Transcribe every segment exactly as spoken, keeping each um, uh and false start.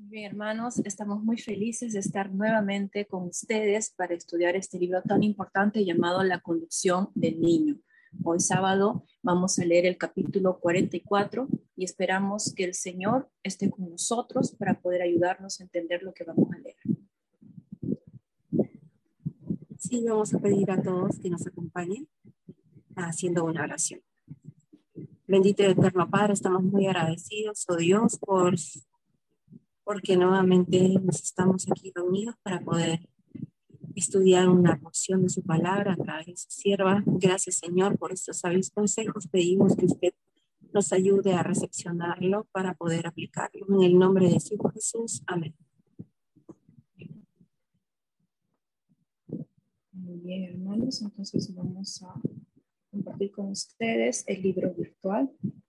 Bien, hermanos, estamos muy felices de estar nuevamente con ustedes para estudiar este libro tan importante llamado La conducción del niño. Hoy sábado vamos a leer el capítulo cuarenta y cuatro y esperamos que el Señor esté con nosotros para poder ayudarnos a entender lo que vamos a leer. Sí, vamos a pedir a todos que nos acompañen haciendo una oración. Bendito y eterno Padre, estamos muy agradecidos, oh Dios, por porque nuevamente nos estamos aquí reunidos para poder estudiar una porción de su palabra a través de su sierva. Gracias, Señor, por estos sabios consejos. Pedimos que usted nos ayude a recepcionarlo para poder aplicarlo. En el nombre de su Hijo Jesús. Amén. Muy bien, hermanos, entonces vamos a compartir con ustedes el libro virtual.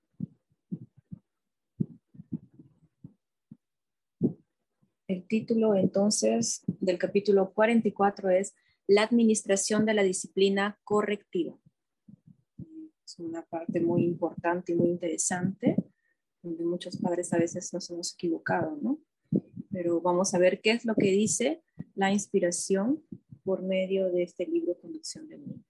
El título entonces del capítulo cuarenta y cuatro es La administración de la disciplina correctiva. Es una parte muy importante y muy interesante, donde muchos padres a veces nos hemos equivocado, ¿no? Pero vamos a ver qué es lo que dice la inspiración por medio de este libro Conducción del Niño.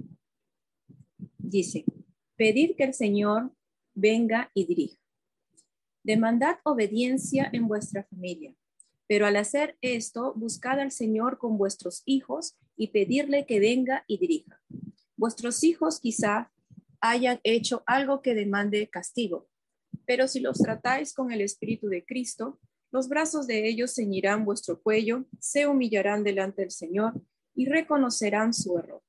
Dice, pedir que el Señor venga y dirija. Demandad obediencia en vuestra familia. Pero al hacer esto, buscad al Señor con vuestros hijos y pedirle que venga y dirija. Vuestros hijos quizá hayan hecho algo que demande castigo, pero si los tratáis con el Espíritu de Cristo, los brazos de ellos ceñirán vuestro cuello, se humillarán delante del Señor y reconocerán su error.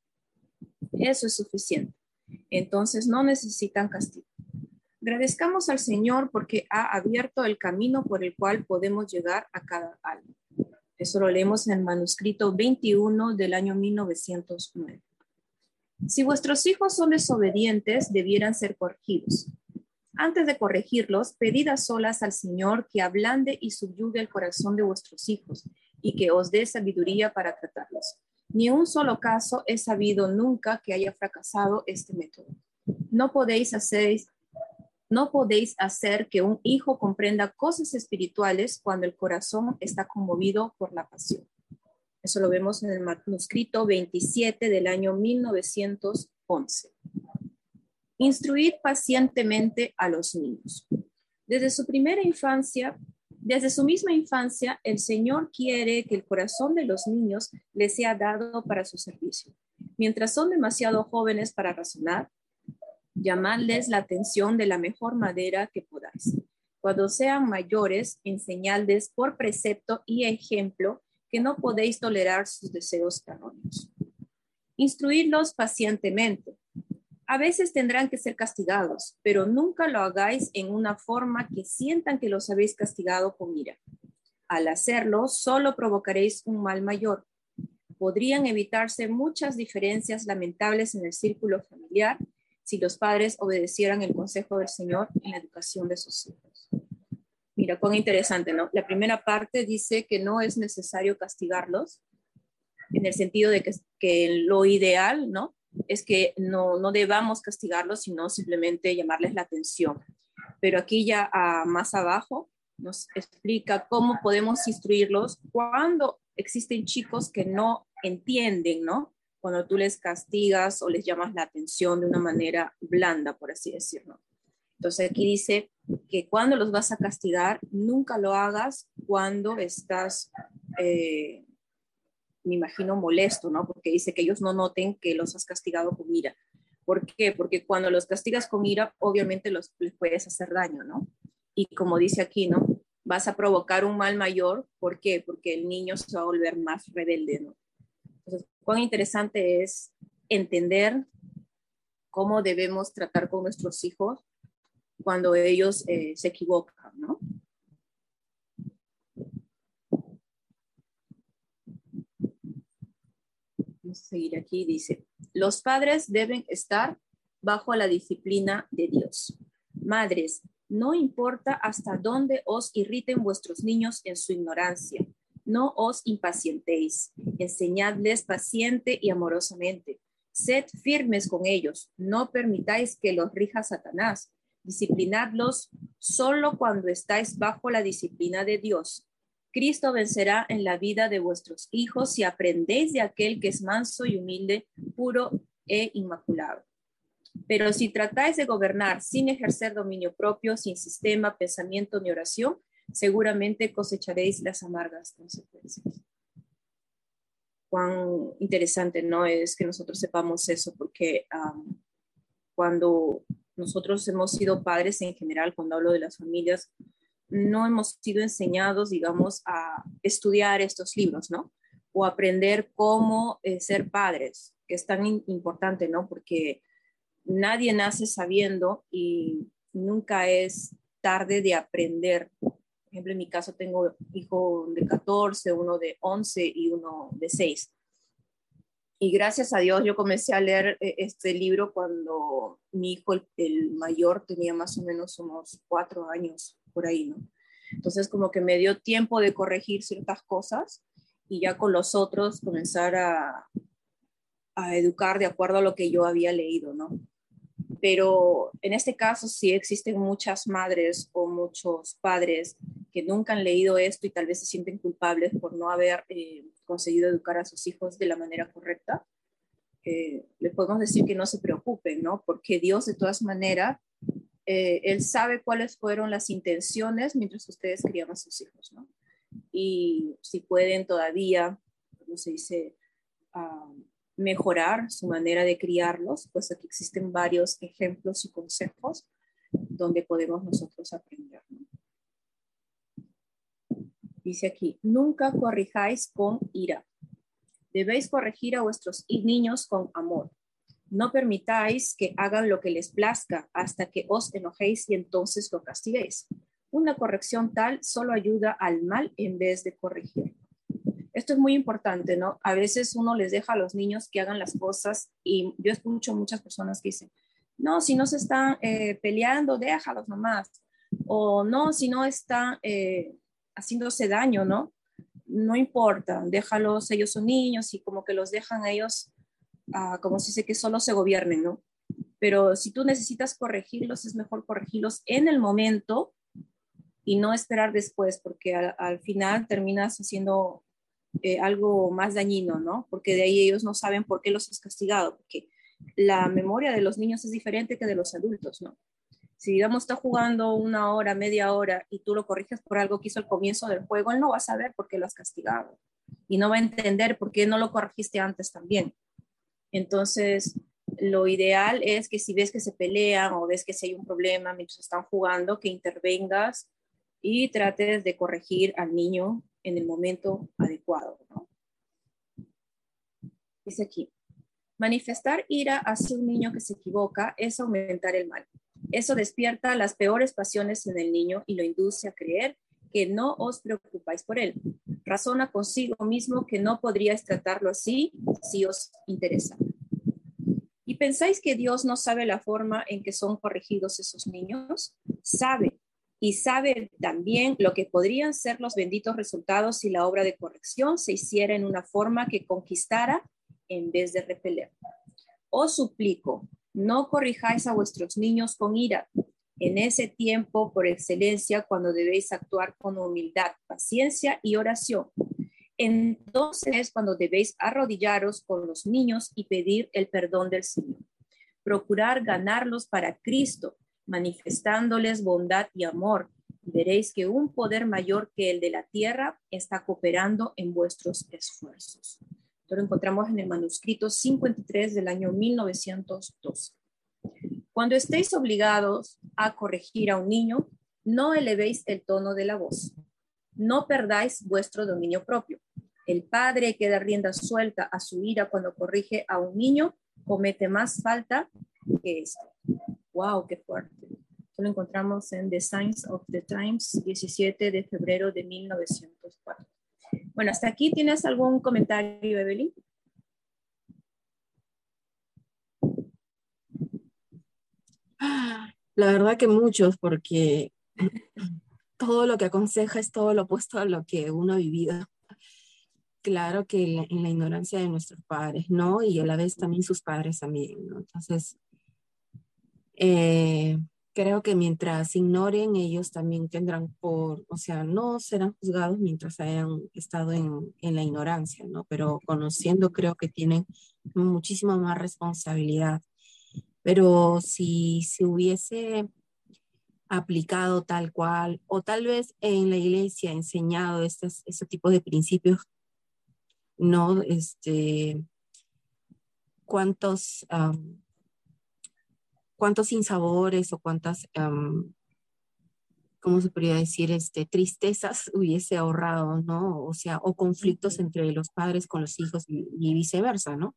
Eso es suficiente. Entonces no necesitan castigo. Agradezcamos al Señor porque ha abierto el camino por el cual podemos llegar a cada alma. Eso lo leemos en el manuscrito veintiuno del año mil novecientos nueve. Si vuestros hijos son desobedientes, debieran ser corregidos. Antes de corregirlos, pedid a solas al Señor que ablande y subyugue el corazón de vuestros hijos y que os dé sabiduría para tratarlos. Ni un solo caso he sabido nunca que haya fracasado este método. No podéis hacer No podéis hacer que un hijo comprenda cosas espirituales cuando el corazón está conmovido por la pasión. Eso lo vemos en el manuscrito veintisiete del año mil novecientos once. Instruid pacientemente a los niños. Desde su primera infancia, desde su misma infancia, el Señor quiere que el corazón de los niños les sea dado para su servicio. Mientras son demasiado jóvenes para razonar, llamadles la atención de la mejor manera que podáis. Cuando sean mayores, enseñadles por precepto y ejemplo que no podéis tolerar sus deseos erróneos. Instruidlos pacientemente. A veces tendrán que ser castigados, pero nunca lo hagáis en una forma que sientan que los habéis castigado con ira. Al hacerlo, solo provocaréis un mal mayor. Podrían evitarse muchas diferencias lamentables en el círculo familiar si los padres obedecieran el consejo del Señor en la educación de sus hijos. Mira, cuán interesante, ¿no? La primera parte dice que no es necesario castigarlos, en el sentido de que, que lo ideal, ¿no? Es que no, no debamos castigarlos, sino simplemente llamarles la atención. Pero aquí ya uh, más abajo nos explica cómo podemos instruirlos cuando existen chicos que no entienden, ¿no? Cuando tú les castigas o les llamas la atención de una manera blanda, por así decirlo. Entonces aquí dice que cuando los vas a castigar, nunca lo hagas cuando estás, eh, me imagino, molesto, ¿no? Porque dice que ellos no noten que los has castigado con ira. ¿Por qué? Porque cuando los castigas con ira, obviamente los, les puedes hacer daño, ¿no? Y como dice aquí, ¿no? Vas a provocar un mal mayor. ¿Por qué? Porque el niño se va a volver más rebelde, ¿no? Entonces, cuán interesante es entender cómo debemos tratar con nuestros hijos cuando ellos eh, se equivocan, ¿no? Vamos a seguir aquí, dice, los padres deben estar bajo la disciplina de Dios. Madres, no importa hasta dónde os irriten vuestros niños en su ignorancia. No os impacientéis, enseñadles paciente y amorosamente. Sed firmes con ellos, no permitáis que los rija Satanás. Disciplinadlos Solo cuando estáis bajo la disciplina de Dios, Cristo vencerá en la vida de vuestros hijos si aprendéis de aquel que es manso y humilde, puro e inmaculado. Pero si tratáis de gobernar sin ejercer dominio propio, sin sistema, pensamiento ni oración, seguramente cosecharéis las amargas consecuencias. Cuán interesante, ¿no? Es que nosotros sepamos eso, porque um, cuando nosotros hemos sido padres en general, cuando hablo de las familias, no hemos sido enseñados, digamos, a estudiar estos libros, ¿no? O aprender cómo eh, ser padres, que es tan importante, ¿no? Porque nadie nace sabiendo y nunca es tarde de aprender. Por ejemplo, en mi caso tengo hijo de catorce, uno de once y uno de seis. Y gracias a Dios yo comencé a leer este libro cuando mi hijo, el, el mayor, tenía más o menos unos cuatro años por ahí, ¿no? Entonces como que me dio tiempo de corregir ciertas cosas y ya con los otros comenzar a, a educar de acuerdo a lo que yo había leído, ¿no? Pero en este caso sí existen muchas madres o muchos padres que nunca han leído esto y tal vez se sienten culpables por no haber eh, conseguido educar a sus hijos de la manera correcta. Eh, les podemos decir que no se preocupen, ¿no? Porque Dios de todas maneras, eh, Él sabe cuáles fueron las intenciones mientras ustedes crían a sus hijos, ¿no? Y si pueden todavía, ¿cómo se dice? Uh, mejorar su manera de criarlos, pues aquí existen varios ejemplos y consejos donde podemos nosotros aprender, ¿no? Dice aquí, nunca corrijáis con ira. Debéis corregir a vuestros niños con amor. No permitáis que hagan lo que les plazca hasta que os enojéis y entonces lo castiguéis. Una corrección tal solo ayuda al mal en vez de corregir. Esto es muy importante, ¿no? A veces uno les deja a los niños que hagan las cosas y yo escucho muchas personas que dicen, no, si no se están eh, peleando, déjalos nomás. O no, si no están eh, haciéndose daño, ¿no? No importa, déjalos, ellos son niños y como que los dejan a ellos, uh, como se dice, que solo se gobiernen, ¿no? Pero si tú necesitas corregirlos, es mejor corregirlos en el momento y no esperar después, porque al, al final terminas haciendo Eh, algo más dañino, ¿no? Porque de ahí ellos no saben por qué los has castigado, porque la memoria de los niños es diferente que de los adultos, ¿no? Si, digamos, está jugando una hora, media hora y tú lo corriges por algo que hizo al comienzo del juego, él no va a saber por qué lo has castigado y no va a entender por qué no lo corregiste antes también. Entonces, lo ideal es que si ves que se pelean o ves que si hay un problema mientras están jugando, que intervengas y trates de corregir al niño en el momento adecuado, ¿no? Dice aquí, manifestar ira hacia un niño que se equivoca es aumentar el mal. Eso despierta las peores pasiones en el niño y lo induce a creer que no os preocupáis por él. Razona consigo mismo que no podríais tratarlo así si os interesa. ¿Y pensáis que Dios no sabe la forma en que son corregidos esos niños? Sabe. Y sabe también lo que podrían ser los benditos resultados si la obra de corrección se hiciera en una forma que conquistara en vez de repeler. Os suplico, no corrijáis a vuestros niños con ira, en ese tiempo por excelencia cuando debéis actuar con humildad, paciencia y oración. Entonces es cuando debéis arrodillaros con los niños y pedir el perdón del Señor. Procurar ganarlos para Cristo, manifestándoles bondad y amor. Veréis que un poder mayor que el de la tierra está cooperando en vuestros esfuerzos. Esto lo encontramos en el manuscrito cincuenta y tres del año mil novecientos doce. Cuando estéis obligados a corregir a un niño, no elevéis el tono de la voz. No perdáis vuestro dominio propio. El padre que da rienda suelta a su ira cuando corrige a un niño comete más falta que esto. ¡Wow! ¡Qué fuerte! Esto lo encontramos en The Signs of the Times, diecisiete de febrero de mil novecientos cuatro. Bueno, hasta aquí, ¿tienes algún comentario, Evelyn? La verdad que muchos, porque todo lo que aconseja es todo lo opuesto a lo que uno ha vivido. Claro que en la, en la ignorancia de nuestros padres, ¿no? Y a la vez también sus padres también, ¿no? Entonces, eh, creo que mientras ignoren, ellos también tendrán por, o sea, no serán juzgados mientras hayan estado en, en la ignorancia, ¿no? Pero conociendo creo que tienen muchísima más responsabilidad. Pero si se hubiese aplicado tal cual, o tal vez en la iglesia enseñado estos, este tipo de principios, ¿no? Este, cuántos, um, cuántos sinsabores o cuántas, um, ¿cómo se podría decir? Este, tristezas hubiese ahorrado, ¿no? O sea, o conflictos entre los padres con los hijos y, y viceversa, ¿no?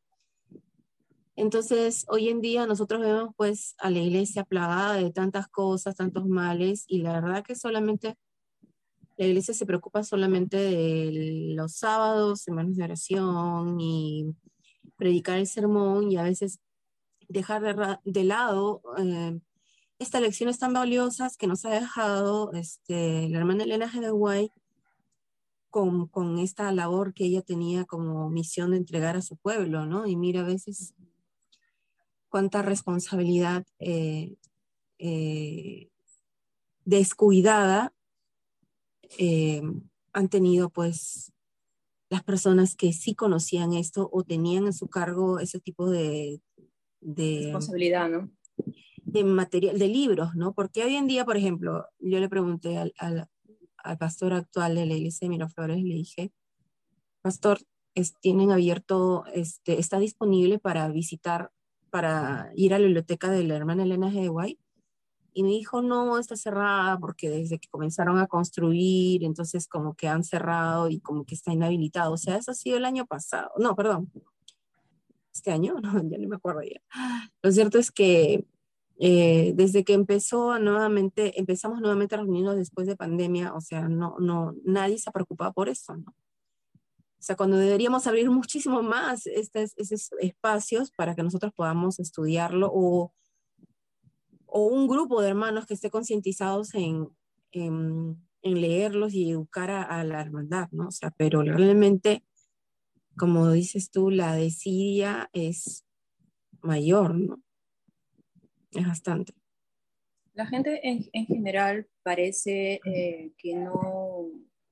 Entonces, hoy en día nosotros vemos pues a la iglesia plagada de tantas cosas, tantos males, y la verdad que solamente la iglesia se preocupa solamente de los sábados, semanas de oración y predicar el sermón, y a veces dejar de, de lado eh, estas lecciones tan valiosas que nos ha dejado este, la hermana Elena G. de White con, con esta labor que ella tenía como misión de entregar a su pueblo, ¿no? Y mira, a veces cuánta responsabilidad eh, eh, descuidada eh, han tenido pues las personas que sí conocían esto o tenían en su cargo ese tipo de, de responsabilidad, ¿no? De material, de libros, ¿no? Porque hoy en día, por ejemplo, yo le pregunté al, al, al pastor actual de la iglesia de Miraflores, le dije, pastor, es, tienen abierto, este, está disponible para visitar, para ir a la biblioteca de la hermana Elena G. de White. Y me dijo, no, está cerrada porque desde que comenzaron a construir, entonces como que han cerrado y como que está inhabilitado. O sea, eso ha sido el año pasado. No, perdón. ¿Este año? No, ya no me acuerdo ya. Lo cierto es que eh, desde que empezó a nuevamente, empezamos nuevamente a reunirnos después de pandemia, o sea, no, no, nadie se ha preocupado por eso, ¿no? O sea, cuando deberíamos abrir muchísimo más estos, estos espacios para que nosotros podamos estudiarlo, o, o un grupo de hermanos que esté concientizados en, en, en leerlos y educar a, a la hermandad, ¿no? O sea, pero realmente, como dices tú, la desidia es mayor, ¿no? Es bastante. La gente en, en general parece eh, que no,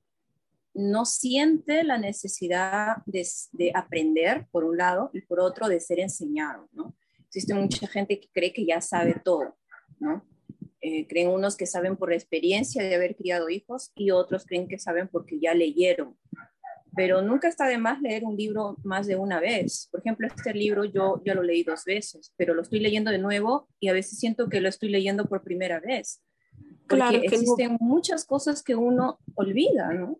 no siente la necesidad de, de aprender, por un lado, y por otro, de ser enseñado, ¿no? Existe mucha gente que cree que ya sabe todo, ¿no? Eh, creen unos que saben por la experiencia de haber criado hijos y otros creen que saben porque ya leyeron. Pero nunca está de más leer un libro más de una vez. Por ejemplo, este libro yo ya lo leí dos veces, pero lo estoy leyendo de nuevo y a veces siento que lo estoy leyendo por primera vez, porque Claro, es que no, existen muchas cosas que uno olvida, ¿no?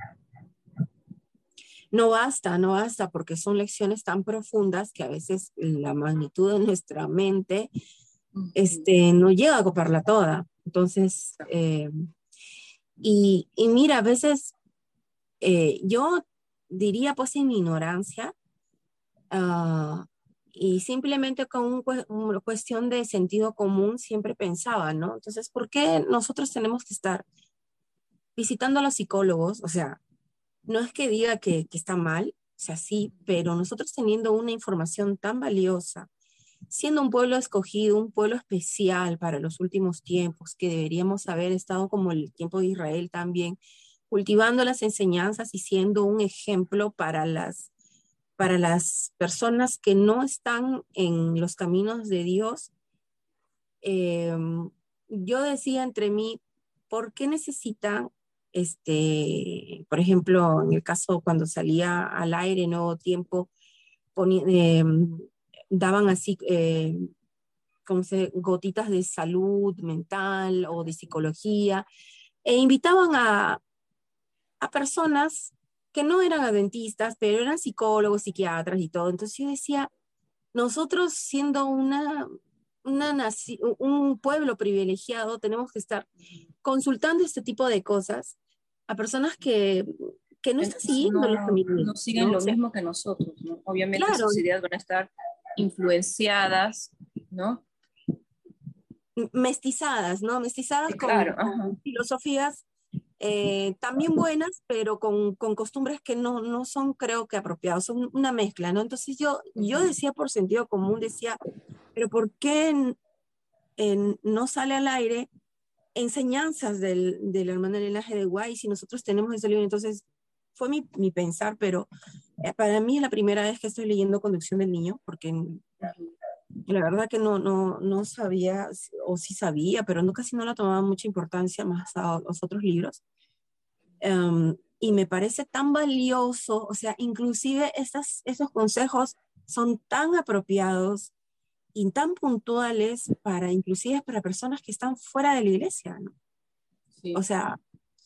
no basta, no basta, porque son lecciones tan profundas que a veces la magnitud de nuestra mente este, no llega a coparla toda. Entonces, eh, y, y mira, a veces eh, yo diría pues en mi ignorancia, uh, y simplemente con un, una cuestión de sentido común siempre pensaba, ¿no? Entonces, ¿por qué nosotros tenemos que estar visitando a los psicólogos? O sea, no es que diga que, que está mal, o sea, sí, pero nosotros teniendo una información tan valiosa, siendo un pueblo escogido, un pueblo especial para los últimos tiempos, que deberíamos haber estado como el tiempo de Israel también, cultivando las enseñanzas y siendo un ejemplo para las, para las personas que no están en los caminos de Dios. Eh, yo decía entre mí, ¿por qué necesitan, este, por ejemplo, en el caso cuando salía al aire Nuevo Tiempo, eh, daban así, eh, como se, gotitas de salud mental o de psicología, e invitaban a, a personas que no eran adventistas, pero eran psicólogos, psiquiatras y todo? Entonces yo decía, nosotros siendo una, una naci un pueblo privilegiado, tenemos que estar consultando este tipo de cosas a personas que, que no están siguiendo los No, caminos, no siguen ¿no? O lo sea, mismo que nosotros, ¿no? Obviamente claro, sus ideas van a estar influenciadas, ¿no? mestizadas, ¿no? Mestizadas Sí, con, claro, ajá. con filosofías eh, también buenas, pero con, con costumbres que no, no son, creo que apropiadas, son una mezcla, ¿no? Entonces yo, yo decía por sentido común, decía, pero ¿por qué en, no sale al aire enseñanzas del, del hermano Elena G. de White si nosotros tenemos ese libro. Entonces fue mi, mi pensar, pero eh, para mí es la primera vez que estoy leyendo Conducción del Niño, porque la verdad que no, no, no sabía, o sí sabía, pero no, casi no la tomaba mucha importancia más a los otros libros. Um, y me parece tan valioso, o sea, inclusive estas, estos consejos son tan apropiados y tan puntuales para, inclusive para personas que están fuera de la iglesia, ¿no? Sí. O sea,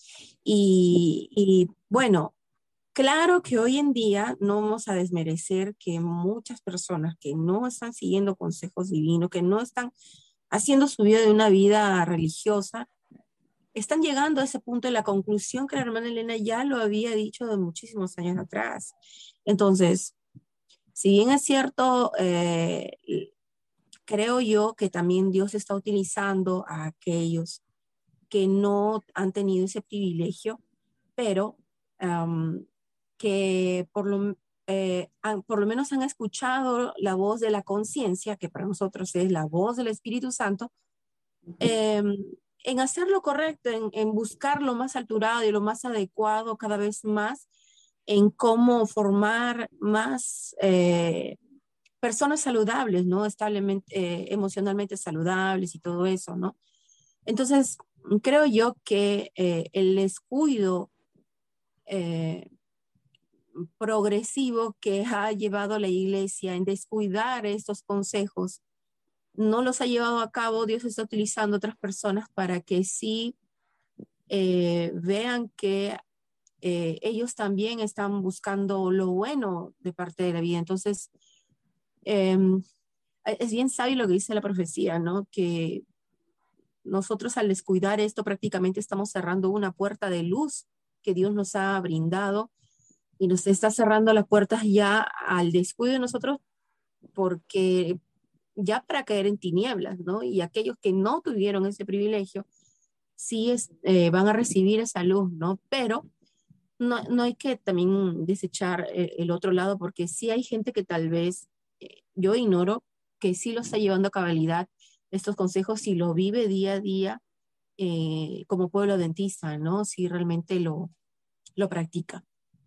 y, y bueno, claro que hoy en día no vamos a desmerecer que muchas personas que no están siguiendo consejos divinos, que no están haciendo su vida de una vida religiosa, están llegando a ese punto de la conclusión que la hermana Elena ya lo había dicho de muchísimos años atrás. Entonces, si bien es cierto, eh, creo yo que también Dios está utilizando a aquellos que no han tenido ese privilegio, pero um, que por lo, eh, han, por lo menos han escuchado la voz de la conciencia, que para nosotros es la voz del Espíritu Santo, eh, en hacer lo correcto, en, en buscar lo más alturado y lo más adecuado cada vez más, en cómo formar más eh, personas saludables, ¿no? Establemente, eh, emocionalmente saludables y todo eso, ¿no? Entonces, creo yo que eh, el descuido eh, progresivo que ha llevado a la iglesia en descuidar estos consejos no los ha llevado a cabo. Dios está utilizando otras personas para que sí eh, vean que eh, ellos también están buscando lo bueno de parte de la vida. Entonces, eh, es bien sabio lo que dice la profecía, ¿no? Que nosotros al descuidar esto prácticamente estamos cerrando una puerta de luz que Dios nos ha brindado y nos está cerrando las puertas ya al descuido de nosotros, porque ya para caer en tinieblas, ¿no? Y aquellos que no tuvieron ese privilegio, sí es, eh, van a recibir esa luz, ¿no? Pero no, no hay que también desechar eh, el otro lado, porque sí hay gente que tal vez, eh, yo ignoro, que sí lo está llevando a cabalidad estos consejos y lo vive día a día eh, como pueblo adventista, ¿no? Si realmente lo, lo practica.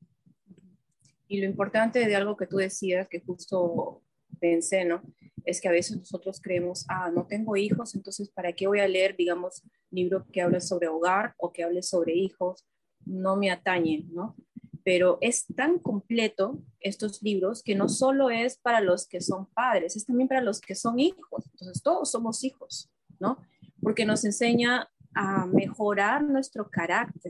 Y lo importante de algo que tú decías, que justo pensé, ¿no? Es que a veces nosotros creemos, ah, no tengo hijos, entonces ¿para qué voy a leer, digamos, libro que hable sobre hogar o que hable sobre hijos? No me atañe, ¿no? Pero es tan completo estos libros que no solo es para los que son padres, es también para los que son hijos. Entonces todos somos hijos, ¿no? Porque nos enseña a mejorar nuestro carácter.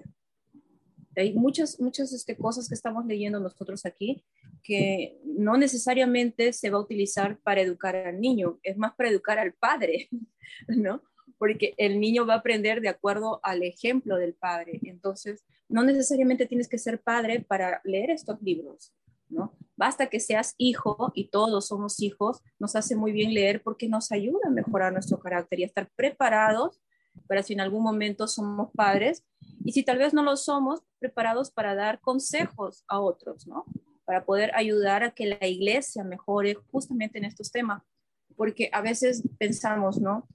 Hay muchas, muchas este, cosas que estamos leyendo nosotros aquí que no necesariamente se va a utilizar para educar al niño, es más para educar al padre, ¿no? Porque el niño va a aprender de acuerdo al ejemplo del padre. Entonces, no necesariamente tienes que ser padre para leer estos libros, ¿no? Basta que seas hijo, y todos somos hijos, nos hace muy bien leer porque nos ayuda a mejorar nuestro carácter y a estar preparados para si en algún momento somos padres, y si tal vez no lo somos, preparados para dar consejos a otros, ¿no? Para poder ayudar a que la iglesia mejore justamente en estos temas, porque a veces pensamos, ¿no?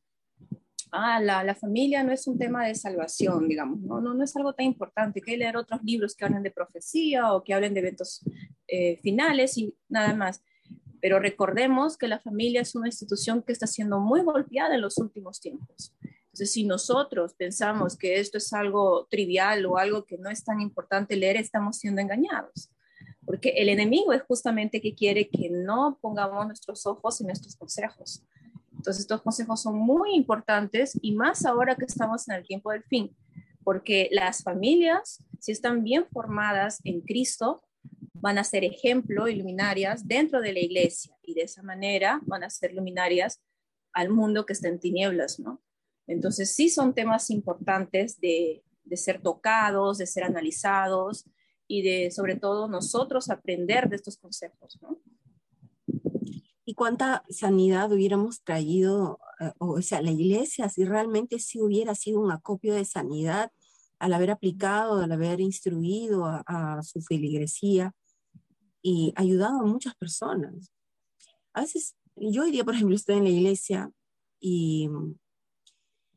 Ah, la, la familia no es un tema de salvación, digamos, ¿no? No, no es algo tan importante, que hay que leer otros libros que hablen de profecía o que hablen de eventos eh, finales y nada más. Pero recordemos que la familia es una institución que está siendo muy golpeada en los últimos tiempos. Entonces, si nosotros pensamos que esto es algo trivial o algo que no es tan importante leer, estamos siendo engañados. Porque el enemigo es justamente que quiere que no pongamos nuestros ojos en estos consejos. Entonces, estos consejos son muy importantes y más ahora que estamos en el tiempo del fin. Porque las familias, si están bien formadas en Cristo, van a ser ejemplo y luminarias dentro de la iglesia. Y de esa manera van a ser luminarias al mundo que está en tinieblas, ¿no? Entonces, sí son temas importantes de, de ser tocados, de ser analizados y de, sobre todo, nosotros aprender de estos consejos, ¿no? ¿Y cuánta sanidad hubiéramos traído, eh, o sea, la iglesia, si realmente sí hubiera sido un acopio de sanidad al haber aplicado, al haber instruido a, a su feligresía y ayudado a muchas personas? A veces, yo hoy día, por ejemplo, estoy en la iglesia y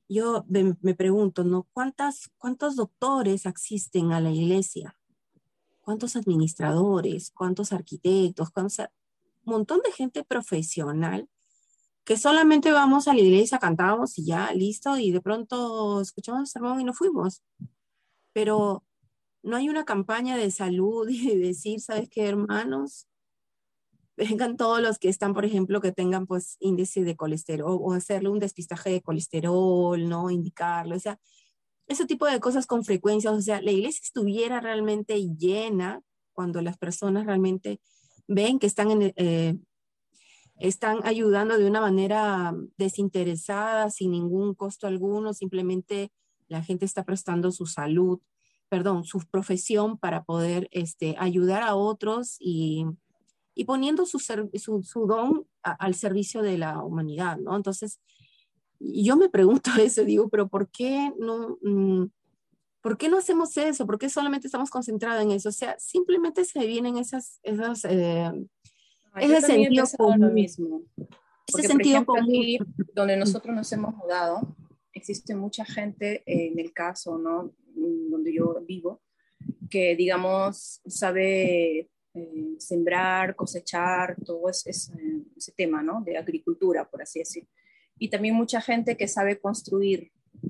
yo me, me pregunto, ¿no? ¿Cuántas, cuántos doctores asisten a la iglesia? ¿Cuántos administradores? ¿Cuántos arquitectos? ¿Cuántos, un montón de gente profesional que solamente vamos a la iglesia, cantamos y ya, listo, y de pronto escuchamos el sermón y nos fuimos? Pero no hay una campaña de salud y de decir, ¿sabes qué, hermanos? Vengan todos los que están, por ejemplo, que tengan pues índice de colesterol o hacerle un despistaje de colesterol, ¿no? Indicarlo, o sea, ese tipo de cosas con frecuencia, o sea, la iglesia estuviera realmente llena cuando las personas realmente ven que están, en, eh, están ayudando de una manera desinteresada, sin ningún costo alguno, simplemente la gente está prestando su salud, perdón, su profesión para poder este, ayudar a otros y, y poniendo su, su, su don a, al servicio de la humanidad, ¿no? Entonces, yo me pregunto eso, digo, pero ¿por qué no, mmm, ¿por qué no hacemos eso? ¿Por qué solamente estamos concentrados en eso? O sea, simplemente se vienen esas, esas, eh, Ah, yo ese también he sentido pensado lo común, mismo, ese porque por sentido ejemplo común. aquí donde nosotros nos hemos mudado, existe mucha gente eh, en el caso, ¿no? Mm, donde yo vivo, que digamos sabe eh, sembrar, cosechar, todo es, es, eh, ese tema, ¿no? De agricultura, por así decir. Y también mucha gente que sabe construir.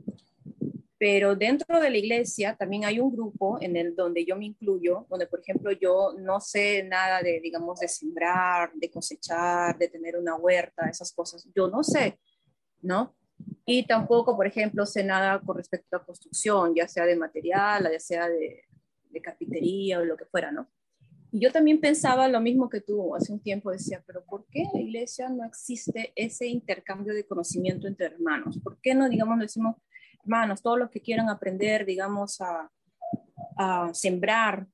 Pero dentro de la iglesia también hay un grupo en el donde yo me incluyo, donde por ejemplo yo no sé nada de, digamos, de sembrar, de cosechar, de tener una huerta, esas cosas. Yo no sé, ¿no? Y tampoco, por ejemplo, sé nada con respecto a construcción, ya sea de material, ya sea de, de carpintería o lo que fuera, ¿no? Y yo también pensaba lo mismo que tú hace un tiempo, decía, pero ¿por qué en la iglesia no existe ese intercambio de conocimiento entre hermanos? ¿Por qué no, digamos, decimos, hermanos, todos los que quieran aprender, digamos, a, a sembrar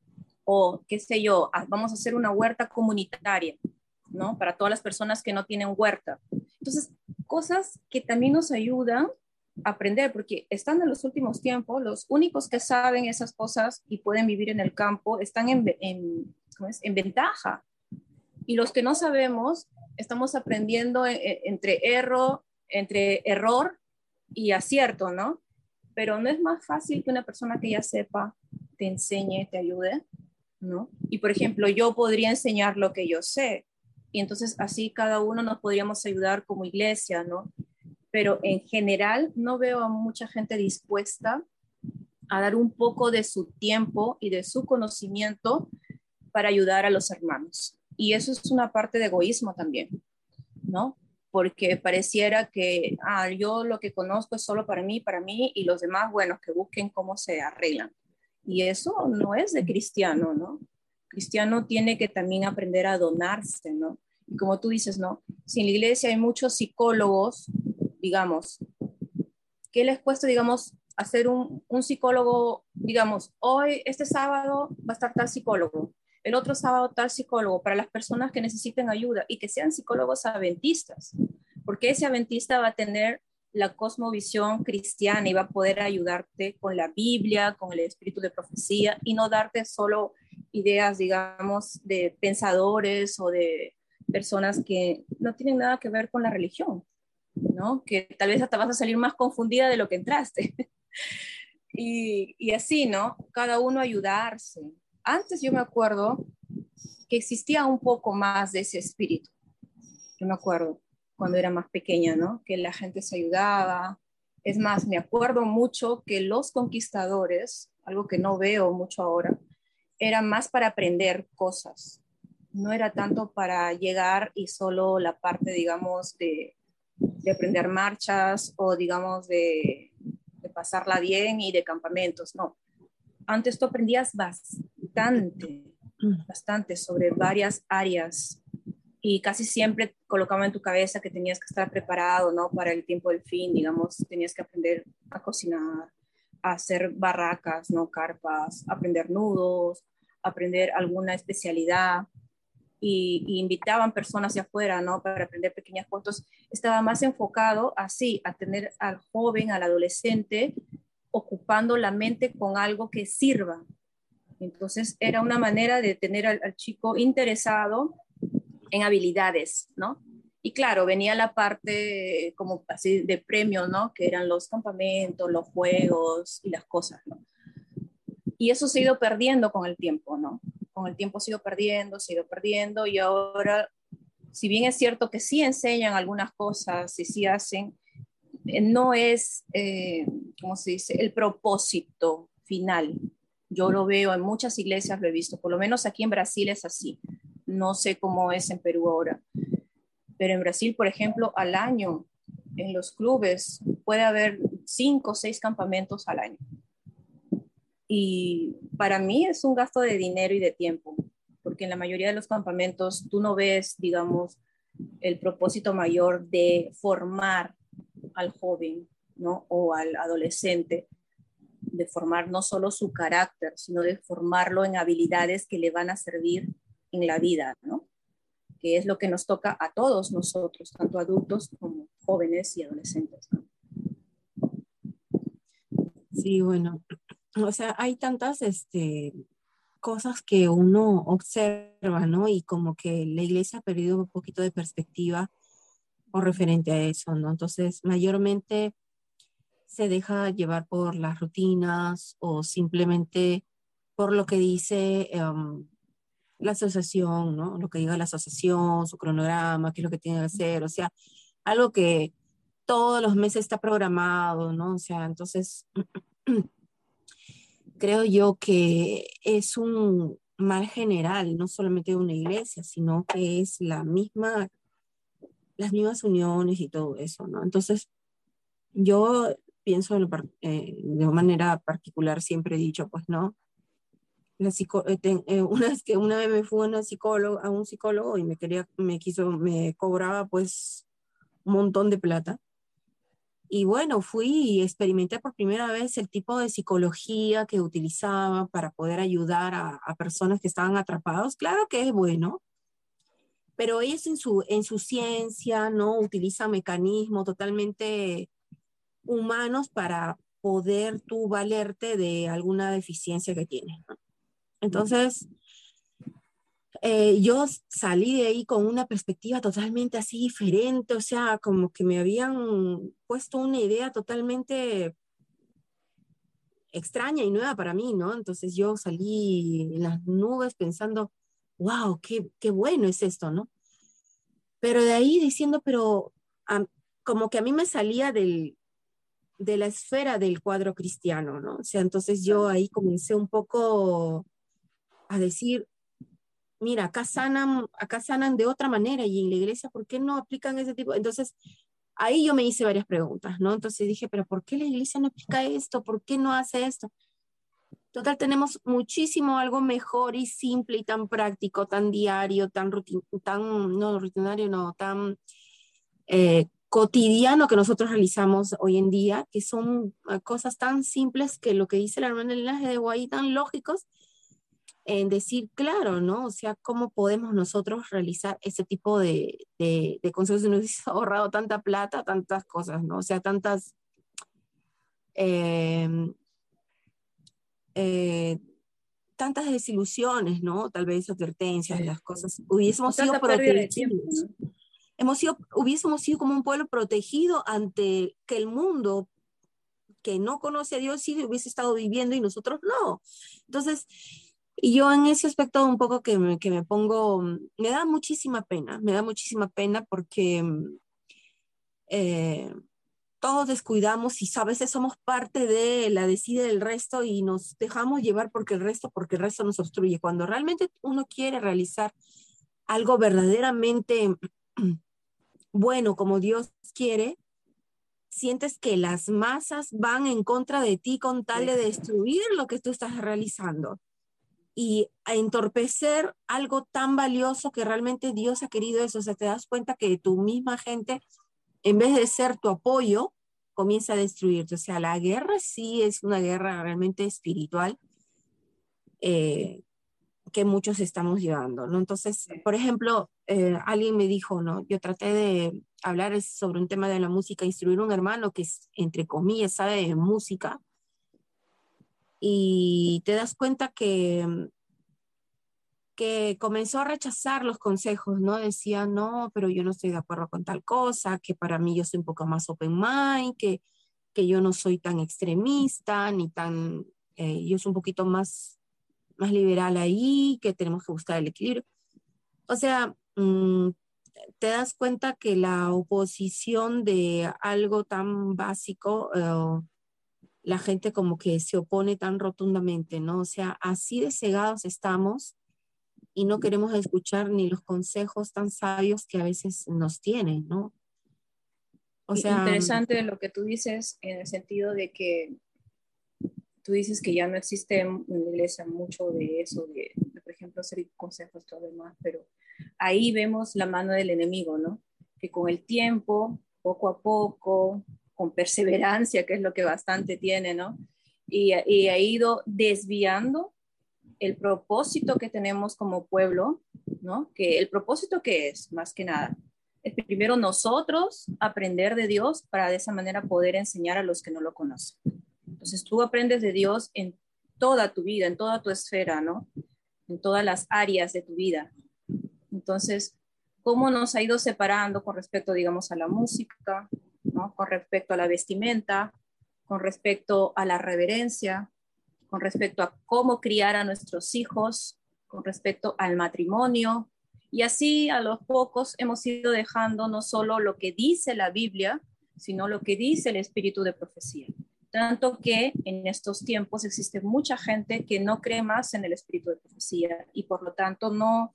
o qué sé yo, a, vamos a hacer una huerta comunitaria, ¿no? Para todas las personas que no tienen huerta. Entonces, cosas que también nos ayudan a aprender, porque están en los últimos tiempos, los únicos que saben esas cosas y pueden vivir en el campo están en, en, ¿cómo es? En ventaja. Y los que no sabemos, estamos aprendiendo en, en, entre, error, entre error y acierto, ¿no? Pero no es más fácil que una persona que ya sepa te enseñe, te ayude, ¿no? Y por ejemplo, yo podría enseñar lo que yo sé, y entonces así cada uno nos podríamos ayudar como iglesia, ¿no? Pero en general no veo a mucha gente dispuesta a dar un poco de su tiempo y de su conocimiento para ayudar a los hermanos. Y eso es una parte de egoísmo también, ¿no? Porque pareciera que, ah, yo lo que conozco es solo para mí, para mí, y los demás, bueno, que busquen cómo se arreglan. Y eso no es de cristiano, ¿no? Cristiano tiene que también aprender a donarse, ¿no? Y como tú dices, ¿no? Si en la iglesia hay muchos psicólogos, digamos, ¿qué les cuesta, digamos, hacer un, un psicólogo, digamos, hoy, este sábado va a estar tal psicólogo, el otro sábado tal psicólogo, para las personas que necesiten ayuda y que sean psicólogos adventistas, porque ese adventista va a tener la cosmovisión cristiana y va a poder ayudarte con la Biblia, con el espíritu de profecía y no darte solo ideas, digamos, de pensadores o de personas que no tienen nada que ver con la religión, ¿no? Que tal vez hasta vas a salir más confundida de lo que entraste. y, y así, ¿no? Cada uno ayudarse. Antes yo me acuerdo que existía un poco más de ese espíritu. Yo me acuerdo cuando era más pequeña, ¿no? Que la gente se ayudaba. Es más, me acuerdo mucho que los conquistadores, algo que no veo mucho ahora, era más para aprender cosas. No era tanto para llegar y solo la parte, digamos, de, de aprender marchas o, digamos, de, de pasarla bien y de campamentos. No. Antes tú aprendías bastante, bastante sobre varias áreas y casi siempre colocaba en tu cabeza que tenías que estar preparado, ¿no? Para el tiempo del fin, digamos, tenías que aprender a cocinar, a hacer barracas, ¿no? Carpas, aprender nudos, aprender alguna especialidad y, y invitaban personas de afuera, ¿no? Para aprender pequeñas cosas. Estaba más enfocado así, a tener al joven, al adolescente, ocupando la mente con algo que sirva. Entonces era una manera de tener al, al chico interesado en habilidades, ¿no? Y claro, venía la parte como así de premios, ¿no? Que eran los campamentos, los juegos y las cosas, ¿no? Y eso se ha ido perdiendo con el tiempo, ¿no? Con el tiempo se ha ido perdiendo, se ha ido perdiendo y ahora, si bien es cierto que sí enseñan algunas cosas y sí hacen, eh, no es, eh, ¿cómo se dice?, el propósito final. Yo lo veo en muchas iglesias, lo he visto, por lo menos aquí en Brasil es así. No sé cómo es en Perú ahora, pero en Brasil, por ejemplo, al año, en los clubes, puede haber cinco o seis campamentos al año. Y para mí es un gasto de dinero y de tiempo, porque en la mayoría de los campamentos tú no ves, digamos, el propósito mayor de formar al joven, ¿no? O al adolescente, de formar no solo su carácter, sino de formarlo en habilidades que le van a servir en la vida, ¿no? Que es lo que nos toca a todos nosotros, tanto adultos como jóvenes y adolescentes, ¿no? Sí, bueno, o sea, hay tantas este, cosas que uno observa, ¿no? Y como que la iglesia ha perdido un poquito de perspectiva con referente a eso, ¿no? Entonces, mayormente se deja llevar por las rutinas o simplemente por lo que dice um, la asociación, ¿no? Lo que diga la asociación, su cronograma, qué es lo que tiene que hacer, o sea, algo que todos los meses está programado, ¿no? O sea, entonces creo yo que es un mal general, no solamente de una iglesia, sino que es la misma, las mismas uniones y todo eso, ¿no? Entonces, yo pienso en lo par- eh, de manera particular, siempre he dicho, pues no, la psico eh, ten- eh, una vez que una vez me fui a, una psicólogo, a un psicólogo y me quería, me quiso, me cobraba pues un montón de plata. Y bueno, fui y experimenté por primera vez el tipo de psicología que utilizaba para poder ayudar a, a personas que estaban atrapados. Claro que es bueno, pero ellos en su, en su ciencia, ¿no? Utilizan mecanismos totalmente humanos para poder tú valerte de alguna deficiencia que tienes, ¿no? Entonces, eh, yo salí de ahí con una perspectiva totalmente así diferente, o sea, como que me habían puesto una idea totalmente extraña y nueva para mí, ¿no? Entonces yo salí en las nubes pensando, wow, qué, qué bueno es esto, ¿no? Pero de ahí diciendo, pero um, como que a mí me salía del, de la esfera del cuadro cristiano, ¿no? O sea, entonces yo ahí comencé un poco a decir, mira, acá sanan, acá sanan de otra manera y en la iglesia, ¿por qué no aplican ese tipo? Entonces, ahí yo me hice varias preguntas, ¿no? Entonces dije, pero ¿por qué la iglesia no aplica esto? ¿Por qué no hace esto? Total, tenemos muchísimo algo mejor y simple y tan práctico, tan diario, tan rutin, tan, no rutinario, no, tan eh, cotidiano que nosotros realizamos hoy en día, que son uh, cosas tan simples que lo que dice la hermana Linaje de Guay, tan lógicos, en decir, claro, ¿no? O sea, ¿cómo podemos nosotros realizar ese tipo de, de, de consejos si nos hubiese ahorrado tanta plata, tantas cosas, ¿no? O sea, tantas... Eh, eh, tantas desilusiones, ¿no? Tal vez advertencias, Sí. las cosas, O hubiésemos sido tanta pérdida de tiempo, protegidos. ¿no? Hemos sido, hubiésemos sido como un pueblo protegido ante que el mundo que no conoce a Dios sí hubiese estado viviendo y nosotros no. Entonces, y yo en ese aspecto un poco que me, que me pongo, me da muchísima pena, me da muchísima pena porque eh, todos descuidamos y a veces somos parte de la decide del resto y nos dejamos llevar porque el resto, porque el resto nos obstruye. Cuando realmente uno quiere realizar algo verdaderamente bueno como Dios quiere, sientes que las masas van en contra de ti con tal Sí. de destruir lo que tú estás realizando y a entorpecer algo tan valioso que realmente Dios ha querido eso. O sea, te das cuenta que tu misma gente, en vez de ser tu apoyo, comienza a destruirte. O sea, la guerra sí es una guerra realmente espiritual eh, que muchos estamos llevando, ¿no? Entonces, por ejemplo, eh, alguien me dijo, ¿no? Yo traté de hablar sobre un tema de la música, instruir a un hermano que es, entre comillas, sabe de música, y te das cuenta que que comenzó a rechazar los consejos, ¿no? Decía, no, pero yo no estoy de acuerdo con tal cosa, que para mí yo soy un poco más open mind, que, que yo no soy tan extremista, ni tan, eh, yo soy un poquito más, más liberal ahí, que tenemos que buscar el equilibrio. O sea, mmm, te das cuenta que la oposición de algo tan básico, eh, la gente como que se opone tan rotundamente, ¿no? O sea, así de cegados estamos y no queremos escuchar ni los consejos tan sabios que a veces nos tienen, ¿no? O sea, Interesante lo que tú dices en el sentido de que tú dices que ya no existe en la iglesia mucho de eso, de, de por ejemplo, hacer consejos, todo lo demás, pero ahí vemos la mano del enemigo, ¿no? Que con el tiempo, poco a poco, con perseverancia, que es lo que bastante tiene, ¿no? Y, y ha ido desviando el propósito que tenemos como pueblo, ¿no? Que el propósito que es, más que nada, es primero nosotros aprender de Dios para de esa manera poder enseñar a los que no lo conocen. Entonces tú aprendes de Dios en toda tu vida, en toda tu esfera, ¿no? En todas las áreas de tu vida. Entonces, ¿cómo nos ha ido separando con respecto, digamos, a la música, ¿no? Con respecto a la vestimenta, con respecto a la reverencia, con respecto a cómo criar a nuestros hijos, con respecto al matrimonio? Y así a los pocos hemos ido dejando no solo lo que dice la Biblia, sino lo que dice el espíritu de profecía. Tanto que en estos tiempos existe mucha gente que no cree más en el espíritu de profecía y por lo tanto no,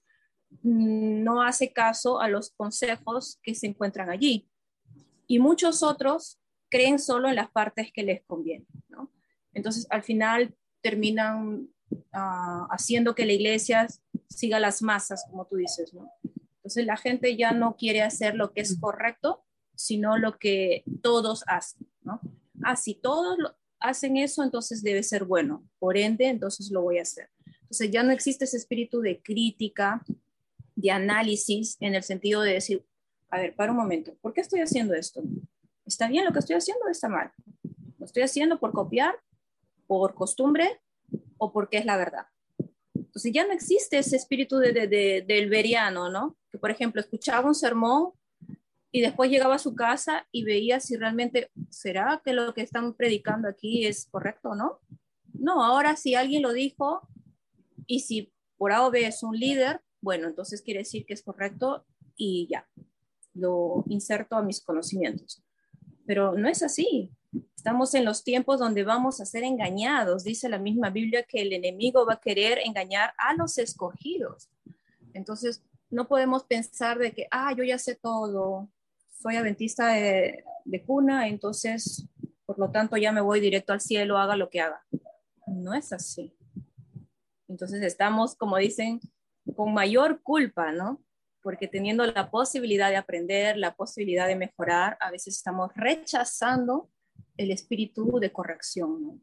no hace caso a los consejos que se encuentran allí. Y muchos otros creen solo en las partes que les convienen, ¿no? Entonces, al final terminan uh, haciendo que la iglesia siga las masas, como tú dices, ¿no? Entonces, la gente ya no quiere hacer lo que es correcto, sino lo que todos hacen, ¿no? Ah, si todos lo, hacen eso, entonces debe ser bueno. Por ende, entonces lo voy a hacer. Entonces, ya no existe ese espíritu de crítica, de análisis, en el sentido de decir, a ver, para un momento, ¿por qué estoy haciendo esto? ¿Está bien lo que estoy haciendo o está mal? ¿Lo estoy haciendo por copiar, por costumbre o porque es la verdad? Entonces ya no existe ese espíritu de, de, de, del veriano, ¿no? Que por ejemplo escuchaba un sermón y después llegaba a su casa y veía si realmente, ¿será que lo que están predicando aquí es correcto o no? No, ahora si alguien lo dijo y si por A o B es un líder, bueno, entonces quiere decir que es correcto y ya, lo inserto a mis conocimientos. Pero no es así. Estamos en los tiempos donde vamos a ser engañados. Dice la misma Biblia que el enemigo va a querer engañar a los escogidos. Entonces, no podemos pensar de que, ah, yo ya sé todo, soy adventista de, de cuna, entonces, por lo tanto, ya me voy directo al cielo, haga lo que haga. No es así. Entonces, estamos, como dicen, con mayor culpa, ¿no? Porque teniendo la posibilidad de aprender, la posibilidad de mejorar, a veces estamos rechazando el espíritu de corrección, ¿no?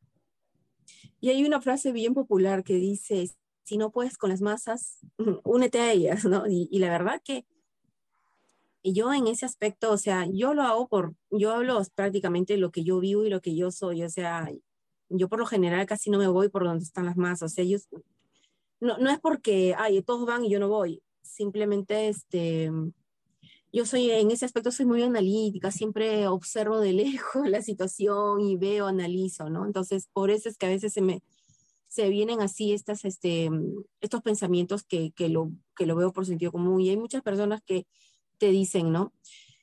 Y hay una frase bien popular que dice, si no puedes con las masas, únete a ellas, ¿no? Y, y la verdad que yo en ese aspecto, o sea, yo lo hago por, yo hablo prácticamente lo que yo vivo y lo que yo soy, o sea, yo por lo general casi no me voy por donde están las masas, o sea, yo, no, no es porque, ay, todos van y yo no voy, simplemente, este, yo soy, en ese aspecto soy muy analítica, siempre observo de lejos la situación y veo, analizo, ¿no? Entonces, por eso es que a veces se me, se vienen así estas, este, estos pensamientos que, que, lo, que lo veo por sentido común. Y hay muchas personas que te dicen, ¿no?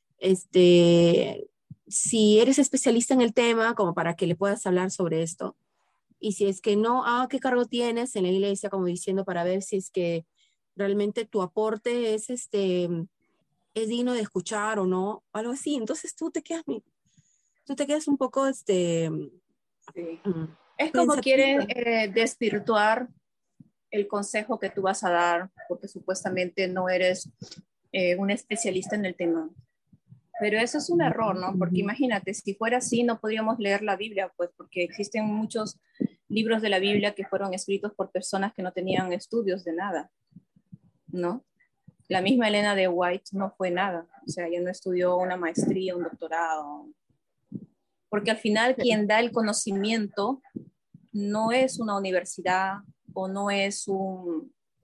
Este, si eres especialista en el tema, como para que le puedas hablar sobre esto. Y si es que no, ah, ¿qué cargo tienes en la iglesia? Como diciendo, para ver si es que realmente tu aporte es, este, es digno de escuchar o no, algo así. Entonces tú te quedas, tú te quedas un poco, este, Sí. mm, Es como pensativa. quieren eh, desvirtuar el consejo que tú vas a dar, porque supuestamente no eres eh, un especialista en el tema. Pero eso es un error, ¿no? Porque imagínate, si fuera así, no podríamos leer la Biblia, pues porque existen muchos libros de la Biblia que fueron escritos por personas que no tenían estudios de nada, ¿no? La misma Elena de White no fue nada, o sea, ella no estudió una maestría, un doctorado, porque al final quien da el conocimiento no es una universidad o no es un,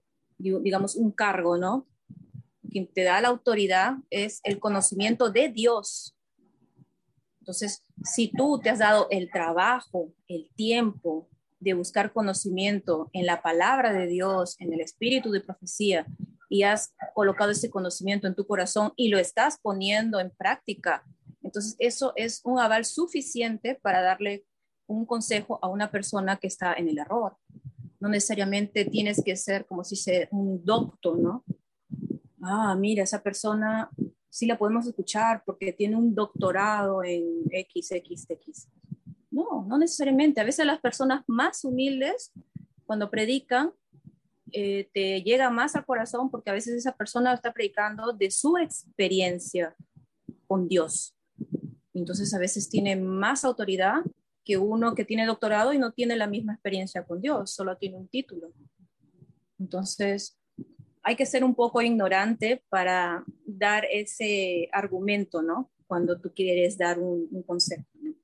digamos, un cargo, ¿no? Quien te da la autoridad es el conocimiento de Dios. Entonces, si tú te has dado el trabajo, el tiempo de buscar conocimiento en la palabra de Dios, en el espíritu de profecía, y has colocado ese conocimiento en tu corazón y lo estás poniendo en práctica, entonces eso es un aval suficiente para darle un consejo a una persona que está en el error. No necesariamente tienes que ser, como si se un doctor, ¿no? Ah, mira, esa persona sí la podemos escuchar porque tiene un doctorado en equis equis equis. No, no necesariamente. A veces las personas más humildes, cuando predican, eh, te llega más al corazón porque a veces esa persona está predicando de su experiencia con Dios. Entonces a veces tiene más autoridad que uno que tiene doctorado y no tiene la misma experiencia con Dios, solo tiene un título. Entonces hay que ser un poco ignorante para dar ese argumento, ¿no? Cuando tú quieres dar un, un concepto, ¿no?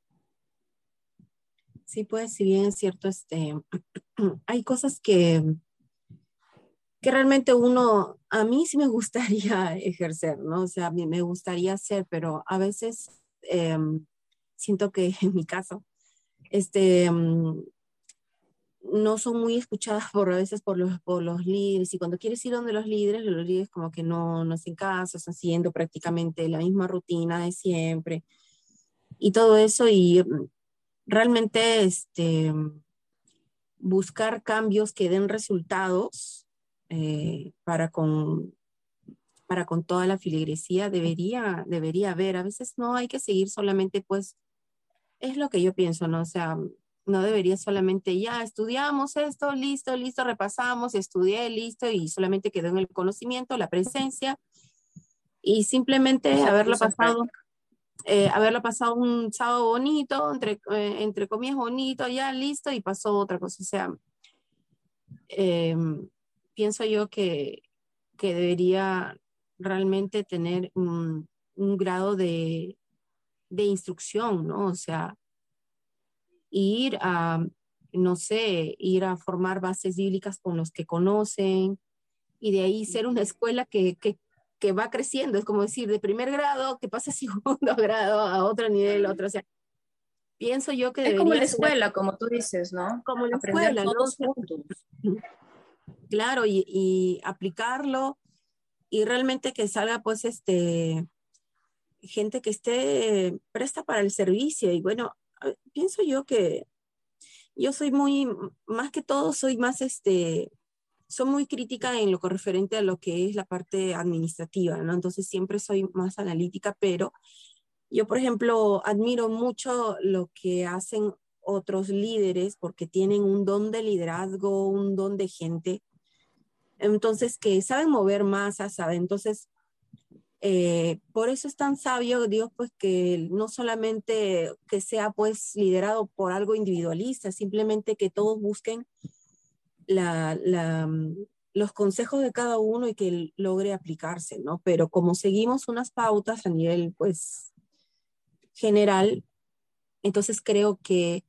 Sí, pues, si bien es cierto, este, hay cosas que, que realmente uno, a mí sí me gustaría ejercer, ¿no? O sea, a mí me gustaría hacer, pero a veces eh, siento que en mi caso, este, um, no son muy escuchadas por a veces por los, por los líderes, y cuando quieres ir donde los líderes, los líderes como que no, no hacen caso, están haciendo prácticamente la misma rutina de siempre y todo eso, y realmente este, buscar cambios que den resultados eh, para con para con toda la filigresía debería, debería haber. A veces no hay que seguir solamente, pues, es lo que yo pienso, ¿no? O sea, no debería solamente, ya estudiamos esto, listo, listo, repasamos, estudié, listo, y solamente quedó en el conocimiento, la presencia, y No simplemente se haberla puso en pasado, práctica. eh, haberla pasado un sábado bonito, entre, eh, entre comillas bonito, ya listo, y pasó otra cosa. O sea, eh, pienso yo que, que debería realmente tener un, un grado de, de instrucción, ¿no? O sea, ir a, no sé, ir a formar bases bíblicas con los que conocen y de ahí ser una escuela que, que, que va creciendo. Es como decir, de primer grado que pasa a segundo grado, a otro nivel, otro. O sea, pienso yo que Es como debería la ser escuela, como tú dices, ¿no? como la Aprender escuela, ¿no? O todos sea, juntos. claro, y, y aplicarlo y realmente que salga pues este gente que esté presta para el servicio. Y bueno, a- pienso yo que yo soy muy, más que todo, soy más este, soy muy crítica en lo que referente a lo que es la parte administrativa, ¿no? Entonces siempre soy más analítica, pero yo, por ejemplo, admiro mucho lo que hacen otros líderes porque tienen un don de liderazgo, un don de gente, entonces que saben mover masas, ¿saben? Entonces, eh, por eso es tan sabio Dios, pues que no solamente que sea pues liderado por algo individualista, simplemente que todos busquen la, la, mm, los consejos de cada uno y que logre aplicarse, ¿no? Pero como seguimos unas pautas a nivel pues general, entonces creo que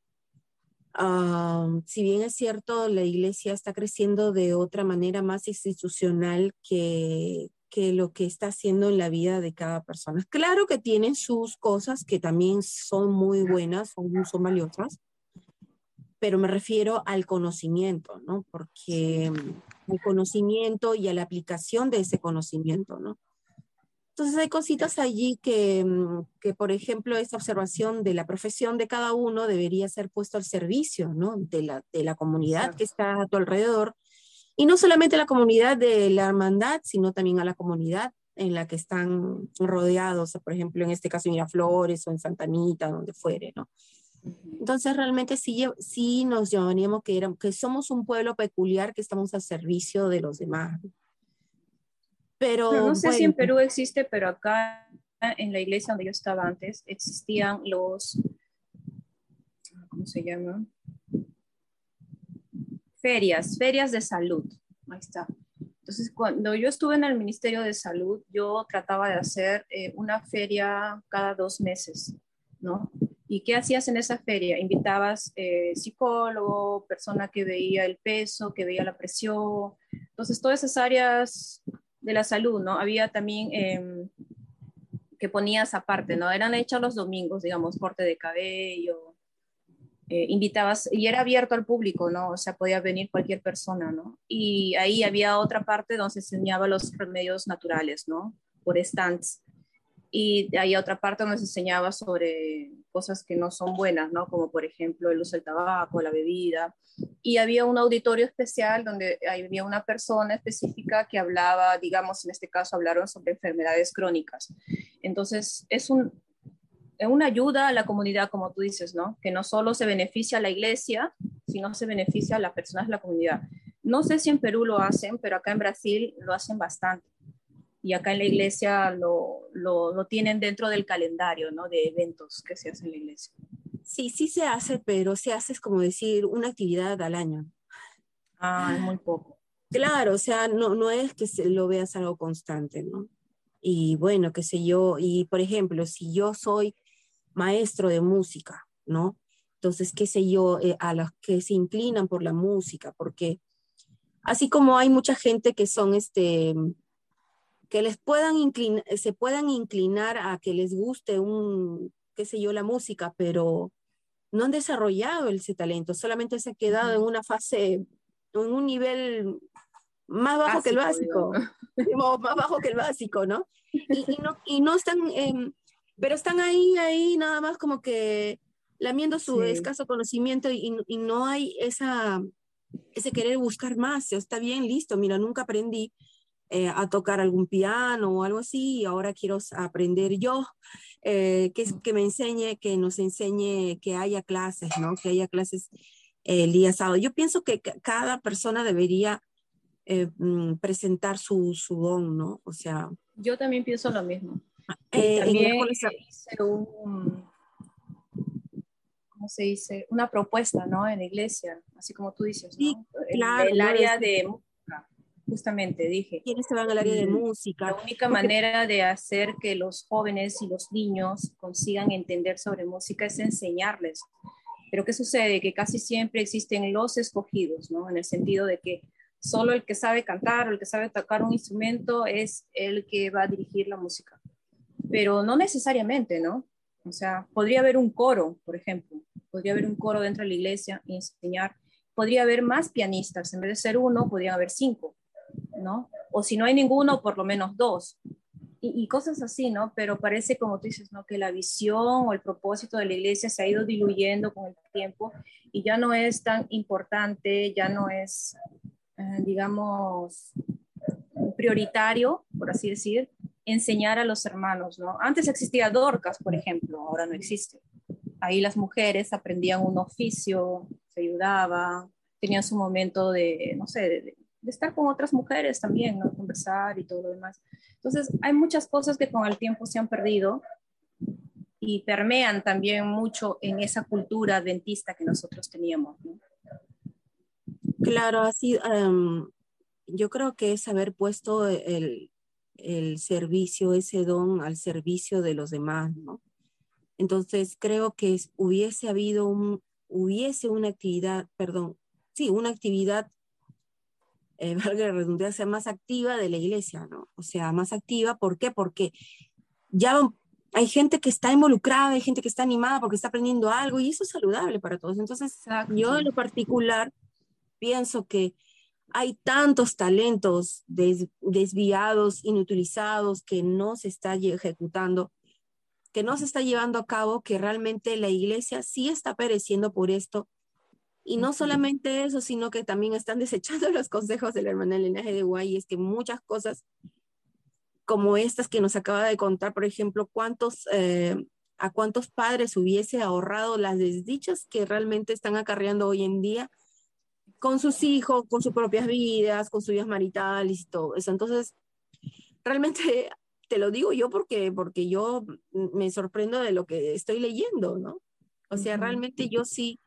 uh, si bien es cierto, la iglesia está creciendo de otra manera más institucional que, que lo que está haciendo en la vida de cada persona. Claro que tienen sus cosas que también son muy buenas, son, son valiosas, pero me refiero al conocimiento, ¿no? Porque al conocimiento y a la aplicación de ese conocimiento, ¿no? Entonces hay cositas allí que, que, por ejemplo, esta observación de la profesión de cada uno debería ser puesto al servicio, ¿no? De la, de la comunidad que Exacto. está a tu alrededor. Y no solamente la comunidad de la hermandad, sino también a la comunidad en la que están rodeados, por ejemplo, en este caso en Miraflores o en Santa Anita, donde fuere, ¿no? Entonces realmente sí, sí nos llamaríamos que, éramos, que somos un pueblo peculiar que estamos al servicio de los demás. Bueno, Pero no sé si en bueno, Perú existe, pero acá en la iglesia donde yo estaba antes existían los, ¿cómo se llama? Ferias, ferias de salud. Ahí está. Entonces, cuando yo estuve en el Ministerio de Salud, yo trataba de hacer eh, una feria cada dos meses, ¿no? ¿Y qué hacías en esa feria? Invitabas eh, psicólogo, persona que veía el peso, que veía la presión, Entonces, todas esas áreas de la salud, ¿no? Había también eh, que ponías aparte, ¿no? Eran hechas los domingos, digamos, corte de cabello, eh, invitabas, y era abierto al público, ¿no? O sea, podía venir cualquier persona, ¿no? Y ahí había otra parte donde se enseñaba los remedios naturales, ¿no? Por stands. Y hay otra parte donde se enseñaba sobre cosas que no son buenas, ¿no? Como por ejemplo el uso del tabaco, la bebida. Y había un auditorio especial donde había una persona específica que hablaba, digamos, en este caso hablaron sobre enfermedades crónicas. Entonces, es un, una ayuda a la comunidad, como tú dices, ¿no? Que no solo se beneficia a la iglesia, sino se beneficia a las personas de la comunidad. No sé si en Perú lo hacen, pero acá en Brasil lo hacen bastante. Y acá en la iglesia lo, lo, lo tienen dentro del calendario, ¿no? De eventos que se hacen en la iglesia. Sí, sí se hace, pero se hace, es como decir, una actividad al año. Ah, es muy poco. Claro, o sea, no, no es que se lo veas algo constante, ¿no? Y bueno, qué sé yo, y por ejemplo, si yo soy maestro de música, ¿no? Entonces, qué sé yo, eh, a los que se inclinan por la música, porque así como hay mucha gente que son, este, que les puedan inclinar, se puedan inclinar a que les guste un, qué sé yo, la música, pero no han desarrollado ese talento, solamente se ha quedado en Uh-huh. una fase, en un nivel más bajo que el Básico, digamos. básico, como más bajo que el básico, ¿no? Y, y no, y no están, eh, pero están ahí, ahí, nada más como que lamiendo su Sí. escaso conocimiento y, y no hay esa, ese querer buscar más. Está bien, listo, mira, nunca aprendí eh, a tocar algún piano o algo así y ahora quiero aprender yo, eh, que, que me enseñe, que nos enseñe, que haya clases, ¿no? Que haya clases eh, el día sábado. Yo pienso que cada persona debería eh, mm, presentar su, su don, ¿no? O sea, Yo también pienso lo mismo. Y eh, en también miércoles, hice un, ¿cómo se dice? Una propuesta, ¿no? En la iglesia, así como tú dices, sí, ¿no? En claro, el yo área decía, de música, justamente dije, ¿quiénes se van al área de la música? única Porque, manera de hacer que los jóvenes y los niños consigan entender sobre música es enseñarles. Pero ¿qué sucede? Que casi siempre existen los escogidos, ¿no? En el sentido de que solo el que sabe cantar o el que sabe tocar un instrumento es el que va a dirigir la música. Pero no necesariamente, ¿no? O sea, podría haber un coro, por ejemplo. Podría haber un coro dentro de la iglesia y enseñar. Podría haber más pianistas. En vez de ser uno, podrían haber cinco, ¿no? O si no hay ninguno, por lo menos dos. Y, y, cosas así, ¿no? Pero parece, como tú dices, ¿no? Que la visión o el propósito de la iglesia se ha ido diluyendo con el tiempo y ya no es tan importante, ya no es, eh, digamos, prioritario, por así decir, enseñar a los hermanos, ¿no? Antes existía Dorcas, por ejemplo, ahora no existe. Ahí las mujeres aprendían un oficio, se ayudaban, tenían su momento de, no sé, de, de estar con otras mujeres también, ¿no? Conversar y todo lo demás. Entonces, hay muchas cosas que con el tiempo se han perdido y permean también mucho en esa cultura adventista que nosotros teníamos, ¿no? claro, así, um, yo creo que es haber puesto el, el servicio, ese don al servicio de los demás, ¿no? Entonces, creo que es, hubiese habido un, hubiese una actividad, perdón, sí, una actividad, eh, valga la redundancia, más activa de la iglesia, ¿no? O sea, más activa, ¿por qué? Porque ya hay gente que está involucrada, hay gente que está animada porque está aprendiendo algo y eso es saludable para todos. Entonces, yo en Exacto. lo particular pienso que hay tantos talentos des, desviados, inutilizados, que no se está ejecutando, que no se está llevando a cabo, que realmente la iglesia sí está pereciendo por esto. Y no Uh-huh. solamente eso, sino que también están desechando los consejos de la hermana Linaje de Guay, y es que muchas cosas como estas que nos acaba de contar, por ejemplo, cuántos, eh, a cuántos padres hubiese ahorrado las desdichas que realmente están acarreando hoy en día con sus hijos, con sus propias vidas, con sus vidas maritales y todo eso. Entonces, realmente te lo digo yo porque, porque yo me sorprendo de lo que estoy leyendo, ¿no? O sea, Uh-huh. realmente yo sí,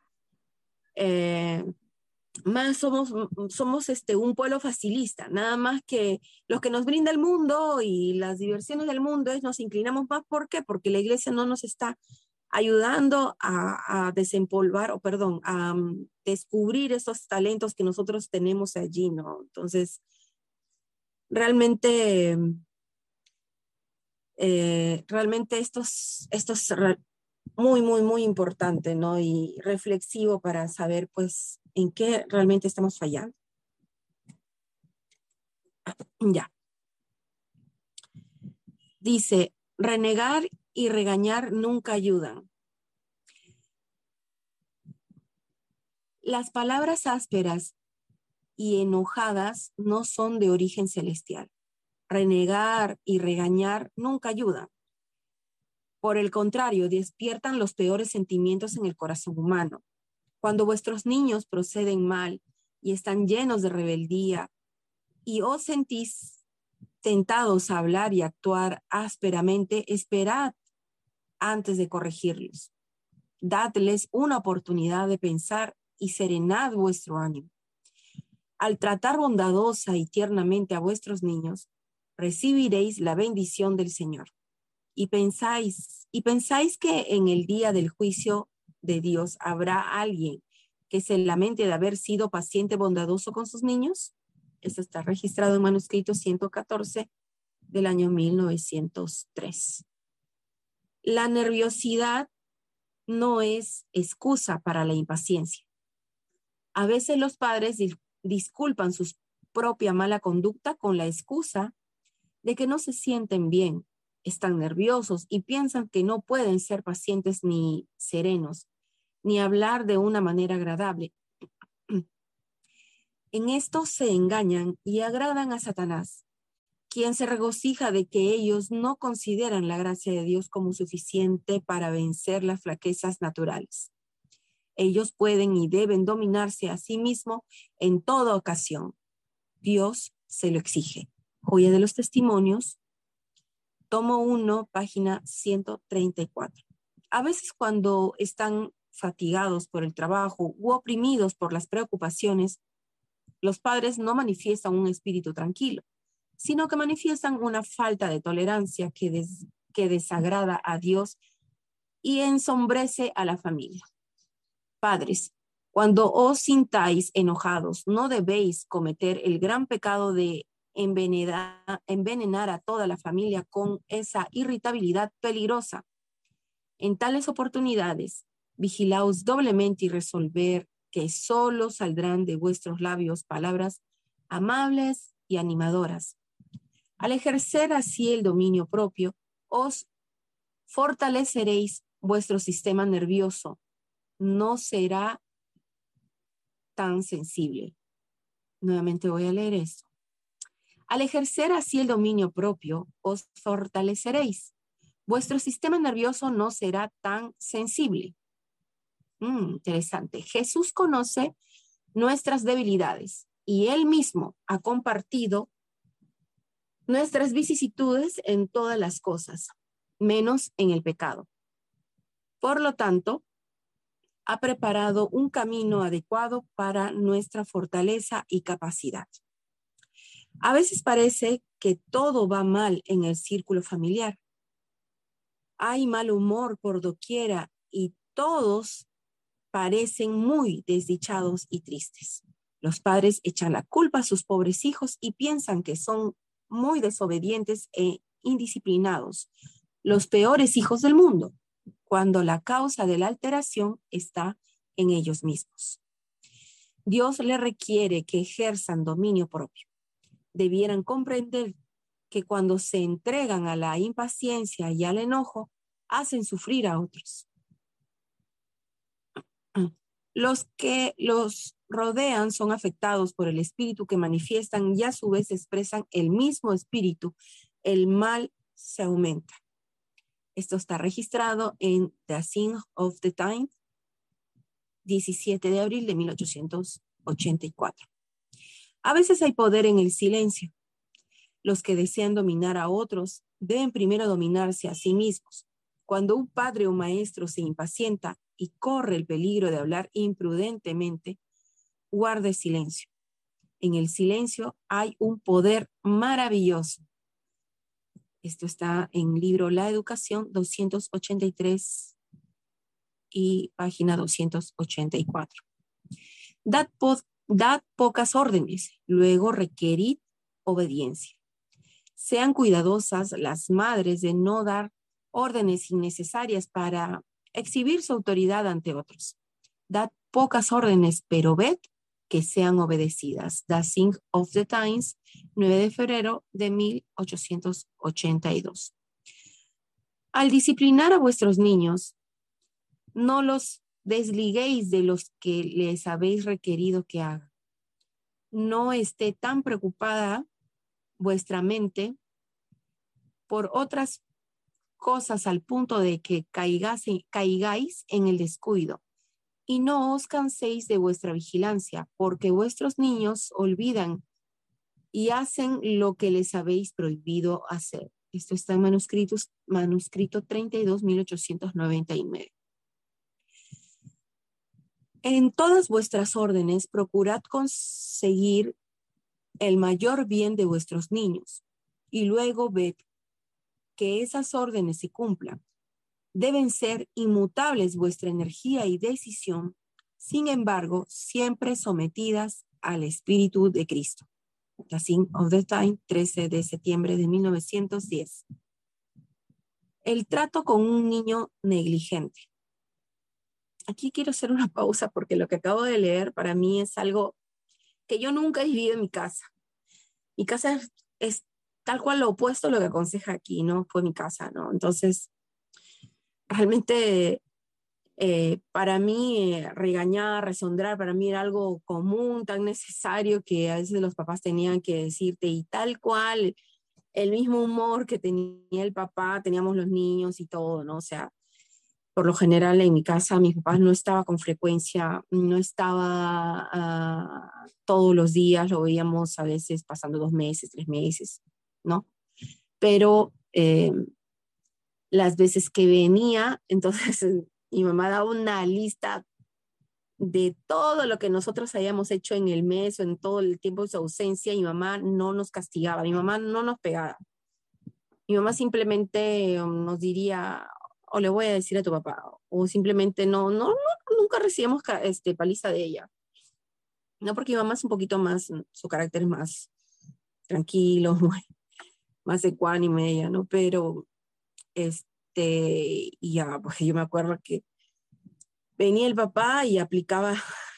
eh, más somos, somos este, un pueblo facilista, nada más que lo que nos brinda el mundo y las diversiones del mundo es nos inclinamos más. ¿Por qué? Porque la iglesia no nos está ayudando a, a desempolvar, o perdón, a um, descubrir esos talentos que nosotros tenemos allí, ¿no? Entonces, Realmente, eh, realmente esto es, esto es muy, muy, muy importante, ¿no? Y reflexivo para saber, pues, en qué realmente estamos fallando. Ya. Dice, renegar y regañar nunca ayudan. Las palabras ásperas y enojadas no son de origen celestial. Renegar y regañar nunca ayudan. Por el contrario, despiertan los peores sentimientos en el corazón humano. Cuando vuestros niños proceden mal y están llenos de rebeldía y os sentís tentados a hablar y actuar ásperamente, esperad antes de corregirlos. Dadles una oportunidad de pensar y serenad vuestro ánimo. Al tratar bondadosa y tiernamente a vuestros niños, recibiréis la bendición del Señor. Y pensáis, y pensáis que en el día del juicio de Dios habrá alguien que se lamente de haber sido paciente bondadoso con sus niños. Esto está registrado en manuscrito ciento catorce del año mil novecientos tres. La nerviosidad no es excusa para la impaciencia. A veces los padres dis- disculpan su propia mala conducta con la excusa de que no se sienten bien, están nerviosos y piensan que no pueden ser pacientes ni serenos, ni hablar de una manera agradable. En esto se engañan y agradan a Satanás, quien se regocija de que ellos no consideran la gracia de Dios como suficiente para vencer las flaquezas naturales. Ellos pueden y deben dominarse a sí mismos en toda ocasión. Dios se lo exige. Joya de los Testimonios, tomo uno, página ciento treinta y cuatro. A veces cuando están fatigados por el trabajo u oprimidos por las preocupaciones, los padres no manifiestan un espíritu tranquilo, sino que manifiestan una falta de tolerancia que, des, que desagrada a Dios y ensombrece a la familia. Padres, cuando os sintáis enojados, no debéis cometer el gran pecado de envenenar, envenenar a toda la familia con esa irritabilidad peligrosa. En tales oportunidades, vigilaos doblemente y resolver que solo saldrán de vuestros labios palabras amables y animadoras. Al ejercer así el dominio propio, os fortaleceréis vuestro sistema nervioso. No será tan sensible. Nuevamente voy a leer esto. Al ejercer así el dominio propio, os fortaleceréis. Vuestro sistema nervioso no será tan sensible. Mm, interesante. Jesús conoce nuestras debilidades y Él mismo ha compartido nuestras vicisitudes en todas las cosas, menos en el pecado. Por lo tanto, ha preparado un camino adecuado para nuestra fortaleza y capacidad. A veces parece que todo va mal en el círculo familiar. Hay mal humor por doquiera y todos parecen muy desdichados y tristes. Los padres echan la culpa a sus pobres hijos y piensan que son muy desobedientes e indisciplinados, los peores hijos del mundo, cuando la causa de la alteración está en ellos mismos. Dios le requiere que ejerzan dominio propio. Debieran comprender que cuando se entregan a la impaciencia y al enojo, hacen sufrir a otros. Los que los rodean son afectados por el espíritu que manifiestan y a su vez expresan el mismo espíritu. El mal se aumenta. Esto está registrado en The Sign of the Times, diecisiete de abril de mil ochocientos ochenta y cuatro. A veces hay poder en el silencio. Los que desean dominar a otros deben primero dominarse a sí mismos. Cuando un padre o maestro se impacienta y corre el peligro de hablar imprudentemente, guarde silencio. En el silencio hay un poder maravilloso. Esto está en el libro La Educación, doscientos ochenta y tres y página doscientos ochenta y cuatro. Dad, po- dad pocas órdenes, luego requerid obediencia. Sean cuidadosas las madres de no dar órdenes innecesarias para exhibir su autoridad ante otros. Dad pocas órdenes, pero ved que sean obedecidas. The Sign of the Times, nueve de febrero de mil ochocientos ochenta y dos. Al disciplinar a vuestros niños, no los desliguéis de los que les habéis requerido que hagan. No esté tan preocupada vuestra mente por otras cosas al punto de que caigáis, caigáis en el descuido. Y no os canséis de vuestra vigilancia, porque vuestros niños olvidan y hacen lo que les habéis prohibido hacer. Esto está en manuscritos, manuscrito treinta y dos, mil ochocientos noventa y nueve. En todas vuestras órdenes, procurad conseguir el mayor bien de vuestros niños, y luego ved que esas órdenes se cumplan. Deben ser inmutables vuestra energía y decisión, sin embargo, siempre sometidas al Espíritu de Cristo. The Sign of the Time, trece de septiembre de mil novecientos diez. El trato con un niño negligente. Aquí quiero hacer una pausa porque lo que acabo de leer para mí es algo que yo nunca he vivido en mi casa. Mi casa es, es tal cual lo opuesto a lo que aconseja aquí, ¿no? Fue mi casa, ¿no? Entonces, realmente eh, para mí eh, regañar, resondrar, para mí era algo común, tan necesario que a veces los papás tenían que decirte y tal cual, el mismo humor que tenía el papá, teníamos los niños y todo, ¿no? O sea, por lo general en mi casa mis papás no estaba con frecuencia, no estaba uh, todos los días, lo veíamos a veces pasando dos meses, tres meses, ¿no? Pero eh, las veces que venía, entonces mi mamá daba una lista de todo lo que nosotros hayamos hecho en el mes o en todo el tiempo de su ausencia, y mi mamá no nos castigaba, mi mamá no nos pegaba. Mi mamá simplemente nos diría, o le voy a decir a tu papá, o simplemente no, no, no nunca recibimos este, paliza de ella. No, porque mi mamá es un poquito más, su carácter es más tranquilo, más ecuánime ella, ¿no? Pero, este, ya, pues yo me acuerdo que venía el papá y aplicaba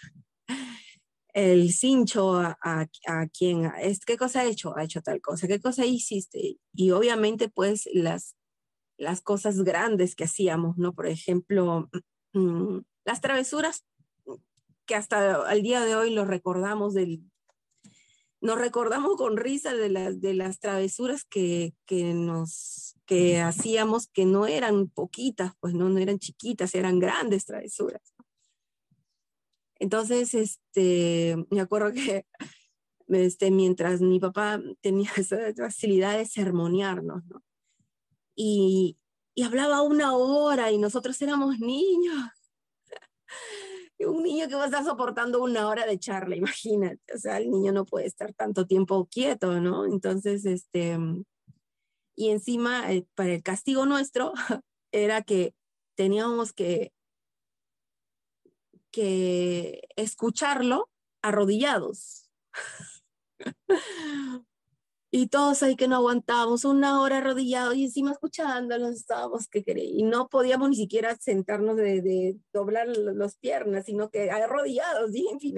el cincho a, a, a quien, es, ¿qué cosa ha hecho? Ha hecho tal cosa, ¿qué cosa hiciste? Y obviamente pues las, las cosas grandes que hacíamos, ¿no? Por ejemplo, mmm, las travesuras que hasta el día de hoy los recordamos del, nos recordamos con risa de las, de las travesuras que, que nos, que hacíamos, que no eran poquitas, pues no, no eran chiquitas, eran grandes travesuras. Entonces, este, me acuerdo que este, mientras mi papá tenía esa facilidad de sermonearnos, ¿no? Y, y hablaba una hora y nosotros éramos niños. Un niño que va a estar soportando una hora de charla, imagínate. O sea, el niño no puede estar tanto tiempo quieto, ¿no? Entonces, este, y encima, eh, para el castigo nuestro, era que teníamos que que escucharlo arrodillados. Y todos ahí que no aguantábamos una hora arrodillados y encima escuchándolo, estábamos que queréis. Y no podíamos ni siquiera sentarnos de, de doblar las piernas, sino que arrodillados, y en fin.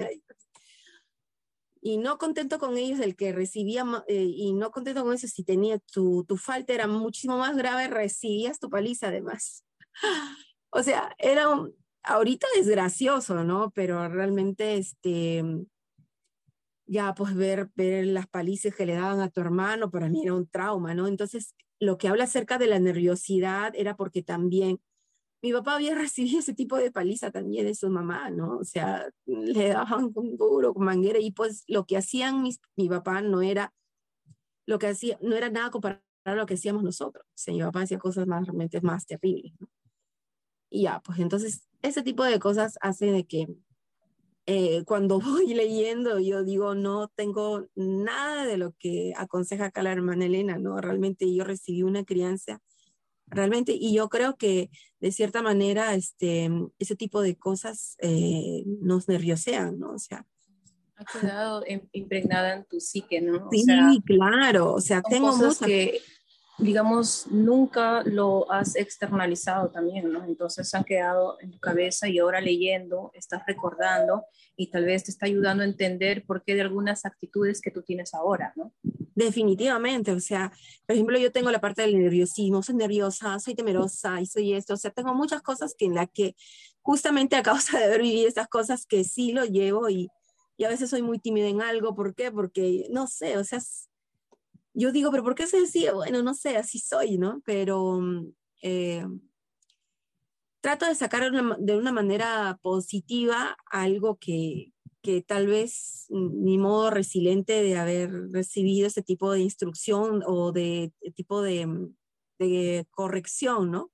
Y no contento con ellos, el que recibía, eh, y no contento con eso, si tenía tu, tu falta era muchísimo más grave, recibías tu paliza además. O sea, era un, ahorita es gracioso, ¿no? Pero realmente, este, ya pues ver, ver las palizas que le daban a tu hermano, para mí era un trauma, ¿no? Entonces, lo que habla acerca de la nerviosidad era porque también mi papá había recibido ese tipo de paliza también de su mamá, ¿no? O sea, le daban con duro, con manguera, y pues lo que hacían mis, mi papá no era, lo que hacía, no era nada comparado a lo que hacíamos nosotros. O sea, mi papá hacía cosas más, realmente más terribles, ¿no? Y ya, pues entonces, ese tipo de cosas hace de que eh, cuando voy leyendo, yo digo, no tengo nada de lo que aconseja acá la hermana Elena, ¿no? Realmente yo recibí una crianza, realmente, y yo creo que de cierta manera este, ese tipo de cosas eh, nos nerviosean, ¿no? O sea, Ha quedado em- impregnada en tu psique, ¿no? O sea, Sí, claro, o sea, son tengo cosas muchas. que, digamos, nunca lo has externalizado también, ¿no? Entonces han quedado en tu cabeza y ahora leyendo, estás recordando y tal vez te está ayudando a entender por qué de algunas actitudes que tú tienes ahora, ¿no? Definitivamente, o sea, por ejemplo, yo tengo la parte del nerviosismo, soy nerviosa, soy temerosa y soy esto, o sea, tengo muchas cosas que en la que justamente a causa de haber vivido estas cosas que sí lo llevo y, y a veces soy muy tímida en algo, ¿por qué? Porque, no sé, o sea, es- yo digo, pero ¿por qué soy así? Bueno, no sé, así soy, ¿no? Pero mm, eh, trato de sacar una- de una manera positiva algo que, que tal vez mm, mi modo resiliente de haber recibido ese tipo de instrucción o de, de tipo de, mm, de corrección, ¿no?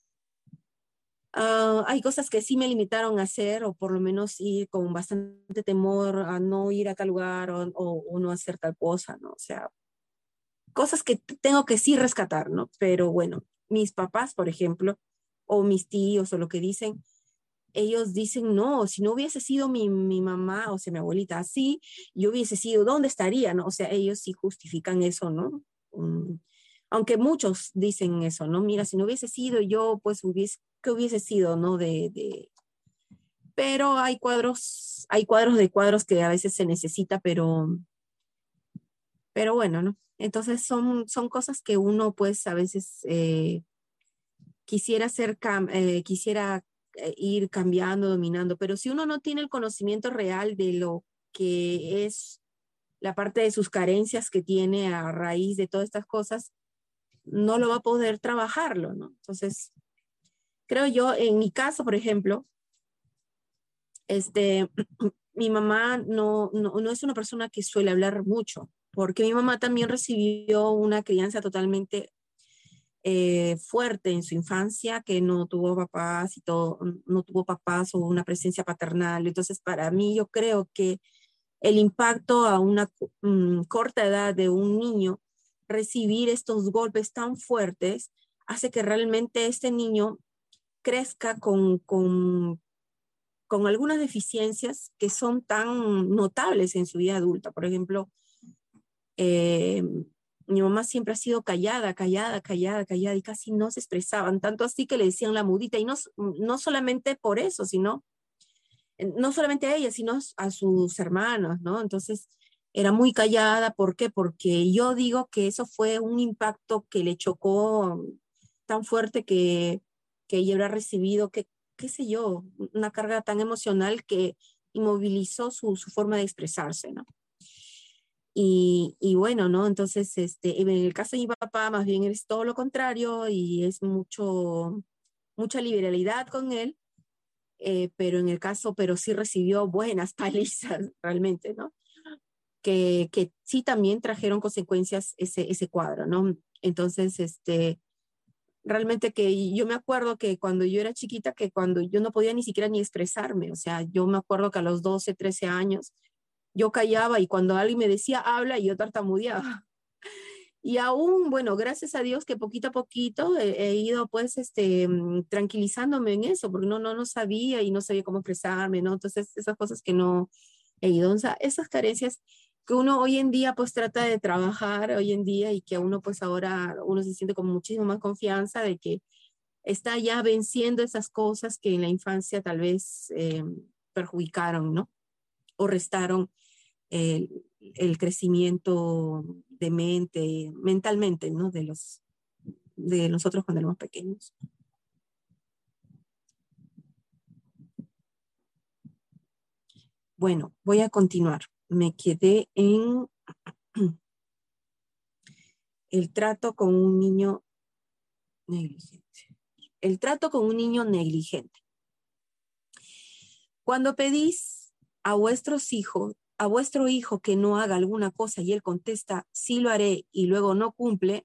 Ah, hay cosas que sí me limitaron a hacer o por lo menos ir con bastante temor a no ir a tal lugar o, o- o no hacer tal cosa, ¿no? O sea, cosas que t- tengo que sí rescatar, ¿no? Pero bueno, mis papás, por ejemplo, o mis tíos o lo que dicen, ellos dicen, no, si no hubiese sido mi, mi mamá o sea, mi abuelita así, yo hubiese sido, ¿dónde estaría? ¿No? O sea, ellos sí justifican eso, ¿no? Mm, aunque muchos dicen eso, ¿no? Mira, si no hubiese sido yo, pues hubiese, ¿qué hubiese sido, ¿no? De, de... Pero hay cuadros, hay cuadros de cuadros que a veces se necesita, pero, pero bueno, ¿no? Entonces son, son cosas que uno, pues, a veces eh, quisiera ser, cam- eh, quisiera eh, ir cambiando, dominando, pero si uno no tiene el conocimiento real de lo que es la parte de sus carencias que tiene a raíz de todas estas cosas, no lo va a poder trabajarlo, ¿no? Entonces, creo yo, en mi caso, por ejemplo, este, mi mamá no, no, no es una persona que suele hablar mucho, porque mi mamá también recibió una crianza totalmente eh, fuerte en su infancia, que no tuvo papás y todo, no tuvo papás o una presencia paternal. Entonces, para mí, yo creo que el impacto a una um, corta edad de un niño, recibir estos golpes tan fuertes, hace que realmente este niño crezca con, con, con algunas deficiencias que son tan notables en su vida adulta. Por ejemplo, eh, mi mamá siempre ha sido callada, callada, callada, callada y casi no se expresaban, tanto así que le decían la mudita y no, no solamente por eso, sino, no solamente a ella, sino a sus hermanos, ¿no? Entonces era muy callada, ¿por qué? Porque yo digo que eso fue un impacto que le chocó tan fuerte que, que ella habrá recibido, que, qué sé yo, una carga tan emocional que inmovilizó su, su forma de expresarse, ¿no? Y, y bueno, ¿no? Entonces, este, en el caso de mi papá, más bien es todo lo contrario y es mucho, mucha liberalidad con él, eh, pero en el caso, pero sí recibió buenas palizas realmente, ¿no? Que, que sí también trajeron consecuencias ese, ese cuadro, ¿no? Entonces, este, realmente que yo me acuerdo que cuando yo era chiquita, que cuando yo no podía ni siquiera ni expresarme, o sea, yo me acuerdo que a los doce trece años, yo callaba y cuando alguien me decía habla, yo tartamudeaba. Y aún, bueno, gracias a Dios que poquito a poquito he, he ido pues este, mm, tranquilizándome en eso, porque no, no, no sabía y no sabía cómo expresarme, ¿no? Entonces, esas cosas que no he ido, o sea, esas carencias que uno hoy en día pues trata de trabajar hoy en día y que uno pues ahora uno se siente con muchísima más confianza de que está ya venciendo esas cosas que en la infancia tal vez eh, perjudicaron, ¿no? O restaron el, el crecimiento de mente, mentalmente, ¿no? De los, de nosotros cuando éramos pequeños. Bueno, voy a continuar. Me quedé en el trato con un niño negligente. El trato con un niño negligente. Cuando pedís a vuestros hijos, a vuestro hijo que no haga alguna cosa y él contesta, sí lo haré y luego no cumple,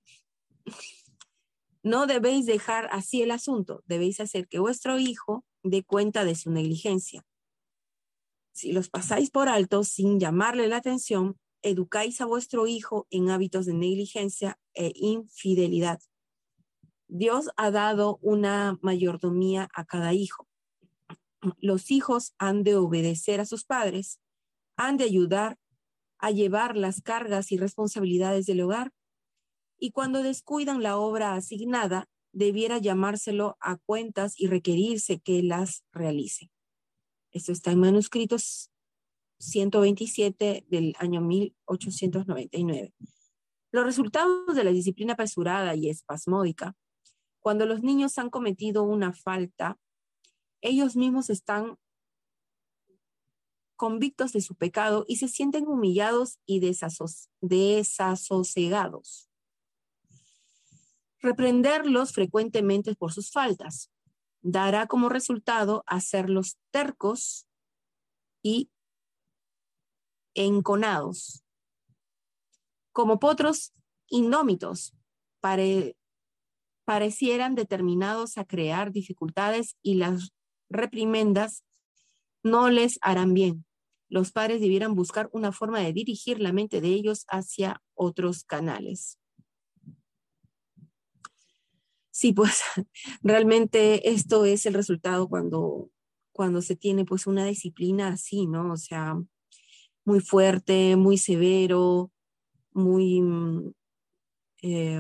no debéis dejar así el asunto. Debéis hacer que vuestro hijo dé cuenta de su negligencia. Si los pasáis por alto sin llamarle la atención, educáis a vuestro hijo en hábitos de negligencia e infidelidad. Dios ha dado una mayordomía a cada hijo. Los hijos han de obedecer a sus padres, han de ayudar a llevar las cargas y responsabilidades del hogar, y cuando descuidan la obra asignada, debiera llamárselo a cuentas y requerirse que las realice. Esto está en manuscritos ciento veintisiete del año mil ochocientos noventa y nueve. Los resultados de la disciplina apresurada y espasmódica, cuando los niños han cometido una falta, ellos mismos están convictos de su pecado y se sienten humillados y desasos- desasosegados. Reprenderlos frecuentemente por sus faltas dará como resultado hacerlos tercos y enconados, como potros indómitos, pare, parecieran determinados a crear dificultades, y las reprimendas no les harán bien. Los padres debieran buscar una forma de dirigir la mente de ellos hacia otros canales. Sí, pues realmente esto es el resultado cuando, cuando se tiene pues una disciplina así, ¿no? O sea, muy fuerte, muy severo, muy eh,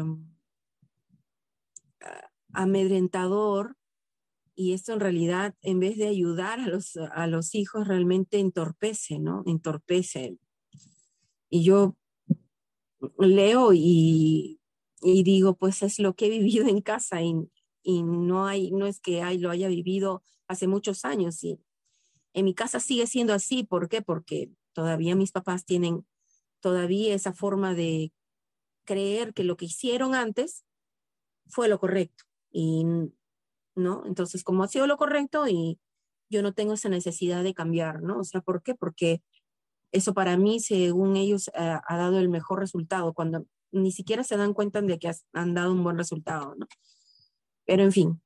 amedrentador, y esto en realidad, en vez de ayudar a los, a los hijos, realmente entorpece, ¿no? Entorpece. Y yo leo y, y digo, pues es lo que he vivido en casa, y, y no, hay, no es que hay, lo haya vivido hace muchos años, y en mi casa sigue siendo así. ¿Por qué? Porque todavía mis papás tienen todavía esa forma de creer que lo que hicieron antes fue lo correcto, y ¿no? Entonces, como ha sido lo correcto, y yo no tengo esa necesidad de cambiar, ¿no? O sea, ¿por qué? Porque eso para mí, según ellos, uh, ha dado el mejor resultado, cuando ni siquiera se dan cuenta de que has, han dado un buen resultado, ¿no? Pero en fin.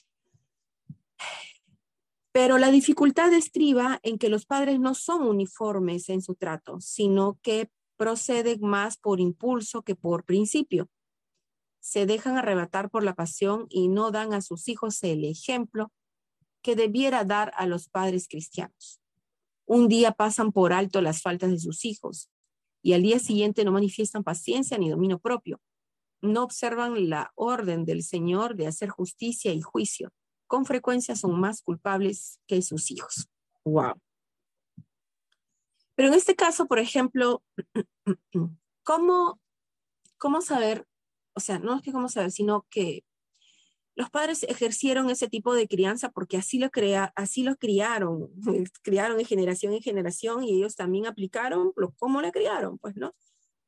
Pero la dificultad estriba en que los padres no son uniformes en su trato, sino que proceden más por impulso que por principio. Se dejan arrebatar por la pasión y no dan a sus hijos el ejemplo que debiera dar a los padres cristianos. Un día pasan por alto las faltas de sus hijos y al día siguiente no manifiestan paciencia ni dominio propio. No observan la orden del Señor de hacer justicia y juicio. Con frecuencia son más culpables que sus hijos. Wow. Pero en este caso, por ejemplo, ¿cómo, cómo saber? O sea, no es que cómo saber, sino que los padres ejercieron ese tipo de crianza porque así lo, crea, así lo criaron, criaron de generación en generación, y ellos también aplicaron lo, cómo le criaron, pues, ¿no?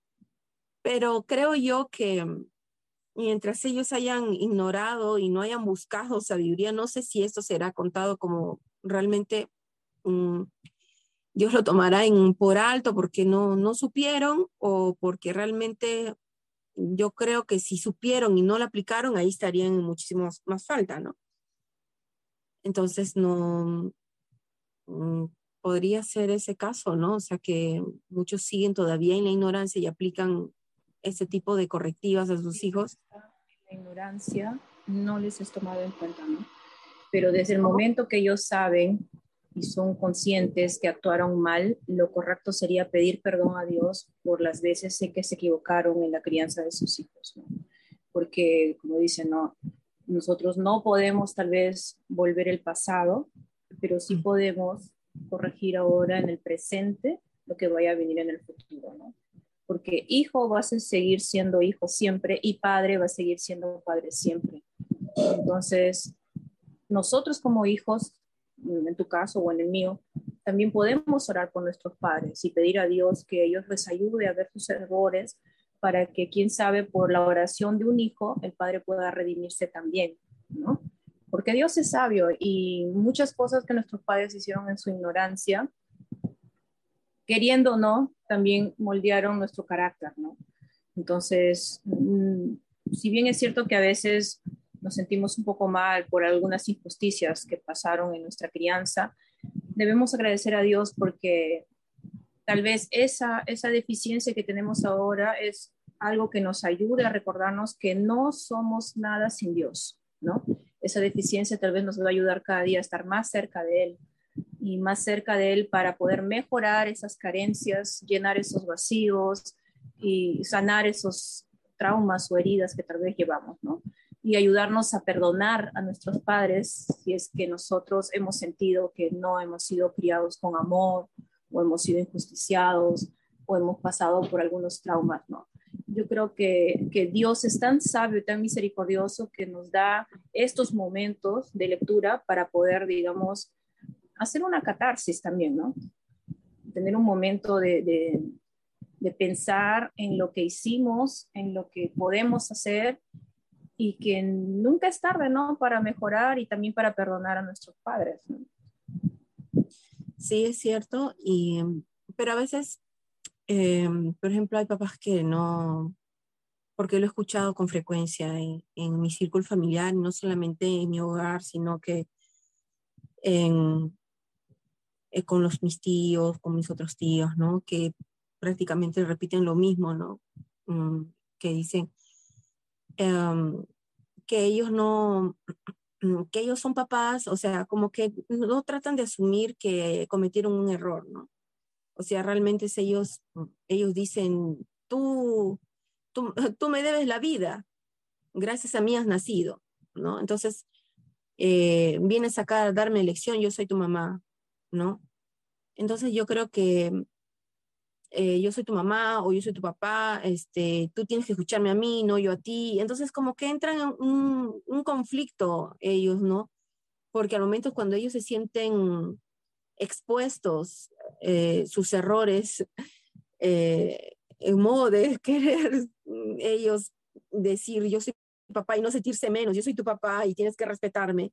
Pero creo yo que mientras ellos hayan ignorado y no hayan buscado sabiduría, no sé si esto será contado como realmente um, Dios lo tomará en, por alto porque no, no supieron, o porque realmente yo creo que si supieron y no la aplicaron, ahí estarían en muchísimo más falta, ¿no? Entonces no mm, podría ser ese caso, ¿no? O sea, que muchos siguen todavía en la ignorancia y aplican ese tipo de correctivas a sus hijos. La ignorancia no les es tomado en cuenta, ¿no? Pero desde el momento que ellos saben y son conscientes que actuaron mal, lo correcto sería pedir perdón a Dios por las veces en que se equivocaron en la crianza de sus hijos, ¿no? Porque, como dicen, no, nosotros no podemos tal vez volver el pasado, pero sí podemos corregir ahora en el presente lo que vaya a venir en el futuro, ¿no? Porque hijo va a seguir siendo hijo siempre y padre va a seguir siendo padre siempre. Entonces, nosotros como hijos, en tu caso o en el mío, también podemos orar por nuestros padres y pedir a Dios que ellos les ayude a ver sus errores, para que, quién sabe, por la oración de un hijo, el padre pueda redimirse también, ¿no? Porque Dios es sabio, y muchas cosas que nuestros padres hicieron en su ignorancia, queriendo o no, también moldearon nuestro carácter, ¿no? Entonces, mmm, si bien es cierto que a veces nos sentimos un poco mal por algunas injusticias que pasaron en nuestra crianza, debemos agradecer a Dios porque tal vez esa, esa deficiencia que tenemos ahora es algo que nos ayude a recordarnos que no somos nada sin Dios, ¿no? Esa deficiencia tal vez nos va a ayudar cada día a estar más cerca de Él. y más cerca de Él para poder mejorar esas carencias, llenar esos vacíos y sanar esos traumas o heridas que tal vez llevamos, ¿no? Y ayudarnos a perdonar a nuestros padres si es que nosotros hemos sentido que no hemos sido criados con amor o hemos sido injusticiados o hemos pasado por algunos traumas, ¿no? Yo creo que, que Dios es tan sabio y tan misericordioso que nos da estos momentos de lectura para poder, digamos, hacer una catarsis también, ¿no? Tener un momento de, de, de pensar en lo que hicimos, en lo que podemos hacer y que nunca es tarde, ¿no? Para mejorar y también para perdonar a nuestros padres, ¿no? Sí, es cierto, y, pero a veces, eh, por ejemplo, hay papás que no, porque lo he escuchado con frecuencia en, en mi círculo familiar, no solamente en mi hogar, sino que en, eh, con los, mis tíos, con mis otros tíos, ¿no? Que prácticamente repiten lo mismo, ¿no? Mm, que dicen um, que ellos no, que ellos son papás, o sea, como que no tratan de asumir que cometieron un error, ¿no? O sea, realmente es ellos, ellos dicen, tú, tú, tú me debes la vida, gracias a mí has nacido, ¿no? Entonces, eh, vienes acá a darme lección, yo soy tu mamá, ¿no? Entonces yo creo que eh, yo soy tu mamá o yo soy tu papá, este, tú tienes que escucharme a mí, no yo a ti. Entonces como que entran en un, un conflicto ellos, ¿no? Porque al momento cuando ellos se sienten expuestos eh, sus errores, eh, en modo de querer ellos decir yo soy tu papá y no sentirse menos, yo soy tu papá y tienes que respetarme,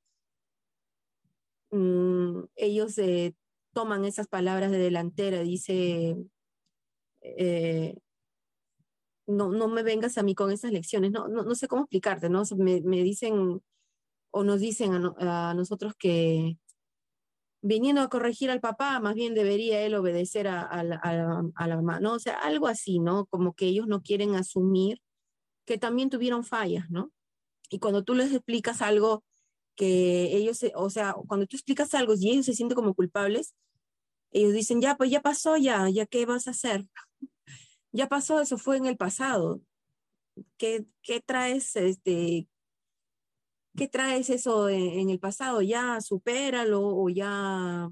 mm, ellos eh, toman esas palabras de delantera, dice, eh, no, no me vengas a mí con esas lecciones, no, no, no sé cómo explicarte, ¿no? Me, me dicen o nos dicen a, no, a nosotros que viniendo a corregir al papá, más bien debería él obedecer a, a, la, a, la, a la mamá, ¿no? O sea, algo así, ¿no? Como que ellos no quieren asumir que también tuvieron fallas, ¿no? Y cuando tú les explicas algo que ellos, se, o sea, cuando tú explicas algo y ellos se sienten como culpables, ellos dicen, ya, pues ya pasó, ya, ya, ¿qué vas a hacer? Ya pasó, eso fue en el pasado. ¿Qué, qué traes, este, qué traes eso en, en el pasado? Ya supéralo o ya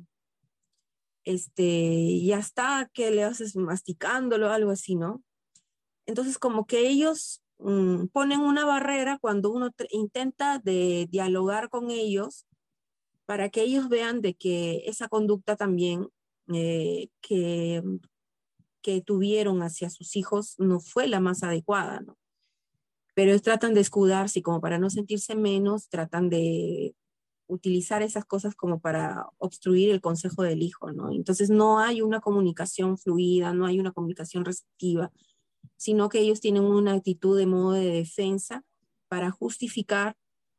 este, ya está, que le haces masticándolo, algo así, ¿no? Entonces, como que ellos mmm, ponen una barrera cuando uno intenta de dialogar con ellos para que ellos vean de que esa conducta también eh, que, que tuvieron hacia sus hijos no fue la más adecuada, ¿no? Pero ellos tratan de escudarse y como para no sentirse menos, tratan de utilizar esas cosas como para obstruir el consejo del hijo, ¿no? Entonces no hay una comunicación fluida, no hay una comunicación receptiva, sino que ellos tienen una actitud de modo de defensa para justificar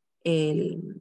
el,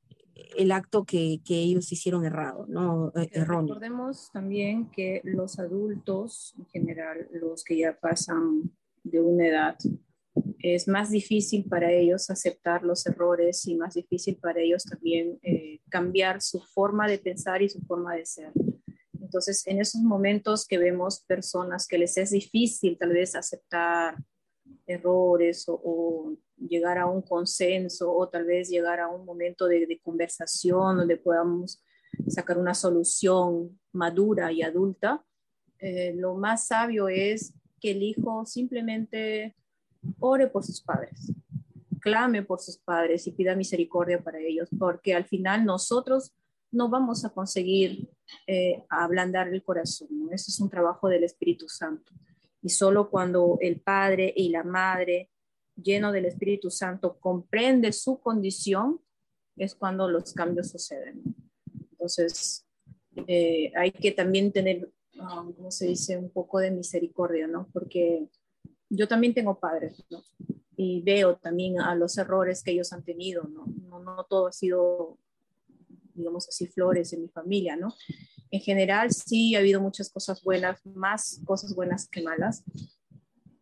el acto que, que, ellos hicieron errado, ¿no? Erróneo. Recordemos también que los adultos, en general, los que ya pasan de una edad, es más difícil para ellos aceptar los errores y más difícil para ellos también eh, cambiar su forma de pensar y su forma de ser. Entonces, en esos momentos que vemos personas que les es difícil tal vez aceptar errores o, o llegar a un consenso o tal vez llegar a un momento de, de conversación donde podamos sacar una solución madura y adulta, eh, lo más sabio es que el hijo simplemente ore por sus padres, clame por sus padres y pida misericordia para ellos, porque al final nosotros no vamos a conseguir eh, ablandar el corazón, ¿no? Eso es un trabajo del Espíritu Santo. Y solo cuando el padre y la madre, lleno del Espíritu Santo, comprende su condición, es cuando los cambios suceden, ¿no? Entonces, eh, hay que también tener, um, ¿cómo se dice?, un poco de misericordia, ¿no? Porque yo también tengo padres, ¿no? Y veo también a los errores que ellos han tenido, ¿no? No, no todo ha sido, digamos así, flores en mi familia, ¿no? En general sí ha habido muchas cosas buenas, más cosas buenas que malas,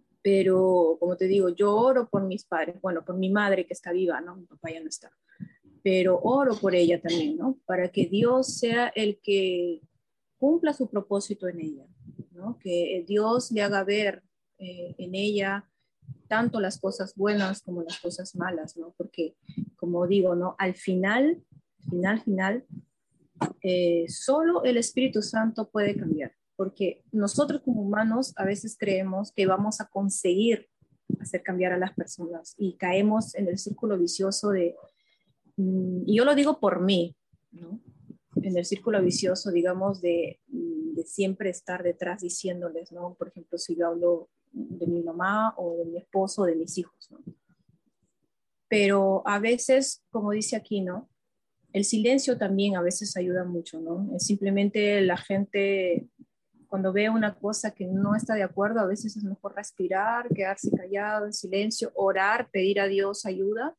pero como te digo, yo oro por mis padres, bueno, por mi madre que está viva, ¿no? Mi papá ya no está, pero oro por ella también, ¿no? Para que Dios sea el que cumpla su propósito en ella, ¿no? Que Dios le haga ver eh, en ella tanto las cosas buenas como las cosas malas, ¿no? Porque, como digo, ¿no? Al final, final, final, eh, solo el Espíritu Santo puede cambiar, porque nosotros como humanos a veces creemos que vamos a conseguir hacer cambiar a las personas y caemos en el círculo vicioso de, mm, y yo lo digo por mí, ¿no? En el círculo vicioso, digamos, de, de siempre estar detrás diciéndoles, ¿no? Por ejemplo, si yo hablo de mi mamá o de mi esposo o de mis hijos, ¿no? Pero a veces, como dice aquí, ¿no? El silencio también a veces ayuda mucho, ¿no? Es simplemente la gente, cuando ve una cosa que no está de acuerdo, a veces es mejor respirar, quedarse callado, en silencio, orar, pedir a Dios ayuda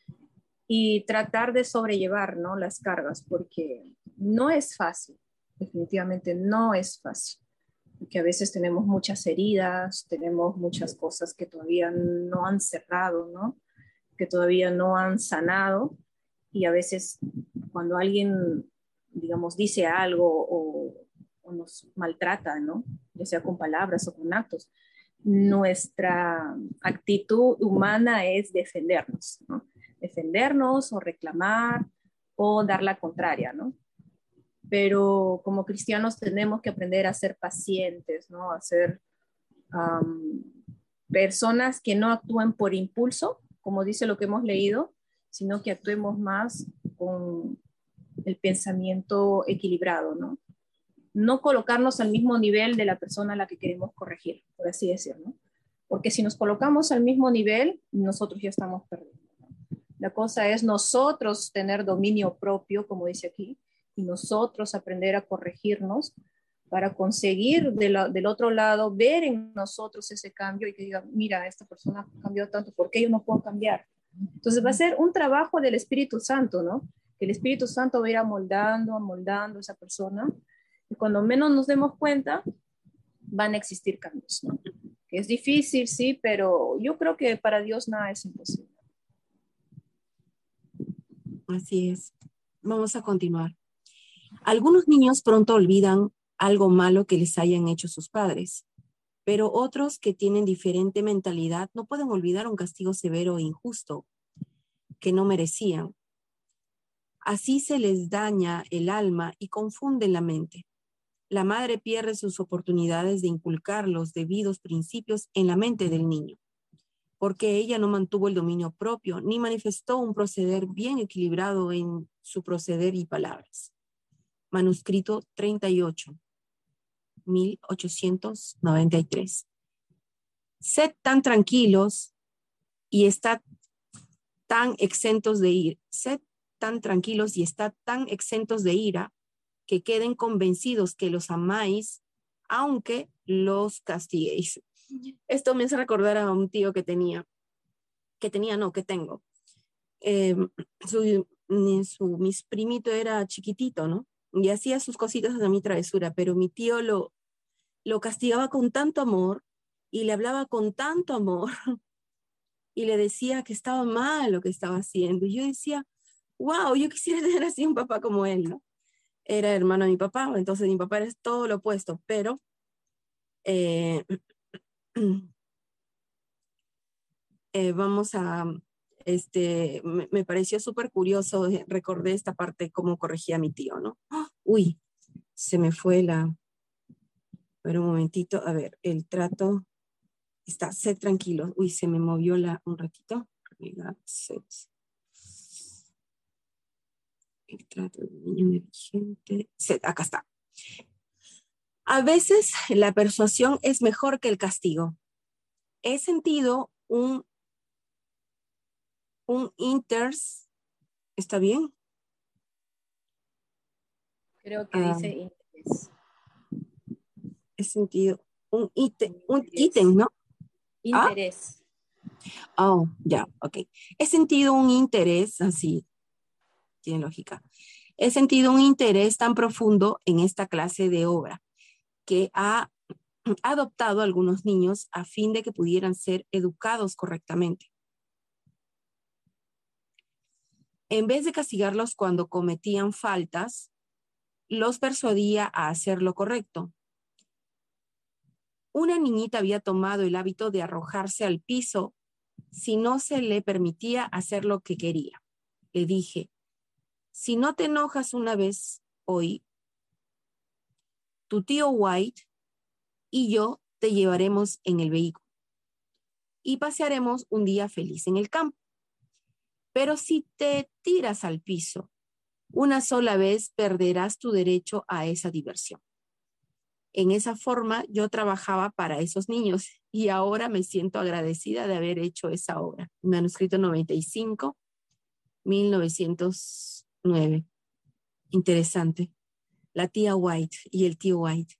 y tratar de sobrellevar, ¿no? Las cargas, porque no es fácil, definitivamente no es fácil, porque a veces tenemos muchas heridas, tenemos muchas cosas que todavía no han cerrado, ¿no? Que todavía no han sanado, y a veces cuando alguien, digamos, dice algo o, o nos maltrata, ¿no? Ya sea con palabras o con actos, nuestra actitud humana es defendernos, ¿no? Defendernos o reclamar o dar la contraria, ¿no? Pero como cristianos tenemos que aprender a ser pacientes, ¿no? A ser um, personas que no actúen por impulso, como dice lo que hemos leído, sino que actuemos más con el pensamiento equilibrado, ¿no? No colocarnos al mismo nivel de la persona a la que queremos corregir, por así decirlo, ¿no? Porque si nos colocamos al mismo nivel, nosotros ya estamos perdiendo, ¿no? La cosa es nosotros tener dominio propio, como dice aquí, y nosotros aprender a corregirnos para conseguir de la, del otro lado ver en nosotros ese cambio y que diga, mira, esta persona cambió tanto, ¿por qué yo no puedo cambiar? Entonces va a ser un trabajo del Espíritu Santo, ¿no? Que el Espíritu Santo va a ir amoldando, amoldando a esa persona, y cuando menos nos demos cuenta, van a existir cambios, ¿no? Que es difícil, sí, pero yo creo que para Dios nada es imposible. Así es. Vamos a continuar. Algunos niños pronto olvidan algo malo que les hayan hecho sus padres, pero otros que tienen diferente mentalidad no pueden olvidar un castigo severo e injusto que no merecían. Así se les daña el alma y confunden la mente. La madre pierde sus oportunidades de inculcar los debidos principios en la mente del niño, porque ella no mantuvo el dominio propio ni manifestó un proceder bien equilibrado en su proceder y palabras. Manuscrito treinta y ocho, mil ochocientos noventa y tres. Sed tan tranquilos y estad tan exentos de ira. Sed tan tranquilos y estad tan exentos de ira que queden convencidos que los amáis, aunque los castiguéis. Esto me hace recordar a un tío que tenía, que tenía, no, que tengo. Eh, su, su, mi primito era chiquitito, ¿no? Y hacía sus cositas de mi travesura, pero mi tío lo, lo castigaba con tanto amor y le hablaba con tanto amor y le decía que estaba mal lo que estaba haciendo. Y yo decía, wow, yo quisiera tener así un papá como él, ¿no? Era hermano de mi papá, entonces mi papá era todo lo opuesto, pero eh, eh, vamos a, este, me, me pareció súper curioso, eh, recordé esta parte, cómo corregía a mi tío, ¿no? ¡Oh! Uy, se me fue la, a ver un momentito, a ver, el trato está, sed tranquilo, uy, se me movió la, un ratito, sed. El trato del niño negligente, sed, acá está. A veces la persuasión es mejor que el castigo. He sentido un, un inters, ¿está bien? Creo que Uh, dice interés. He sentido un ítem, un Interés. ítem, ¿no? ¿Ah? Interés. Oh, ya, ok. He sentido un interés, así, tiene lógica. He sentido un interés tan profundo en esta clase de obra que ha adoptado a algunos niños a fin de que pudieran ser educados correctamente. En vez de castigarlos cuando cometían faltas, los persuadía a hacer lo correcto. Una niñita había tomado el hábito de arrojarse al piso si no se le permitía hacer lo que quería. Le dije, si no te enojas una vez hoy, tu tío White y yo te llevaremos en el vehículo y pasearemos un día feliz en el campo. Pero si te tiras al piso una sola vez, perderás tu derecho a esa diversión. En esa forma yo trabajaba para esos niños y ahora me siento agradecida de haber hecho esa obra. Manuscrito noventa y cinco, mil novecientos nueve. Interesante. La tía White y el tío White.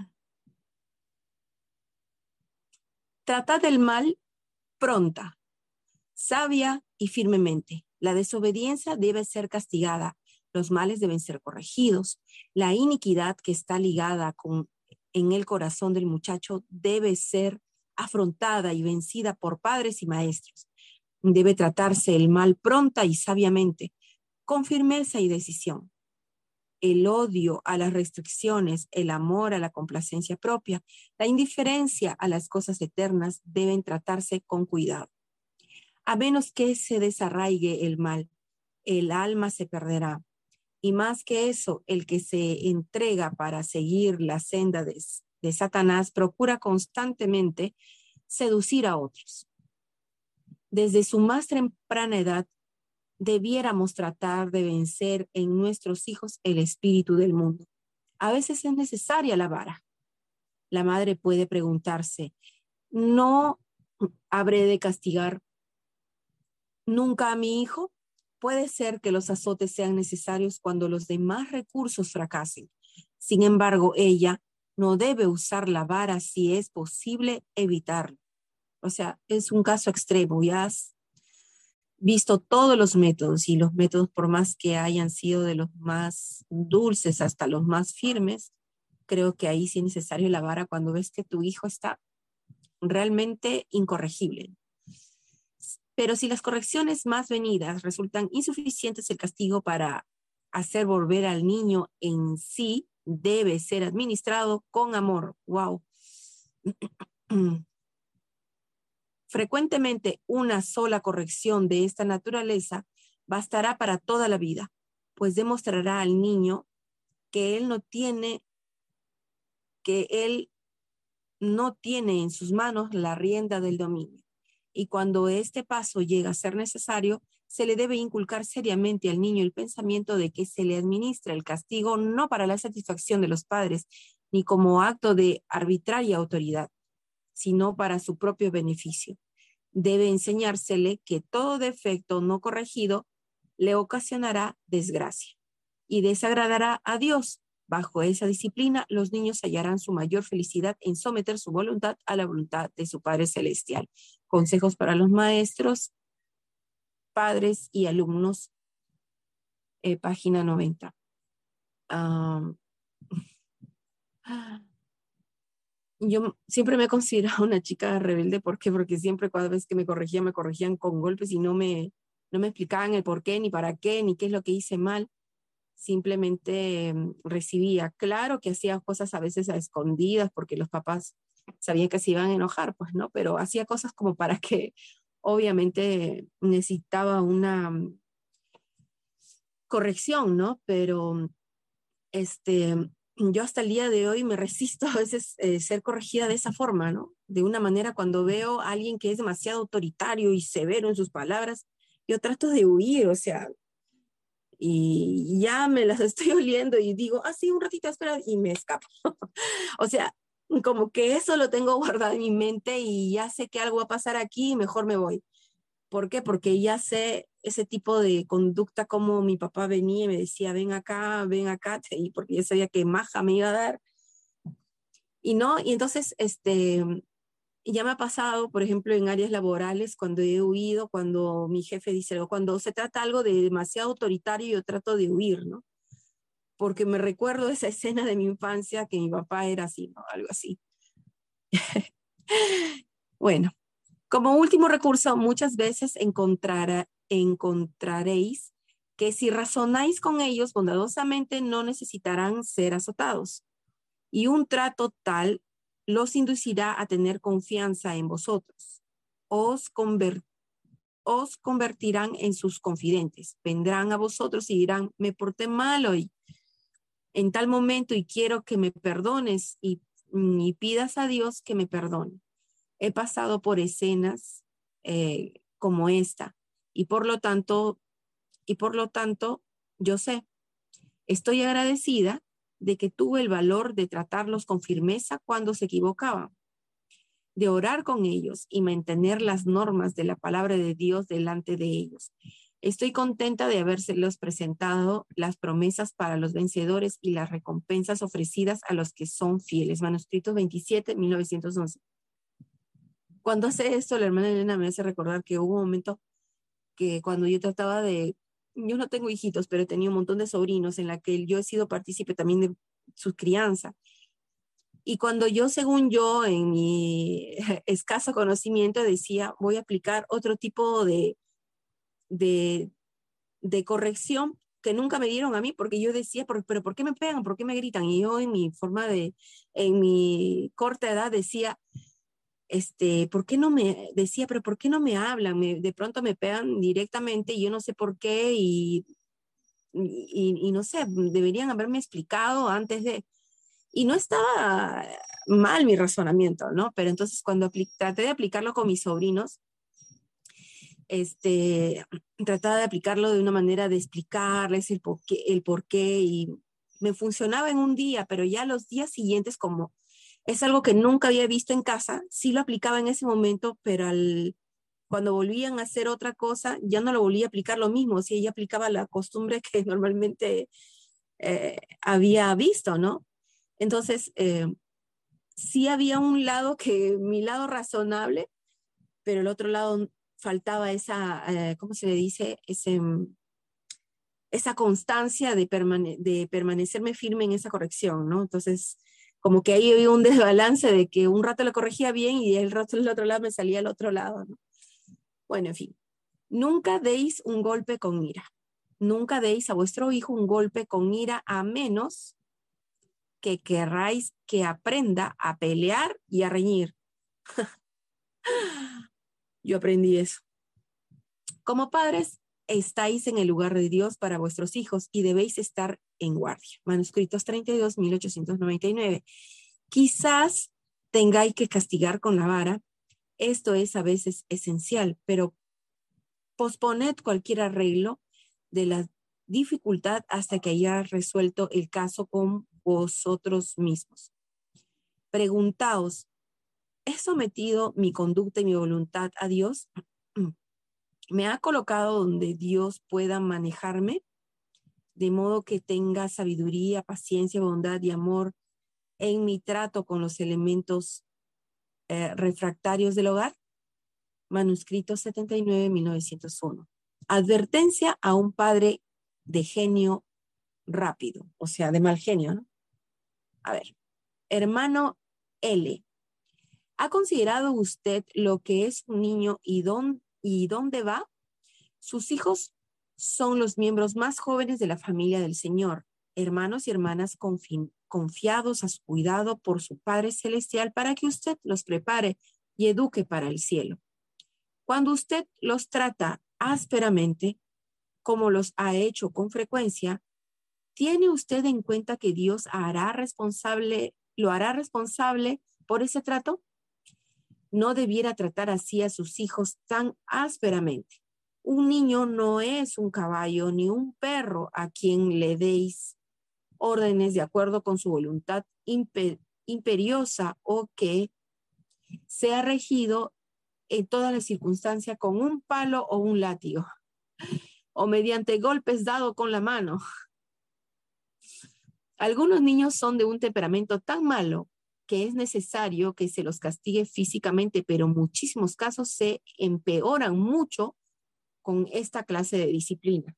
Tratad el mal pronta, sabia y firmemente. La desobediencia debe ser castigada. Los males deben ser corregidos. La iniquidad que está ligada con, en el corazón del muchacho debe ser afrontada y vencida por padres y maestros. Debe tratarse el mal pronta y sabiamente, con firmeza y decisión. El odio a las restricciones, el amor a la complacencia propia, la indiferencia a las cosas eternas deben tratarse con cuidado. A menos que se desarraigue el mal, el alma se perderá. Y más que eso, el que se entrega para seguir la senda de, de Satanás procura constantemente seducir a otros. Desde su más temprana edad, debiéramos tratar de vencer en nuestros hijos el espíritu del mundo. A veces es necesaria la vara. La madre puede preguntarse, ¿no habré de castigar nunca a mi hijo? Puede ser que los azotes sean necesarios cuando los demás recursos fracasen. Sin embargo, ella no debe usar la vara si es posible evitarlo. O sea, es un caso extremo. Ya has visto todos los métodos y los métodos, por más que hayan sido de los más dulces hasta los más firmes, creo que ahí sí es necesario la vara cuando ves que tu hijo está realmente incorregible. Pero si las correcciones más venidas resultan insuficientes, el castigo para hacer volver al niño en sí debe ser administrado con amor. Wow. Frecuentemente, una sola corrección de esta naturaleza bastará para toda la vida, pues demostrará al niño que él no tiene, que él no tiene en sus manos la rienda del dominio. Y cuando este paso llega a ser necesario, se le debe inculcar seriamente al niño el pensamiento de que se le administra el castigo no para la satisfacción de los padres, ni como acto de arbitraria autoridad, sino para su propio beneficio. Debe enseñársele que todo defecto no corregido le ocasionará desgracia y desagradará a Dios. Bajo esa disciplina, los niños hallarán su mayor felicidad en someter su voluntad a la voluntad de su Padre Celestial. Consejos para los maestros, padres y alumnos, eh, página noventa. Um, yo siempre me he considerado una chica rebelde. ¿Por qué? Porque siempre cada vez que me corregían, me corregían con golpes y no me, no me explicaban el por qué, ni para qué, ni qué es lo que hice mal. Simplemente eh, recibía. Claro que hacía cosas a veces a escondidas porque los papás sabían que se iban a enojar, pues no, pero hacía cosas como para que obviamente necesitaba una corrección, ¿no? Pero este, yo hasta el día de hoy me resisto a veces eh, ser corregida de esa forma, ¿no? De una manera, cuando veo a alguien que es demasiado autoritario y severo en sus palabras, yo trato de huir, o sea, y ya me las estoy oliendo y digo, ah, sí, un ratito, espera, y me escapo. O sea, como que eso lo tengo guardado en mi mente y ya sé que algo va a pasar aquí y mejor me voy. ¿Por qué? Porque ya sé ese tipo de conducta, como mi papá venía y me decía, ven acá, ven acá, y porque yo sabía que maja me iba a dar. Y no, y entonces, este, ya me ha pasado, por ejemplo, en áreas laborales, cuando he huido, cuando mi jefe dice algo, cuando se trata algo de demasiado autoritario, yo trato de huir, ¿no? Porque me recuerdo esa escena de mi infancia que mi papá era así, ¿no? Algo así. Bueno, como último recurso, muchas veces encontrará, encontraréis que si razonáis con ellos bondadosamente no necesitarán ser azotados. Y un trato tal los inducirá a tener confianza en vosotros. Os, conver os convertirán en sus confidentes. Vendrán a vosotros y dirán, me porté mal hoy en tal momento y quiero que me perdones y, y pidas a Dios que me perdone. He pasado por escenas eh, como esta y por lo tanto, y por lo tanto, yo sé, estoy agradecida de que tuve el valor de tratarlos con firmeza cuando se equivocaban, de orar con ellos y mantener las normas de la palabra de Dios delante de ellos. Estoy contenta de habérselos presentado las promesas para los vencedores y las recompensas ofrecidas a los que son fieles. Manuscrito veintisiete, mil novecientos once. Cuando hace esto, la hermana Elena me hace recordar que hubo un momento que cuando yo trataba de, yo no tengo hijitos, pero tenía un montón de sobrinos en la que yo he sido partícipe también de su crianza. Y cuando yo, según yo, en mi escaso conocimiento, decía, voy a aplicar otro tipo de, de, de corrección que nunca me dieron a mí, porque yo decía, pero, pero ¿por qué me pegan? ¿Por qué me gritan? Y yo en mi forma de, en mi corta edad decía, este, ¿por qué no me, decía, pero ¿por qué no me hablan? Me, de pronto me pegan directamente y yo no sé por qué y, y, y no sé, deberían haberme explicado antes de... Y no estaba mal mi razonamiento, ¿no? Pero entonces cuando traté de aplicarlo con mis sobrinos, este, trataba de aplicarlo de una manera de explicarles el por qué, el por qué y me funcionaba en un día, pero ya los días siguientes, como es algo que nunca había visto en casa, sí lo aplicaba en ese momento, pero al, cuando volvían a hacer otra cosa, ya no lo volvía a aplicar lo mismo, o sea, ella aplicaba la costumbre que normalmente eh, había visto, ¿no? Entonces, eh, sí había un lado que, mi lado razonable, pero el otro lado faltaba esa, eh, ¿cómo se le dice? Ese, esa constancia de, permane de permanecerme firme en esa corrección, ¿no? Entonces, como que ahí había un desbalance de que un rato lo corregía bien y el rato del otro lado me salía al otro lado, ¿no? Bueno, en fin, nunca deis un golpe con ira. Nunca deis a vuestro hijo un golpe con ira a menos que querráis que aprenda a pelear y a reñir. Yo aprendí eso. Como padres, estáis en el lugar de Dios para vuestros hijos y debéis estar en guardia. Manuscritos treinta y dos, mil ochocientos noventa y nueve. Quizás tengáis que castigar con la vara. Esto es a veces esencial, pero posponed cualquier arreglo de la dificultad hasta que hayáis resuelto el caso con vosotros mismos. Preguntaos, ¿he sometido mi conducta y mi voluntad a Dios? ¿Me ha colocado donde Dios pueda manejarme? De modo que tenga sabiduría, paciencia, bondad y amor en mi trato con los elementos eh, refractarios del hogar. Manuscrito setenta y nueve, mil novecientos uno. Advertencia a un padre de genio rápido, o sea, de mal genio, ¿no? A ver, hermano L. ¿Ha considerado usted lo que es un niño y, don, y dónde va? Sus hijos son los miembros más jóvenes de la familia del Señor, hermanos y hermanas confi confiados a su cuidado por su Padre Celestial para que usted los prepare y eduque para el cielo. Cuando usted los trata ásperamente, como los ha hecho con frecuencia, ¿tiene usted en cuenta que Dios hará responsable, lo hará responsable por ese trato? No debiera tratar así a sus hijos tan ásperamente. Un niño no es un caballo ni un perro a quien le deis órdenes de acuerdo con su voluntad imper imperiosa o que sea regido en todas las circunstancias con un palo o un látigo o mediante golpes dados con la mano. Algunos niños son de un temperamento tan malo que es necesario que se los castigue físicamente, pero en muchísimos casos se empeoran mucho con esta clase de disciplina.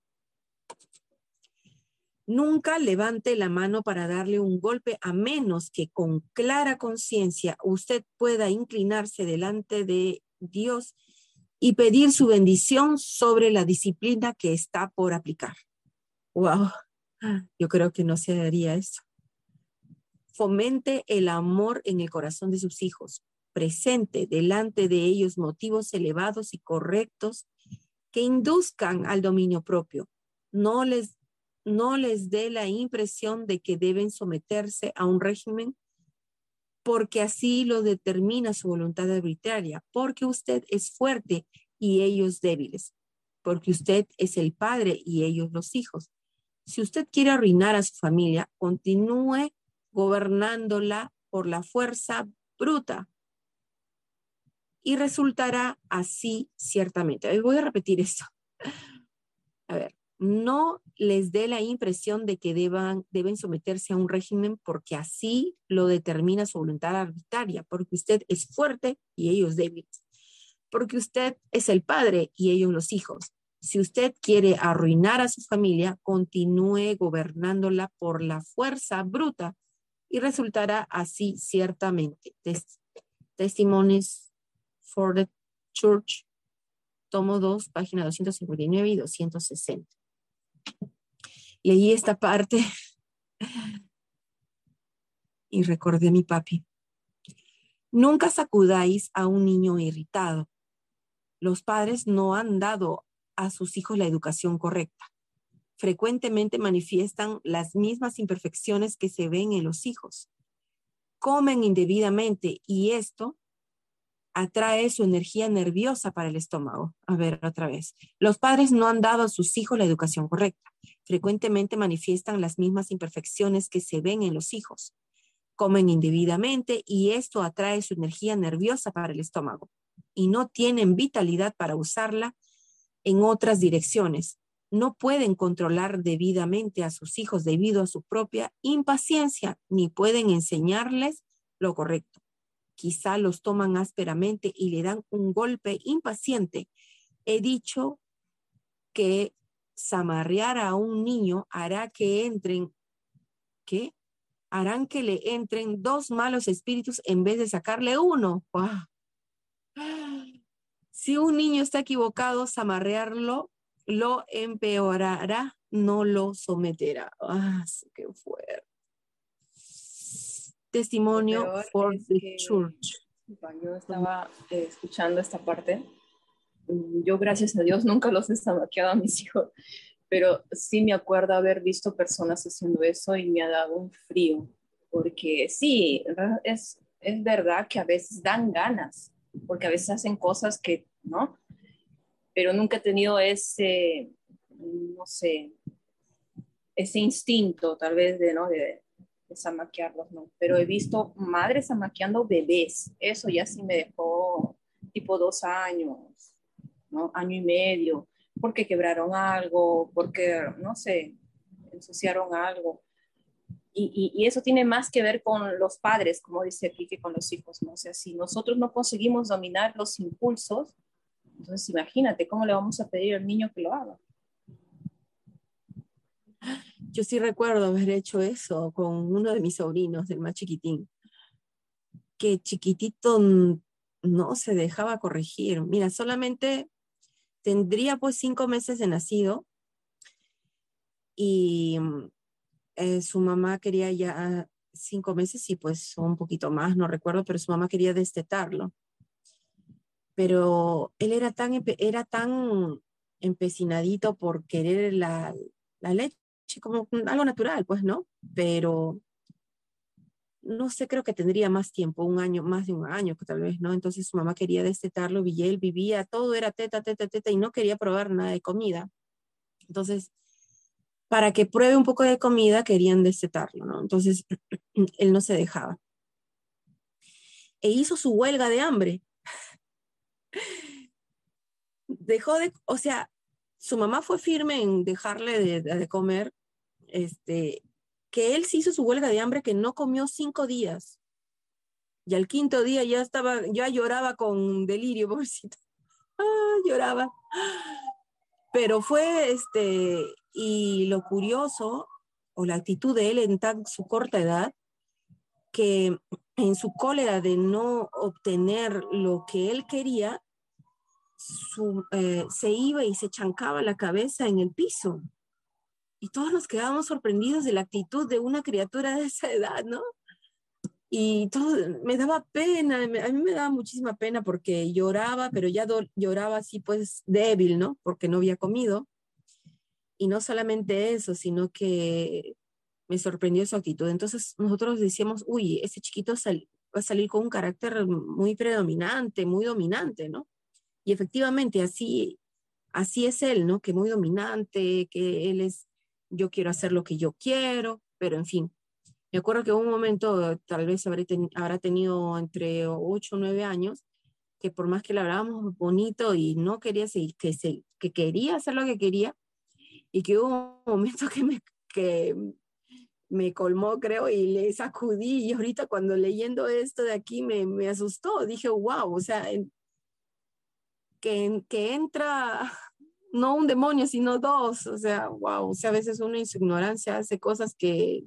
Nunca levante la mano para darle un golpe a menos que con clara conciencia usted pueda inclinarse delante de Dios y pedir su bendición sobre la disciplina que está por aplicar. Wow, yo creo que no se haría eso. Fomente el amor en el corazón de sus hijos. Presente delante de ellos motivos elevados y correctos que induzcan al dominio propio. No les, no les dé la impresión de que deben someterse a un régimen porque así lo determina su voluntad arbitraria, porque usted es fuerte y ellos débiles, porque usted es el padre y ellos los hijos. Si usted quiere arruinar a su familia, continúe gobernándola por la fuerza bruta y resultará así ciertamente. Voy a repetir esto. A ver, no les dé la impresión de que deban, deben someterse a un régimen porque así lo determina su voluntad arbitraria, porque usted es fuerte y ellos débiles, porque usted es el padre y ellos los hijos. Si usted quiere arruinar a su familia, continúe gobernándola por la fuerza bruta y resultará así ciertamente. Tes- Testimonies for the Church, tomo dos, página doscientos cincuenta y nueve y doscientos sesenta. Leí esta parte y recordé a mi papi. Nunca sacudáis a un niño irritado. Los padres no han dado a sus hijos la educación correcta. Frecuentemente manifiestan las mismas imperfecciones que se ven en los hijos. Comen indebidamente y esto atrae su energía nerviosa para el estómago. A ver, otra vez. Los padres no han dado a sus hijos la educación correcta. Frecuentemente manifiestan las mismas imperfecciones que se ven en los hijos. Comen indebidamente y esto atrae su energía nerviosa para el estómago. Y no tienen vitalidad para usarla en otras direcciones. No pueden controlar debidamente a sus hijos debido a su propia impaciencia, ni pueden enseñarles lo correcto. Quizá los toman ásperamente y le dan un golpe impaciente. He dicho que zamarrear a un niño hará que entren, ¿qué? Harán que le entren dos malos espíritus en vez de sacarle uno. ¡Wow! Si un niño está equivocado, zamarrearlo lo empeorará, no lo someterá. ¡Ah, qué fuerte! Lo Testimonio peor for es the que church. yo estaba eh, escuchando esta parte. Yo, gracias a Dios, nunca los he samaqueado a mis hijos, pero sí me acuerdo haber visto personas haciendo eso y me ha dado un frío, porque sí, es, es verdad que a veces dan ganas, porque a veces hacen cosas que, ¿no? Pero nunca he tenido ese, no sé, ese instinto tal vez de, ¿no? De, de zamaquearlos, ¿no? Pero he visto madres zamaqueando bebés, eso ya sí me dejó tipo dos años, ¿no? Año y medio, porque quebraron algo, porque, no sé, ensuciaron algo. Y, y, y, eso tiene más que ver con los padres, como dice aquí, que con los hijos, ¿no? O sea, si nosotros no conseguimos dominar los impulsos, entonces imagínate cómo le vamos a pedir al niño que lo haga. Yo sí recuerdo haber hecho eso con uno de mis sobrinos, el más chiquitín, que chiquitito no se dejaba corregir. Mira, solamente tendría pues cinco meses de nacido y eh, su mamá quería ya cinco meses y pues un poquito más, no recuerdo, pero su mamá quería destetarlo. Pero él era tan, era tan empecinadito por querer la, la leche como algo natural, pues, ¿no? Pero no sé, creo que tendría más tiempo, un año, más de un año, tal vez, ¿no? Entonces su mamá quería destetarlo y él vivía, todo era teta, teta, teta, y no quería probar nada de comida. Entonces, para que pruebe un poco de comida, querían destetarlo, ¿no? Entonces, él no se dejaba. E hizo su huelga de hambre. Dejó de, o sea, su mamá fue firme en dejarle de, de, de comer, este, que él se hizo su huelga de hambre, que no comió cinco días. Y al quinto día ya estaba, ya lloraba con delirio, pobrecito. Ah, lloraba. Pero fue, este, y lo curioso, o la actitud de él en tan su corta edad, que en su cólera de no obtener lo que él quería, su, eh, se iba y se chancaba la cabeza en el piso. y todos nos quedábamos sorprendidos de la actitud de una criatura de esa edad, ¿no? Y todo, me daba pena, me, a mí me daba muchísima pena porque lloraba, pero ya do, lloraba así pues débil, ¿no? Porque no había comido. Y no solamente eso, sino que me sorprendió su actitud. Entonces nosotros decíamos, uy, ese chiquito sal, va a salir con un carácter muy predominante, muy dominante, ¿no? Y efectivamente así, así es él, ¿no? Que muy dominante, que él es, yo quiero hacer lo que yo quiero, pero en fin. Me acuerdo que en un momento, tal vez habré ten, habrá tenido entre ocho o nueve años, que por más que le hablábamos bonito y no quería seguir, que, se, que quería hacer lo que quería, y que hubo un momento que me, que me colmó, creo, y le sacudí, y ahorita cuando leyendo esto de aquí me, me asustó, dije, wow, o sea, en, que, que entra no un demonio, sino dos, o sea, wow, o sea, a veces uno en su ignorancia hace cosas que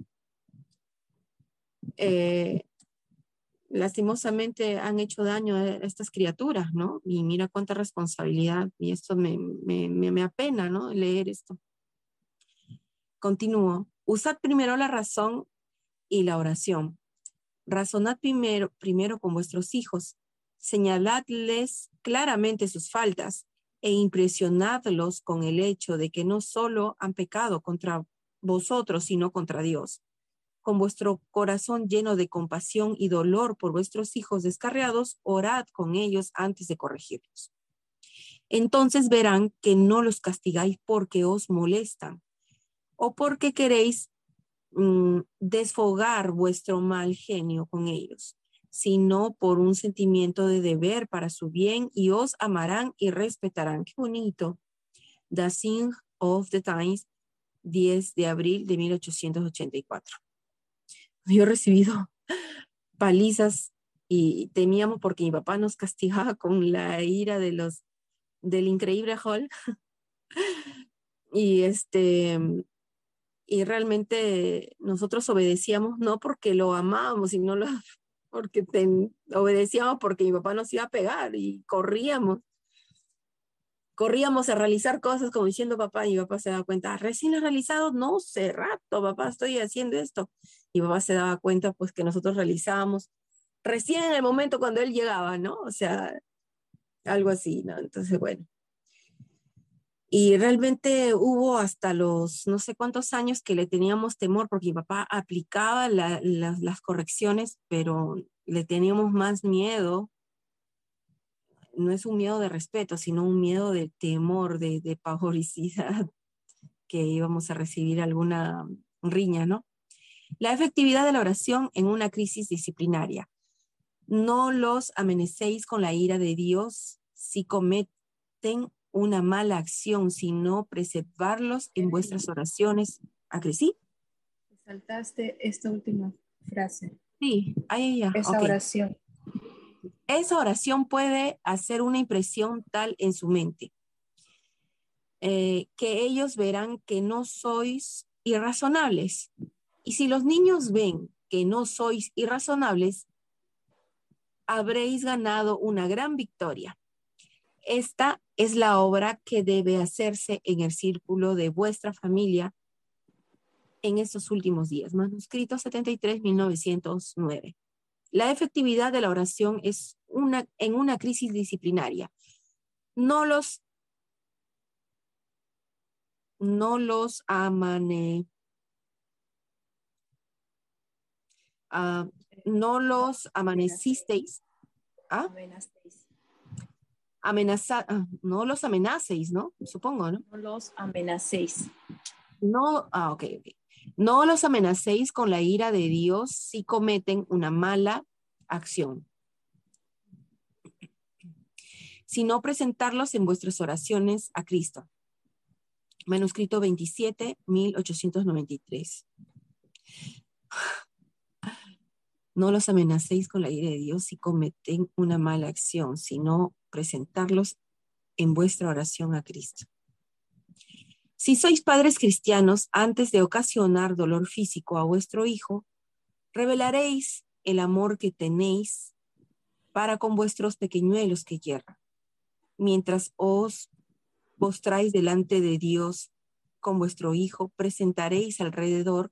eh, lastimosamente han hecho daño a estas criaturas, ¿no? Y mira cuánta responsabilidad, y esto me, me, me, me apena, ¿no? Leer esto. Continúo. Usad primero la razón y la oración. Razonad primero, primero con vuestros hijos. Señaladles claramente sus faltas e impresionadlos con el hecho de que no solo han pecado contra vosotros, sino contra Dios. Con vuestro corazón lleno de compasión y dolor por vuestros hijos descarriados, orad con ellos antes de corregirlos. Entonces verán que no los castigáis porque os molestan o porque queréis mm, desfogar vuestro mal genio con ellos, sino por un sentimiento de deber para su bien, y os amarán y respetarán. Qué bonito. The Sign of the Times, diez de abril de mil ochocientos ochenta y cuatro. Yo he recibido palizas y temíamos porque mi papá nos castigaba con la ira de los, del increíble Hulk. Y este, y realmente nosotros obedecíamos no porque lo amábamos, sino lo, porque ten, obedecíamos porque mi papá nos iba a pegar, y corríamos. Corríamos a realizar cosas como diciendo papá, y mi papá se daba cuenta, recién lo he realizado, no sé, rato, papá, estoy haciendo esto. Y mi papá se daba cuenta pues que nosotros realizábamos recién en el momento cuando él llegaba, ¿no? O sea, algo así, ¿no? Entonces, bueno. Y realmente hubo hasta los no sé cuántos años que le teníamos temor porque mi papá aplicaba la, la, las correcciones, pero le teníamos más miedo. No es un miedo de respeto, sino un miedo de temor, de, de pavoricidad, que íbamos a recibir alguna riña, ¿no? La efectividad de la oración en una crisis disciplinaria. No los amenacéis con la ira de Dios si cometen una mala acción, sino preservarlos en vuestras oraciones. ¿A que sí? Saltaste esta última frase. Sí, ahí ya. Esa Okay. oración. Esa oración puede hacer una impresión tal en su mente eh, que ellos verán que no sois irrazonables. Y si los niños ven que no sois irrazonables, habréis ganado una gran victoria. Esta es la obra que debe hacerse en el círculo de vuestra familia en estos últimos días. Manuscrito setenta y tres, mil novecientos nueve. La efectividad de la oración es una, en una crisis disciplinaria. No los, no los amane, uh, no los amanecisteis. ¿Ah? Amenacéis. Amenaza, ah, no los amenacéis, ¿no? Supongo, ¿no? No los amenacéis. No, ah, ok, ok. No los amenacéis con la ira de Dios si cometen una mala acción, sino presentarlos en vuestras oraciones a Cristo. Manuscrito veintisiete, mil ochocientos noventa y tres. No los amenacéis con la ira de Dios si cometen una mala acción, sino presentarlos en vuestra oración a Cristo. Si sois padres cristianos, antes de ocasionar dolor físico a vuestro hijo, revelaréis el amor que tenéis para con vuestros pequeñuelos que yerran, mientras os postráis delante de Dios con vuestro hijo, presentaréis alrededor,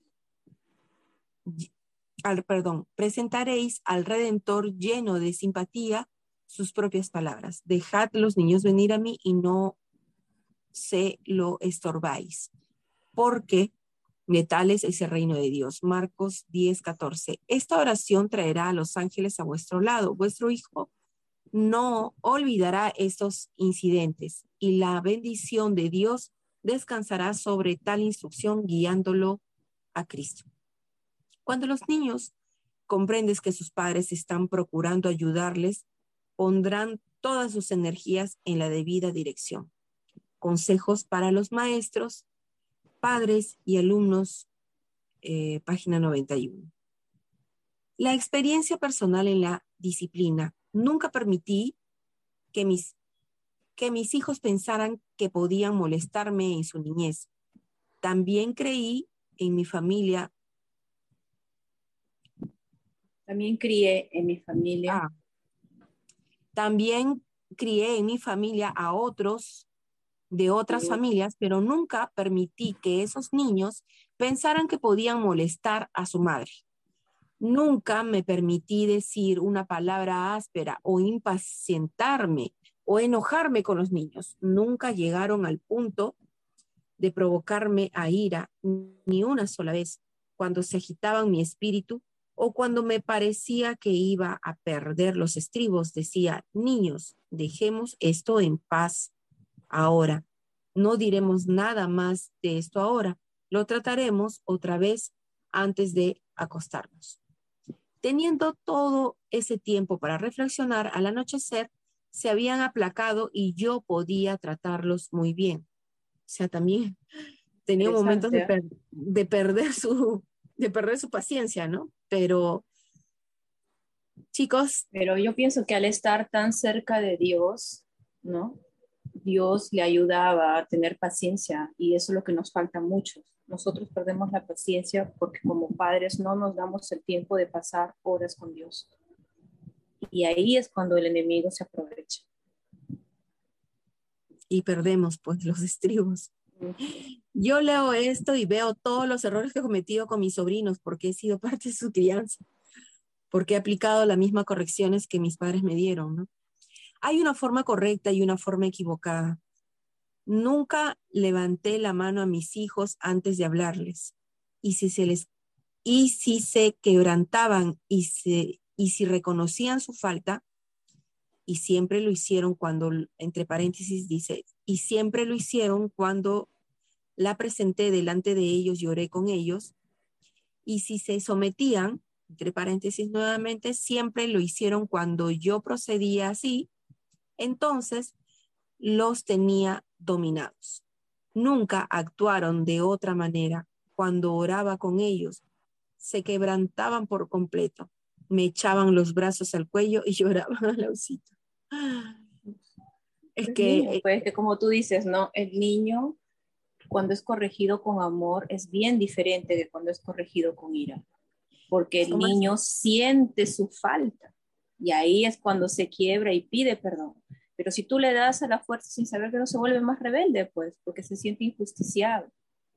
al, perdón, presentaréis al Redentor lleno de simpatía sus propias palabras. Dejad los niños venir a mí y no se lo estorbáis, porque de tales es el reino de Dios. Marcos diez, catorce. Esta oración traerá a los ángeles a vuestro lado. Vuestro hijo no olvidará estos incidentes y la bendición de Dios descansará sobre tal instrucción guiándolo a Cristo. Cuando los niños comprendes que sus padres están procurando ayudarles, pondrán todas sus energías en la debida dirección. Consejos para los maestros, padres y alumnos, eh, página noventa y uno. La experiencia personal en la disciplina. Nunca permití que mis, que mis hijos pensaran que podían molestarme en su niñez. También creí en mi familia. También crié en mi familia. Ah, también crié en mi familia a otros de otras Sí. familias, pero nunca permití que esos niños pensaran que podían molestar a su madre. Nunca me permití decir una palabra áspera o impacientarme o enojarme con los niños. Nunca llegaron al punto de provocarme a ira ni una sola vez cuando se agitaban mi espíritu o cuando me parecía que iba a perder los estribos. Decía, niños, dejemos esto en paz ahora. No diremos nada más de esto ahora. Lo trataremos otra vez antes de acostarnos. Teniendo todo ese tiempo para reflexionar, al anochecer se habían aplacado y yo podía tratarlos muy bien. O sea, también tenía momentos de, per de, perder su, de perder su paciencia, ¿no? Pero, chicos. Pero yo pienso que al estar tan cerca de Dios, ¿no? Dios le ayudaba a tener paciencia y eso es lo que nos falta a muchos. Nosotros perdemos la paciencia porque como padres no nos damos el tiempo de pasar horas con Dios. Y ahí es cuando el enemigo se aprovecha. Y perdemos pues los estribos. Uh-huh. Yo leo esto y veo todos los errores que he cometido con mis sobrinos porque he sido parte de su crianza, porque he aplicado las mismas correcciones que mis padres me dieron, ¿no? Hay una forma correcta y una forma equivocada. Nunca levanté la mano a mis hijos antes de hablarles. Y si se les, y si se quebrantaban y, se, y si reconocían su falta, y siempre lo hicieron cuando, entre paréntesis dice, y siempre lo hicieron cuando la presenté delante de ellos y oré con ellos, y si se sometían, entre paréntesis nuevamente, siempre lo hicieron cuando yo procedía así, entonces los tenía dominados. Nunca actuaron de otra manera. Cuando oraba con ellos, se quebrantaban por completo, me echaban los brazos al cuello y lloraban al ausito. Es el que, niño, pues que como tú dices, ¿no? El niño cuando es corregido con amor es bien diferente de cuando es corregido con ira, porque el niño más... siente su falta y ahí es cuando se quiebra y pide perdón. Pero si tú le das a la fuerza sin saber, que no se vuelve más rebelde, pues, porque se siente injusticiado.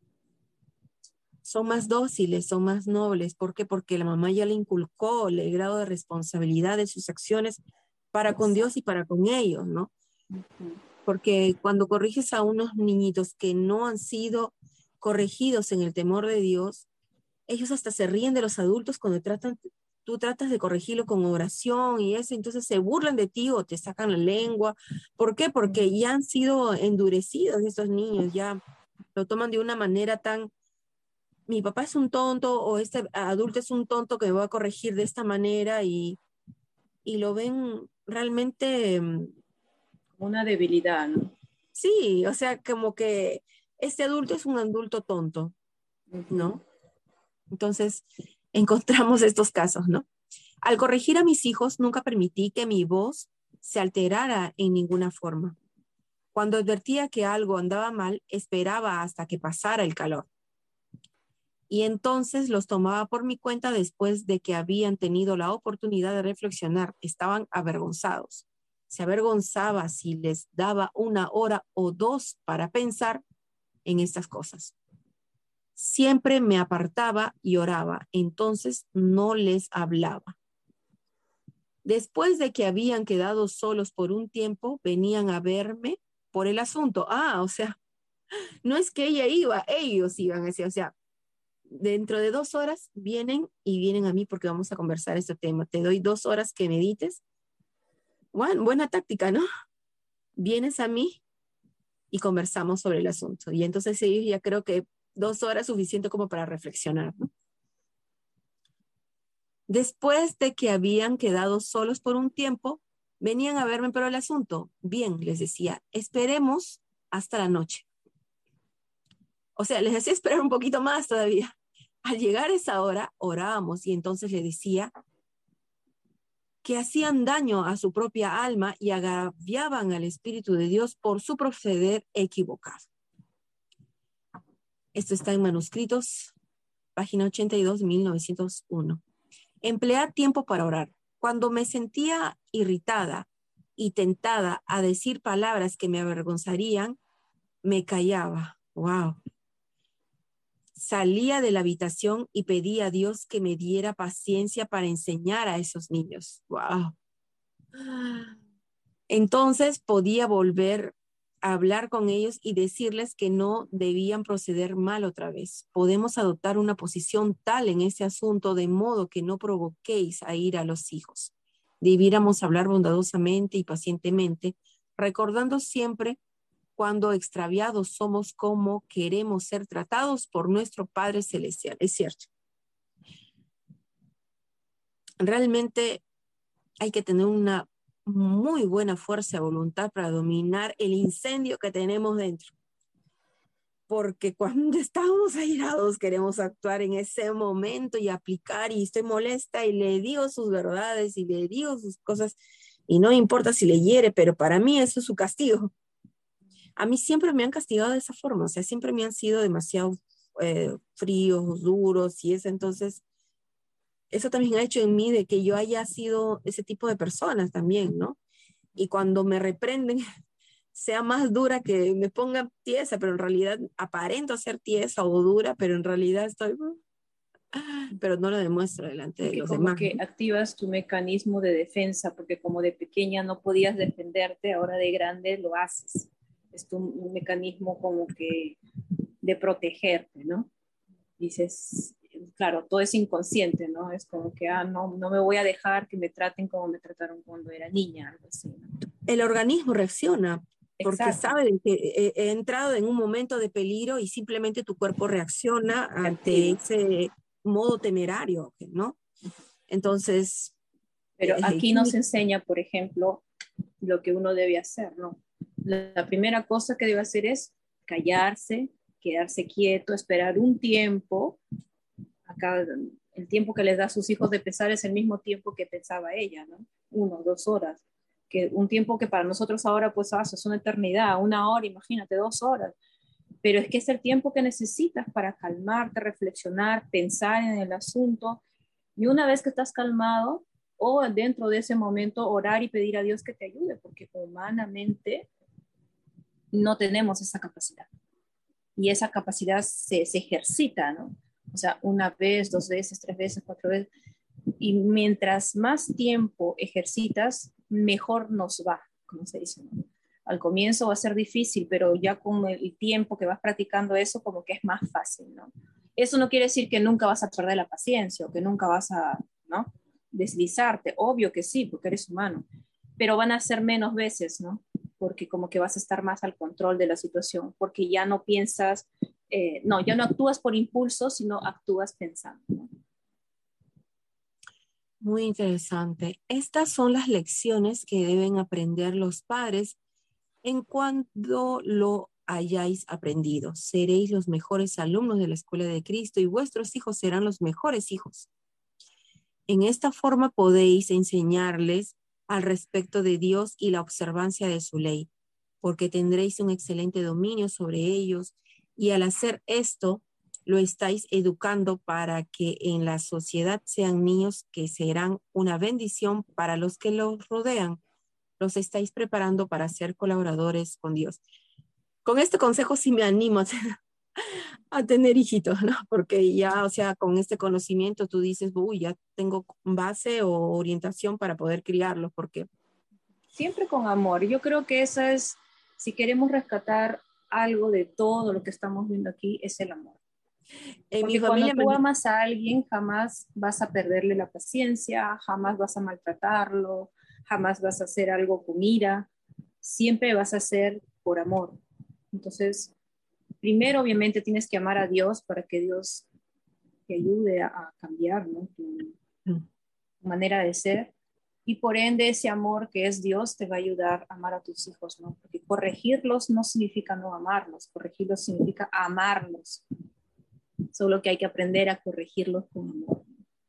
Son más dóciles, son más nobles. ¿Por qué? Porque la mamá ya le inculcó el grado de responsabilidad de sus acciones para con Dios y para con ellos, ¿no? Uh-huh. Porque cuando corriges a unos niñitos que no han sido corregidos en el temor de Dios, ellos hasta se ríen de los adultos cuando tratan, tú tratas de corregirlo con oración y eso, entonces se burlan de ti o te sacan la lengua. ¿Por qué? Porque ya han sido endurecidos estos niños, ya lo toman de una manera tan, mi papá es un tonto o este adulto es un tonto que me va a corregir de esta manera y, y lo ven realmente... una debilidad, ¿no? Sí, o sea, como que este adulto es un adulto tonto, ¿no? Entonces, encontramos estos casos, ¿no? Al corregir a mis hijos, nunca permití que mi voz se alterara en ninguna forma. Cuando advertía que algo andaba mal, esperaba hasta que pasara el calor. Y entonces los tomaba por mi cuenta después de que habían tenido la oportunidad de reflexionar. Estaban avergonzados. Se avergonzaba si les daba una hora o dos para pensar. en estas cosas. Siempre me apartaba y oraba, entonces no les hablaba. Después de que habían quedado solos por un tiempo, venían a verme por el asunto. Ah, o sea, no es que ella iba, ellos iban a decir, o sea, dentro de dos horas vienen y vienen a mí porque vamos a conversar este tema. Te doy dos horas que medites. Bueno, buena táctica, ¿no? Vienes a mí y conversamos sobre el asunto. Y entonces ellos ya creo que dos horas suficiente como para reflexionar, ¿no? Después de que habían quedado solos por un tiempo, venían a verme por el asunto. Bien, les decía, esperemos hasta la noche. O sea, les hacía esperar un poquito más todavía. Al llegar a esa hora, orábamos y entonces le decía que hacían daño a su propia alma y agraviaban al Espíritu de Dios por su proceder equivocado. Esto está en Manuscritos, página ochenta y dos, mil novecientos uno. Emplead tiempo para orar. Cuando me sentía irritada y tentada a decir palabras que me avergonzarían, me callaba. Wow. Salía de la habitación y pedía a Dios que me diera paciencia para enseñar a esos niños. Wow. Entonces podía volver a hablar con ellos y decirles que no debían proceder mal otra vez. Podemos adoptar una posición tal en este asunto de modo que no provoquéis a ir a los hijos. Debiéramos hablar bondadosamente y pacientemente, recordando siempre cuando extraviados somos como queremos ser tratados por nuestro Padre Celestial. Es cierto. Realmente hay que tener una muy buena fuerza de voluntad para dominar el incendio que tenemos dentro. Porque cuando estamos airados queremos actuar en ese momento y aplicar y estoy molesta y le digo sus verdades y le digo sus cosas y no importa si le hiere, pero para mí eso es su castigo. A mí siempre me han castigado de esa forma, o sea, siempre me han sido demasiado eh, fríos, duros y eso, entonces eso también ha hecho en mí de que yo haya sido ese tipo de personas también, ¿no? Y cuando me reprenden, sea más dura, que me ponga tiesa, pero en realidad aparento ser tiesa o dura, pero en realidad estoy, pero no lo demuestro delante de Porque los como demás. que activas tu mecanismo de defensa, porque como de pequeña no podías defenderte, ahora de grande lo haces. Es tu un mecanismo como que de protegerte, ¿no? Dices, claro, todo es inconsciente, ¿no? Es como que, ah, no, no me voy a dejar que me traten como me trataron cuando era niña, algo así, ¿no? El organismo reacciona porque Exacto. sabe que he, he entrado en un momento de peligro y simplemente tu cuerpo reacciona ante ese modo temerario, ¿no? Entonces, pero eh, aquí nos enseña, por ejemplo, lo que uno debe hacer, ¿no? La, la primera cosa que debe hacer es callarse, quedarse quieto, esperar un tiempo. Acá el tiempo que les da a sus hijos de pesar es el mismo tiempo que pensaba ella, ¿no? Uno, dos horas. Que un tiempo que para nosotros ahora pues ah, es una eternidad, una hora, imagínate, dos horas. Pero es que es el tiempo que necesitas para calmarte, reflexionar, pensar en el asunto. Y una vez que estás calmado, o dentro de ese momento orar y pedir a Dios que te ayude, porque humanamente no tenemos esa capacidad. Y esa capacidad se, se ejercita, ¿no? O sea, una vez, dos veces, tres veces, cuatro veces. Y mientras más tiempo ejercitas, mejor nos va, como se dice, ¿no? Al comienzo va a ser difícil, pero ya con el tiempo que vas practicando eso, como que es más fácil, ¿no? Eso no quiere decir que nunca vas a perder la paciencia o que nunca vas a, ¿no?, deslizarte. Obvio que sí, porque eres humano, pero van a ser menos veces, ¿no? Porque como que vas a estar más al control de la situación, porque ya no piensas, eh, no, ya no actúas por impulso, sino actúas pensando, ¿no? Muy interesante. Estas son las lecciones que deben aprender los padres en cuanto lo hayáis aprendido. Seréis los mejores alumnos de la escuela de Cristo y vuestros hijos serán los mejores hijos. En esta forma podéis enseñarles al respecto de Dios y la observancia de su ley, porque tendréis un excelente dominio sobre ellos y al hacer esto lo estáis educando para que en la sociedad sean niños que serán una bendición para los que los rodean. Los estáis preparando para ser colaboradores con Dios. con este consejo sí me animo a, a tener hijitos, ¿no? Porque ya, o sea, con este conocimiento tú dices, uy, ya tengo base o orientación para poder criarlos, porque... Siempre con amor. Yo creo que esa es, si queremos rescatar algo de todo lo que estamos viendo aquí, es el amor. En mi Porque cuando familia me... tú amas a alguien, jamás vas a perderle la paciencia, jamás vas a maltratarlo, jamás vas a hacer algo con ira, siempre vas a hacer por amor. Entonces, primero obviamente tienes que amar a Dios para que Dios te ayude a, a cambiar, ¿no? Tu manera de ser. Y por ende ese amor que es Dios te va a ayudar a amar a tus hijos, ¿no? Porque corregirlos no significa no amarlos, corregirlos significa amarlos. Solo que hay que aprender a corregirlos con amor.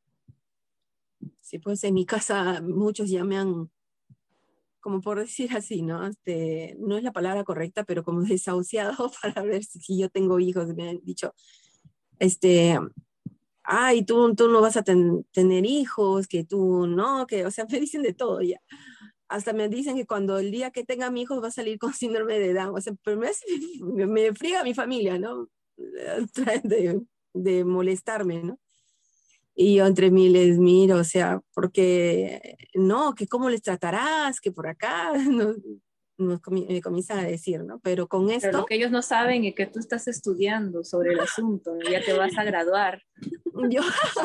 Sí, pues en mi casa muchos ya me han, como por decir así, ¿no? Este, no es la palabra correcta, pero como desahuciado para ver si, si yo tengo hijos. Me han dicho, este, ay, tú, tú no vas a ten, tener hijos, que tú no, que, o sea, me dicen de todo ya. Hasta me dicen que cuando el día que tenga mi hijo va a salir con síndrome de Down. O sea, pero me, me, me friega mi familia, ¿no? De, de molestarme, ¿no? Y yo entre mí les miro, o sea, porque no, que cómo les tratarás, que por acá, no, nos comi me comienzan a decir, ¿no? Pero con Pero lo esto, que ellos no saben es que tú estás estudiando sobre el asunto, ya te vas a graduar. yo,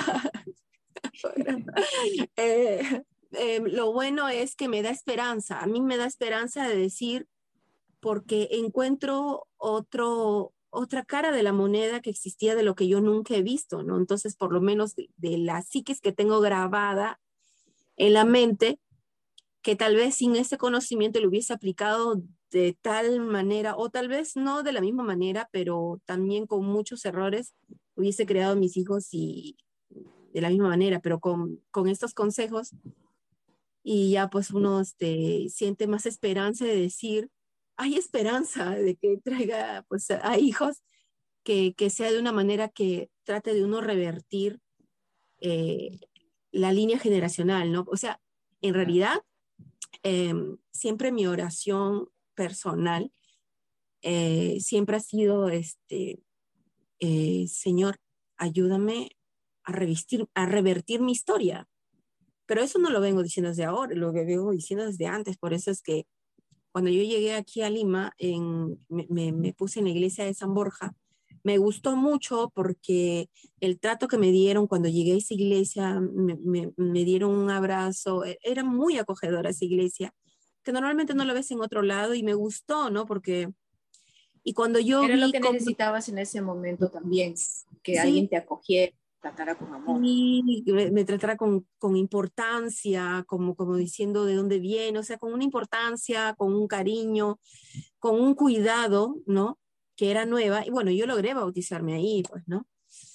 eh, eh, lo bueno es que me da esperanza, a mí me da esperanza de decir, porque encuentro otro, otra cara de la moneda que existía de lo que yo nunca he visto, ¿no? Entonces, por lo menos de, de la psiquis que tengo grabada en la mente, que tal vez sin ese conocimiento lo hubiese aplicado de tal manera, o tal vez no de la misma manera, pero también con muchos errores, hubiese creado a mis hijos y de la misma manera, pero con, con estos consejos, y ya pues uno este, siente más esperanza de decir, hay esperanza de que traiga pues a hijos que, que sea de una manera que trate de uno revertir eh, la línea generacional, ¿no? O sea, en realidad, eh, siempre mi oración personal eh, siempre ha sido, este, eh, Señor, ayúdame a, revestir, a revertir mi historia. Pero eso no lo vengo diciendo desde ahora, lo que vengo diciendo desde antes. Por eso es que cuando yo llegué aquí a Lima, en, me, me, me puse en la iglesia de San Borja. Me gustó mucho porque el trato que me dieron cuando llegué a esa iglesia, me, me, me dieron un abrazo, e- era muy acogedora esa iglesia, que normalmente no lo ves en otro lado y me gustó, ¿no? Porque, y cuando yo Era lo vi que cómo, necesitabas en ese momento también, que sí, alguien te acogiera, tratara con amor. sí, me, me tratara con, con importancia, como, como diciendo de dónde viene, o sea, con una importancia, con un cariño, con un cuidado, ¿no? Que era nueva. Y bueno, yo logré bautizarme ahí, pues, ¿no?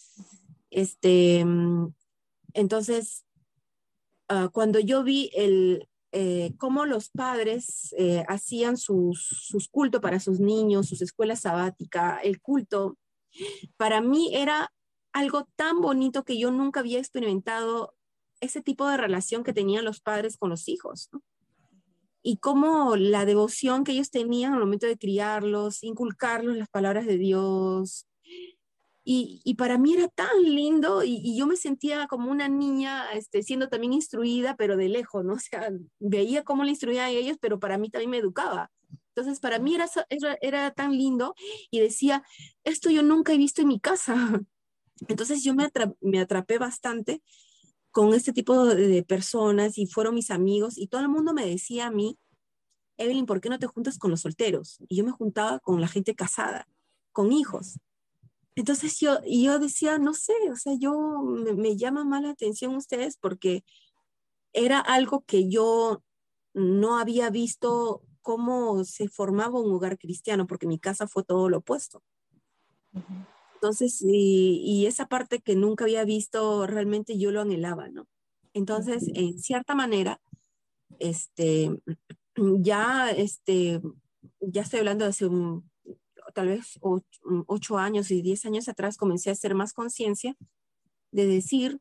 Este, mm, entonces, uh, cuando yo vi el, eh, cómo los padres eh, hacían sus, sus cultos para sus niños, sus escuelas sabáticas, el culto, para mí era algo tan bonito que yo nunca había experimentado ese tipo de relación que tenían los padres con los hijos, ¿no? Y cómo la devoción que ellos tenían al momento de criarlos, inculcarlos las palabras de Dios. Y, y para mí era tan lindo y, y, yo me sentía como una niña este, siendo también instruida, pero de lejos, ¿no? O sea, veía cómo le instruían a ellos, pero para mí también me educaba. Entonces, para mí era, era, era tan lindo y decía, esto yo nunca he visto en mi casa. Entonces yo me, atra me atrapé bastante con este tipo de, de personas y fueron mis amigos y todo el mundo me decía a mí, Evelyn, ¿por qué no te juntas con los solteros? Y yo me juntaba con la gente casada, con hijos. Entonces yo, y yo decía, no sé, o sea, yo me, me llama más la atención ustedes porque era algo que yo no había visto cómo se formaba un hogar cristiano, porque mi casa fue todo lo opuesto. Entonces, y, y esa parte que nunca había visto, realmente yo lo anhelaba, ¿no? Entonces, en cierta manera, este, ya, este, ya estoy hablando de hace un, tal vez ocho, ocho años y diez años atrás, comencé a hacer más conciencia de decir,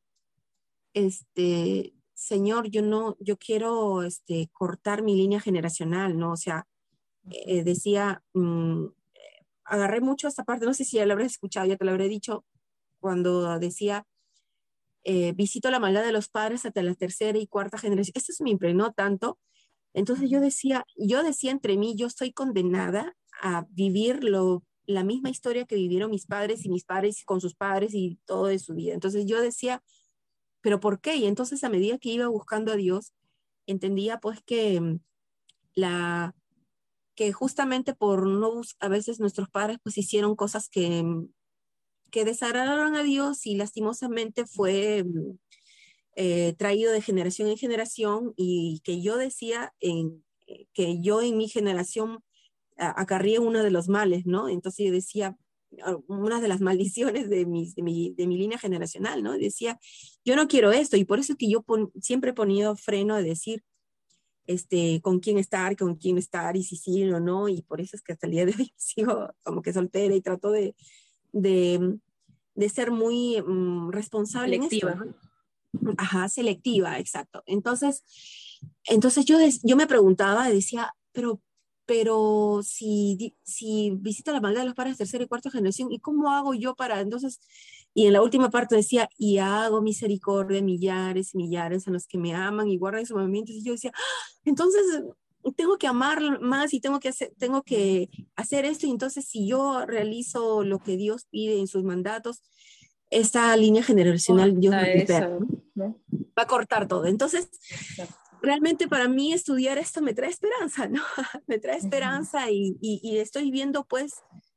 este, Señor, yo no, yo quiero, este, cortar mi línea generacional, ¿no? O sea, eh, decía, mm, agarré mucho esta parte, no sé si ya lo habrás escuchado, ya te lo habré dicho, cuando decía, eh, visito la maldad de los padres hasta la tercera y cuarta generación. Esto se me impregnó tanto. Entonces yo decía, yo decía entre mí, yo estoy condenada a vivir lo, la misma historia que vivieron mis padres y mis padres con sus padres y todo de su vida. Entonces yo decía, ¿pero por qué? Y entonces a medida que iba buscando a Dios, entendía pues que mm, la que justamente por no bus- a veces nuestros padres pues hicieron cosas que, mm, que desagradaron a Dios y lastimosamente fue mm, eh, traído de generación en generación y que yo decía en, eh, que yo en mi generación a- acarrié uno de los males, ¿no? Entonces yo decía, ah, una de las maldiciones de mi, de mi, de mi línea generacional, ¿no? Decía, yo no quiero esto y por eso es que yo pon, siempre he ponido freno de decir, este, con quién estar, con quién estar y si sí o no, y por eso es que hasta el día de hoy sigo como que soltera y trato de, de, de ser muy um, responsable en esto, Selectiva. ¿no? Ajá, selectiva, exacto. Entonces, entonces yo, des, yo me preguntaba, decía, pero, pero si, si visito la maldad de los padres de tercera y cuarta generación, ¿y cómo hago yo para entonces? Y en la última parte decía, y hago misericordia a millares y millares a los que me aman y guardan sus mandamientos. Y yo decía, ¡ah! Entonces tengo que amar más y tengo que hacer, tengo que hacer esto. Y entonces si yo realizo lo que Dios pide en sus mandatos, esta línea generacional Dios va Corta a romper, eso, ¿no? ¿no? Va a cortar todo. Entonces, Exacto. realmente para mí estudiar esto me trae esperanza, ¿no? Me trae esperanza y, y, y estoy viendo pues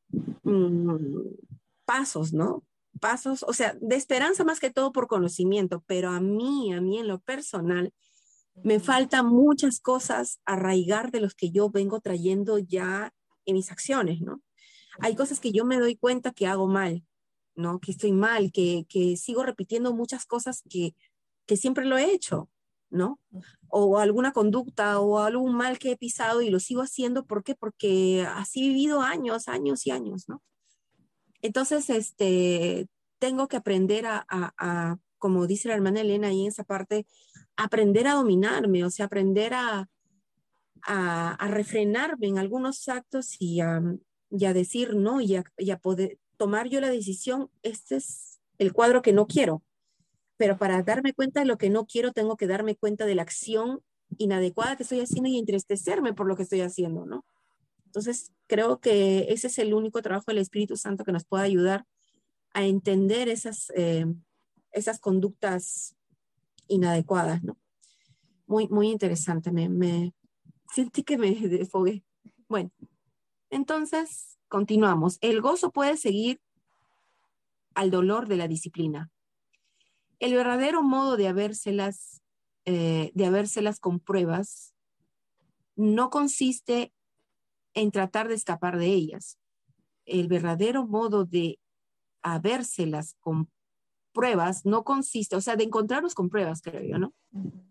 mmm, pasos, ¿no? Pasos, o sea, de esperanza más que todo por conocimiento, pero a mí, a mí en lo personal, me faltan muchas cosas arraigar de los que yo vengo trayendo ya en mis acciones, ¿no? Hay cosas que yo me doy cuenta que hago mal, ¿no? Que estoy mal, que, que sigo repitiendo muchas cosas que, que siempre lo he hecho, ¿no? O alguna conducta o algún mal que he pisado y lo sigo haciendo, ¿por qué? Porque así he vivido años, años y años, ¿no? Entonces, este, tengo que aprender a, a, a, como dice la hermana Elena ahí en esa parte, aprender a dominarme, o sea, aprender a, a, a refrenarme en algunos actos y a, y a decir no y a, y a poder tomar yo la decisión, este es el cuadro que no quiero, pero para darme cuenta de lo que no quiero, tengo que darme cuenta de la acción inadecuada que estoy haciendo y entristecerme por lo que estoy haciendo, ¿no? Entonces, creo que ese es el único trabajo del Espíritu Santo que nos puede ayudar a entender esas, eh, esas conductas inadecuadas, ¿no? Muy, muy interesante, me, me sentí que me desfogué. Bueno, entonces, continuamos. El gozo puede seguir al dolor de la disciplina. El verdadero modo de habérselas, eh, de habérselas con pruebas no consiste en tratar de escapar de ellas. El verdadero modo de habérselas con pruebas no consiste, o sea, de encontrarnos con pruebas, creo yo, ¿no?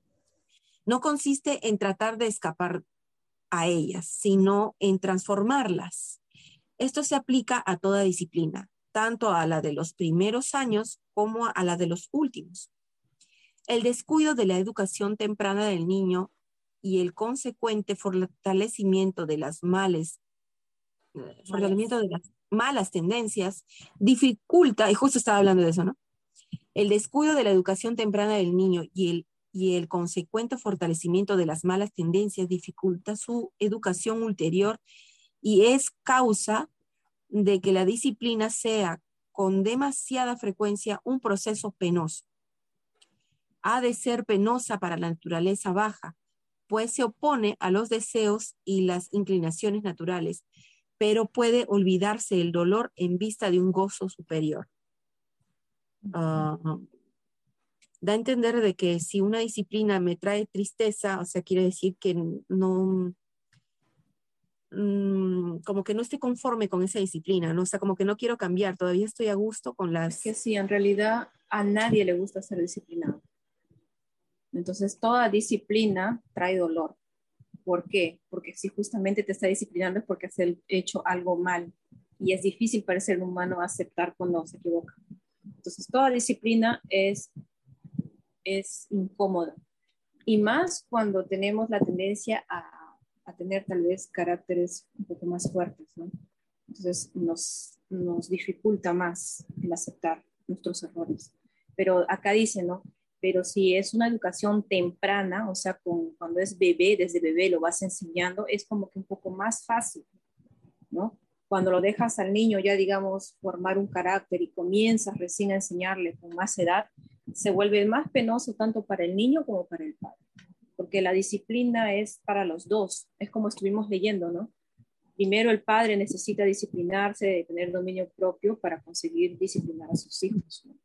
No consiste en tratar de escapar a ellas, sino en transformarlas. Esto se aplica a toda disciplina, tanto a la de los primeros años como a la de los últimos. El descuido de la educación temprana del niño y el consecuente fortalecimiento de las males, fortalecimiento de las malas tendencias dificulta, y justo estaba hablando de eso, ¿no? El descuido de la educación temprana del niño y el, y el consecuente fortalecimiento de las malas tendencias dificulta su educación ulterior y es causa de que la disciplina sea con demasiada frecuencia un proceso penoso. Ha de ser penosa para la naturaleza baja, pues se opone a los deseos y las inclinaciones naturales, pero puede olvidarse el dolor en vista de un gozo superior. Uh, da a entender de que si una disciplina me trae tristeza, o sea, quiere decir que no, mmm, como que no estoy conforme con esa disciplina, ¿no? O sea, como que no quiero cambiar, todavía estoy a gusto con las... Es que sí, en realidad a nadie le gusta ser disciplinado. Entonces, toda disciplina trae dolor. ¿Por qué? Porque si justamente te está disciplinando es porque has hecho algo mal y es difícil para el ser humano aceptar cuando se equivoca. Entonces, toda disciplina es, es incómoda. Y más cuando tenemos la tendencia a, a tener tal vez caracteres un poco más fuertes, ¿no? Entonces nos, nos dificulta más el aceptar nuestros errores. Pero acá dice, ¿no? Pero si es una educación temprana, o sea, con, cuando es bebé, desde bebé lo vas enseñando, es como que un poco más fácil, ¿no? Cuando lo dejas al niño ya, digamos, formar un carácter y comienzas recién a enseñarle con más edad, se vuelve más penoso tanto para el niño como para el padre, porque la disciplina es para los dos, es como estuvimos leyendo, ¿no? Primero el padre necesita disciplinarse, tener dominio propio para conseguir disciplinar a sus hijos, ¿no?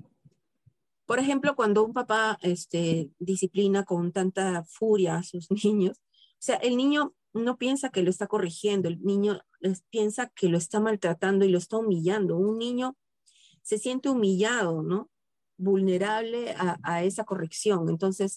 Por ejemplo, cuando un papá este, disciplina con tanta furia a sus niños, o sea, el niño no piensa que lo está corrigiendo, el niño piensa que lo está maltratando y lo está humillando. Un niño se siente humillado, ¿no? Vulnerable a, a esa corrección. Entonces,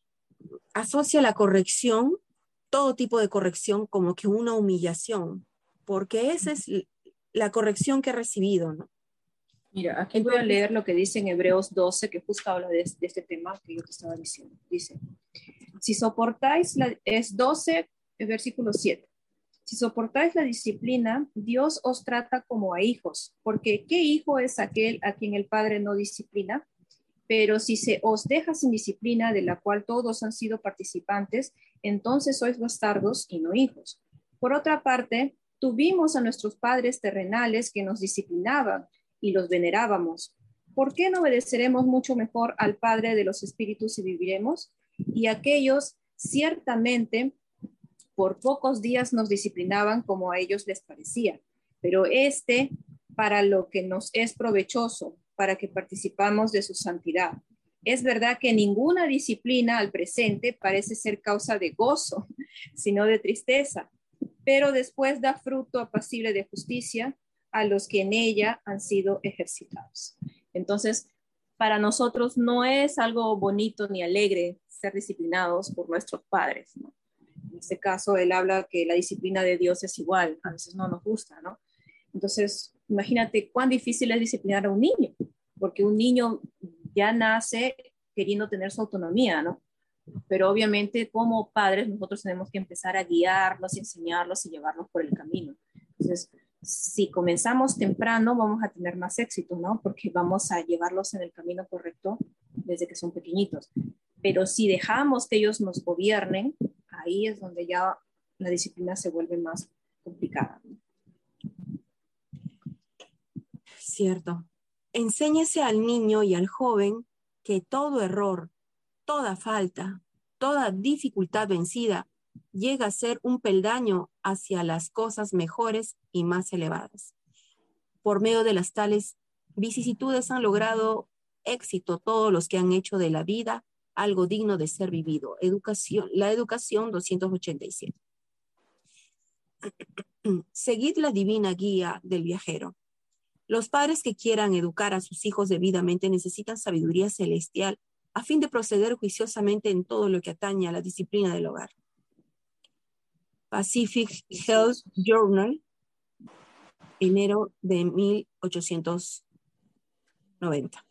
asocia la corrección, todo tipo de corrección, como que una humillación, porque esa es la corrección que he recibido, ¿no? Mira, aquí voy a Entonces, leer lo que dice en Hebreos doce, que justo habla de, de este tema que yo te estaba diciendo. Dice, si soportáis, la, es doce, versículo siete. Si soportáis la disciplina, Dios os trata como a hijos, porque ¿qué hijo es aquel a quien el Padre no disciplina? Pero si se os deja sin disciplina, de la cual todos han sido participantes, entonces sois bastardos y no hijos. Por otra parte, tuvimos a nuestros padres terrenales que nos disciplinaban y los venerábamos. ¿Por qué no obedeceremos mucho mejor al Padre de los Espíritus y viviremos? Y aquellos ciertamente por pocos días nos disciplinaban como a ellos les parecía, pero este para lo que nos es provechoso, para que participamos de su santidad. Es verdad que ninguna disciplina al presente parece ser causa de gozo, sino de tristeza, pero después da fruto apacible de justicia a los que en ella han sido ejercitados. Entonces, para nosotros no es algo bonito ni alegre ser disciplinados por nuestros padres, ¿no? En este caso, él habla que la disciplina de Dios es igual, a veces no nos gusta, ¿no? Entonces, imagínate cuán difícil es disciplinar a un niño, porque un niño ya nace queriendo tener su autonomía, ¿no? Pero obviamente como padres nosotros tenemos que empezar a guiarlos, enseñarlos y llevarlos por el camino. Entonces, si comenzamos temprano, vamos a tener más éxito, ¿no? Porque vamos a llevarlos en el camino correcto desde que son pequeñitos. Pero si dejamos que ellos nos gobiernen, ahí es donde ya la disciplina se vuelve más complicada, ¿no? cierto. Enséñese al niño y al joven que todo error, toda falta, toda dificultad vencida llega a ser un peldaño hacia las cosas mejores y más elevadas. Por medio de las tales vicisitudes han logrado éxito todos los que han hecho de la vida algo digno de ser vivido. Educación, la educación doscientos ochenta y siete. Seguid la divina guía del viajero. Los padres que quieran educar a sus hijos debidamente necesitan sabiduría celestial a fin de proceder juiciosamente en todo lo que atañe a la disciplina del hogar. Pacific Health Journal, enero de mil ochocientos noventa.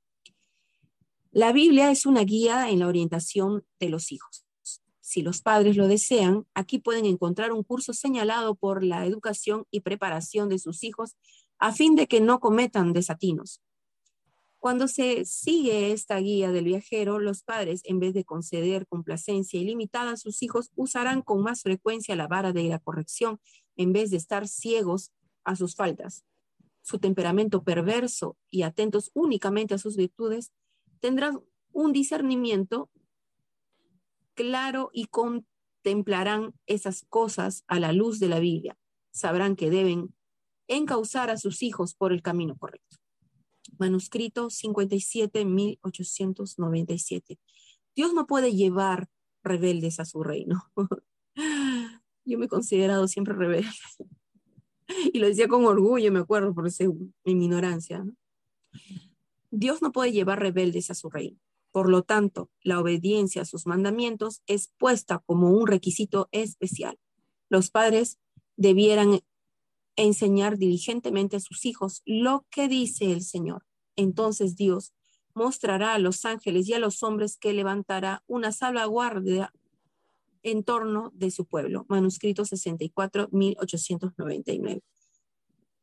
La Biblia es una guía en la orientación de los hijos. Si los padres lo desean, aquí pueden encontrar un curso señalado por la educación y preparación de sus hijos a fin de que no cometan desatinos. Cuando se sigue esta guía del viajero, los padres, en vez de conceder complacencia ilimitada a sus hijos, usarán con más frecuencia la vara de la corrección en vez de estar ciegos a sus faltas. Su temperamento perverso y atentos únicamente a sus virtudes, tendrán un discernimiento claro y contemplarán esas cosas a la luz de la Biblia. Sabrán que deben encauzar a sus hijos por el camino correcto. Manuscrito cincuenta y siete mil ochocientos noventa y siete. Dios no puede llevar rebeldes a su reino. Yo me he considerado siempre rebelde. Y lo decía con orgullo, me acuerdo, por ese, en mi ignorancia, ¿no? Dios no puede llevar rebeldes a su reino. Por lo tanto, la obediencia a sus mandamientos es puesta como un requisito especial. Los padres debieran enseñar diligentemente a sus hijos lo que dice el Señor. Entonces Dios mostrará a los ángeles y a los hombres que levantará una salvaguardia en torno de su pueblo. Manuscrito sesenta y cuatro mil ochocientos noventa y nueve.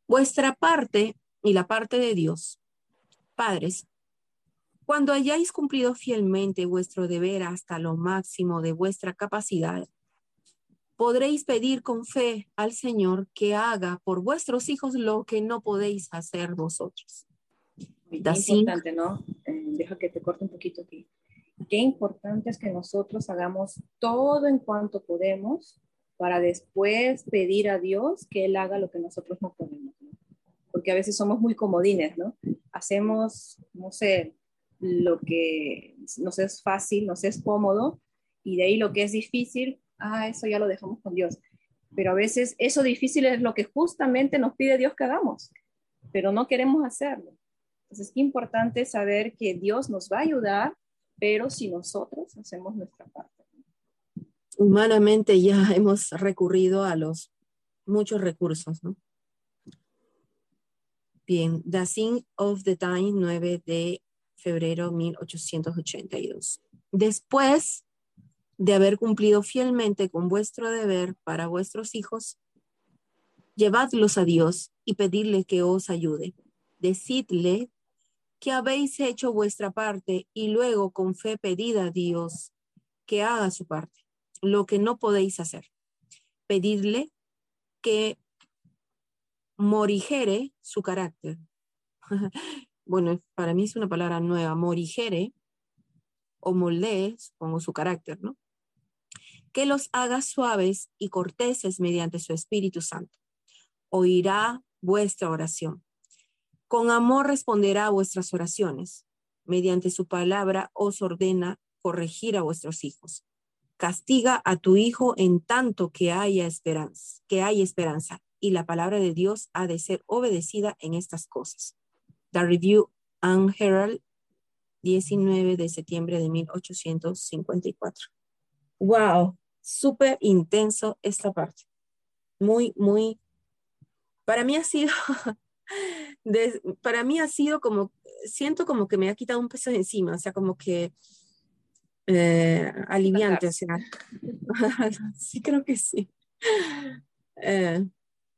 Vuestra parte y la parte de Dios. Padres, cuando hayáis cumplido fielmente vuestro deber hasta lo máximo de vuestra capacidad, podréis pedir con fe al Señor que haga por vuestros hijos lo que no podéis hacer vosotros. Qué Da cinco. importante, ¿no? Eh, deja que te corte un poquito aquí. Qué importante es que nosotros hagamos todo en cuanto podemos para después pedir a Dios que Él haga lo que nosotros no podemos, ¿no? Porque a veces somos muy comodines, ¿no? Hacemos, no sé, lo que nos es fácil, nos es cómodo, y de ahí lo que es difícil, ah, eso ya lo dejamos con Dios. Pero a veces eso difícil es lo que justamente nos pide Dios que hagamos, pero no queremos hacerlo. Entonces, qué importante saber que Dios nos va a ayudar, pero si nosotros hacemos nuestra parte. Humanamente ya hemos recurrido a los muchos recursos, ¿no? Bien, The Sign of the Time, nueve de febrero de mil ochocientos ochenta y dos. Después de haber cumplido fielmente con vuestro deber para vuestros hijos, llevadlos a Dios y pedidle que os ayude. Decidle que habéis hecho vuestra parte y luego con fe pedid a Dios que haga su parte, lo que no podéis hacer. Pedidle que morigere su carácter. Bueno, para mí es una palabra nueva, morigere o moldee, supongo, su carácter, ¿no? Que los haga suaves y corteses mediante su Espíritu Santo. Oirá vuestra oración. Con amor responderá a vuestras oraciones. Mediante su palabra os ordena corregir a vuestros hijos. Castiga a tu hijo en tanto que haya esperanza, que hay esperanza, y la palabra de Dios ha de ser obedecida en estas cosas. The Review and Herald, diecinueve de septiembre de mil ochocientos cincuenta y cuatro. Wow, súper intenso esta parte. Muy, muy, para mí ha sido, de, para mí ha sido como, siento como que me ha quitado un peso de encima, o sea, como que eh, aliviante, o sea, sí creo que sí. Eh,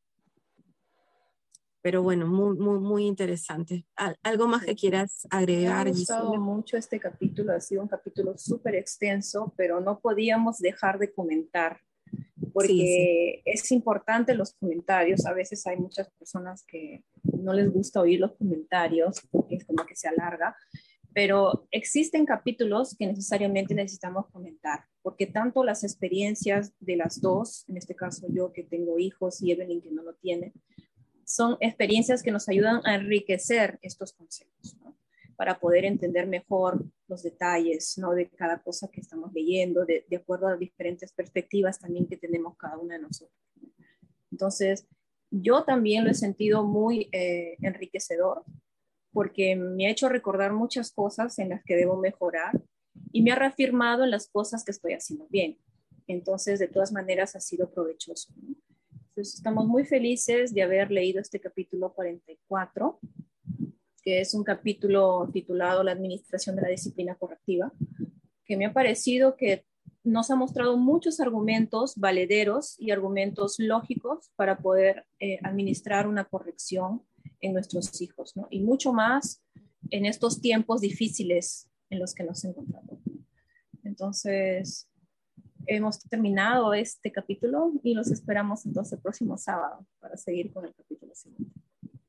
pero bueno, muy, muy, muy interesante. ¿Al, ¿Algo más que quieras agregar, Me ha gustado Gisela? mucho este capítulo, ha sido un capítulo súper extenso, pero no podíamos dejar de comentar, Sí, sí. porque es importante los comentarios. A veces hay muchas personas que no les gusta oír los comentarios, porque es como que se alarga, pero existen capítulos que necesariamente necesitamos comentar, porque tanto las experiencias de las dos, en este caso yo que tengo hijos y Evelyn que no lo tiene, son experiencias que nos ayudan a enriquecer estos conceptos, ¿no? Para poder entender mejor los detalles, ¿no? De cada cosa que estamos leyendo, de, de acuerdo a las diferentes perspectivas también que tenemos cada una de nosotros, ¿no? Entonces, yo también lo he sentido muy eh, enriquecedor, porque me ha hecho recordar muchas cosas en las que debo mejorar y me ha reafirmado en las cosas que estoy haciendo bien. Entonces, de todas maneras, ha sido provechoso, ¿no? Entonces, estamos muy felices de haber leído este capítulo cuarenta y cuatro, que es un capítulo titulado La administración de la disciplina correctiva, que me ha parecido que nos ha mostrado muchos argumentos valederos y argumentos lógicos para poder eh, administrar una corrección en nuestros hijos, ¿no? Y mucho más en estos tiempos difíciles en los que nos encontramos. Entonces, hemos terminado este capítulo y los esperamos entonces el próximo sábado para seguir con el capítulo siguiente.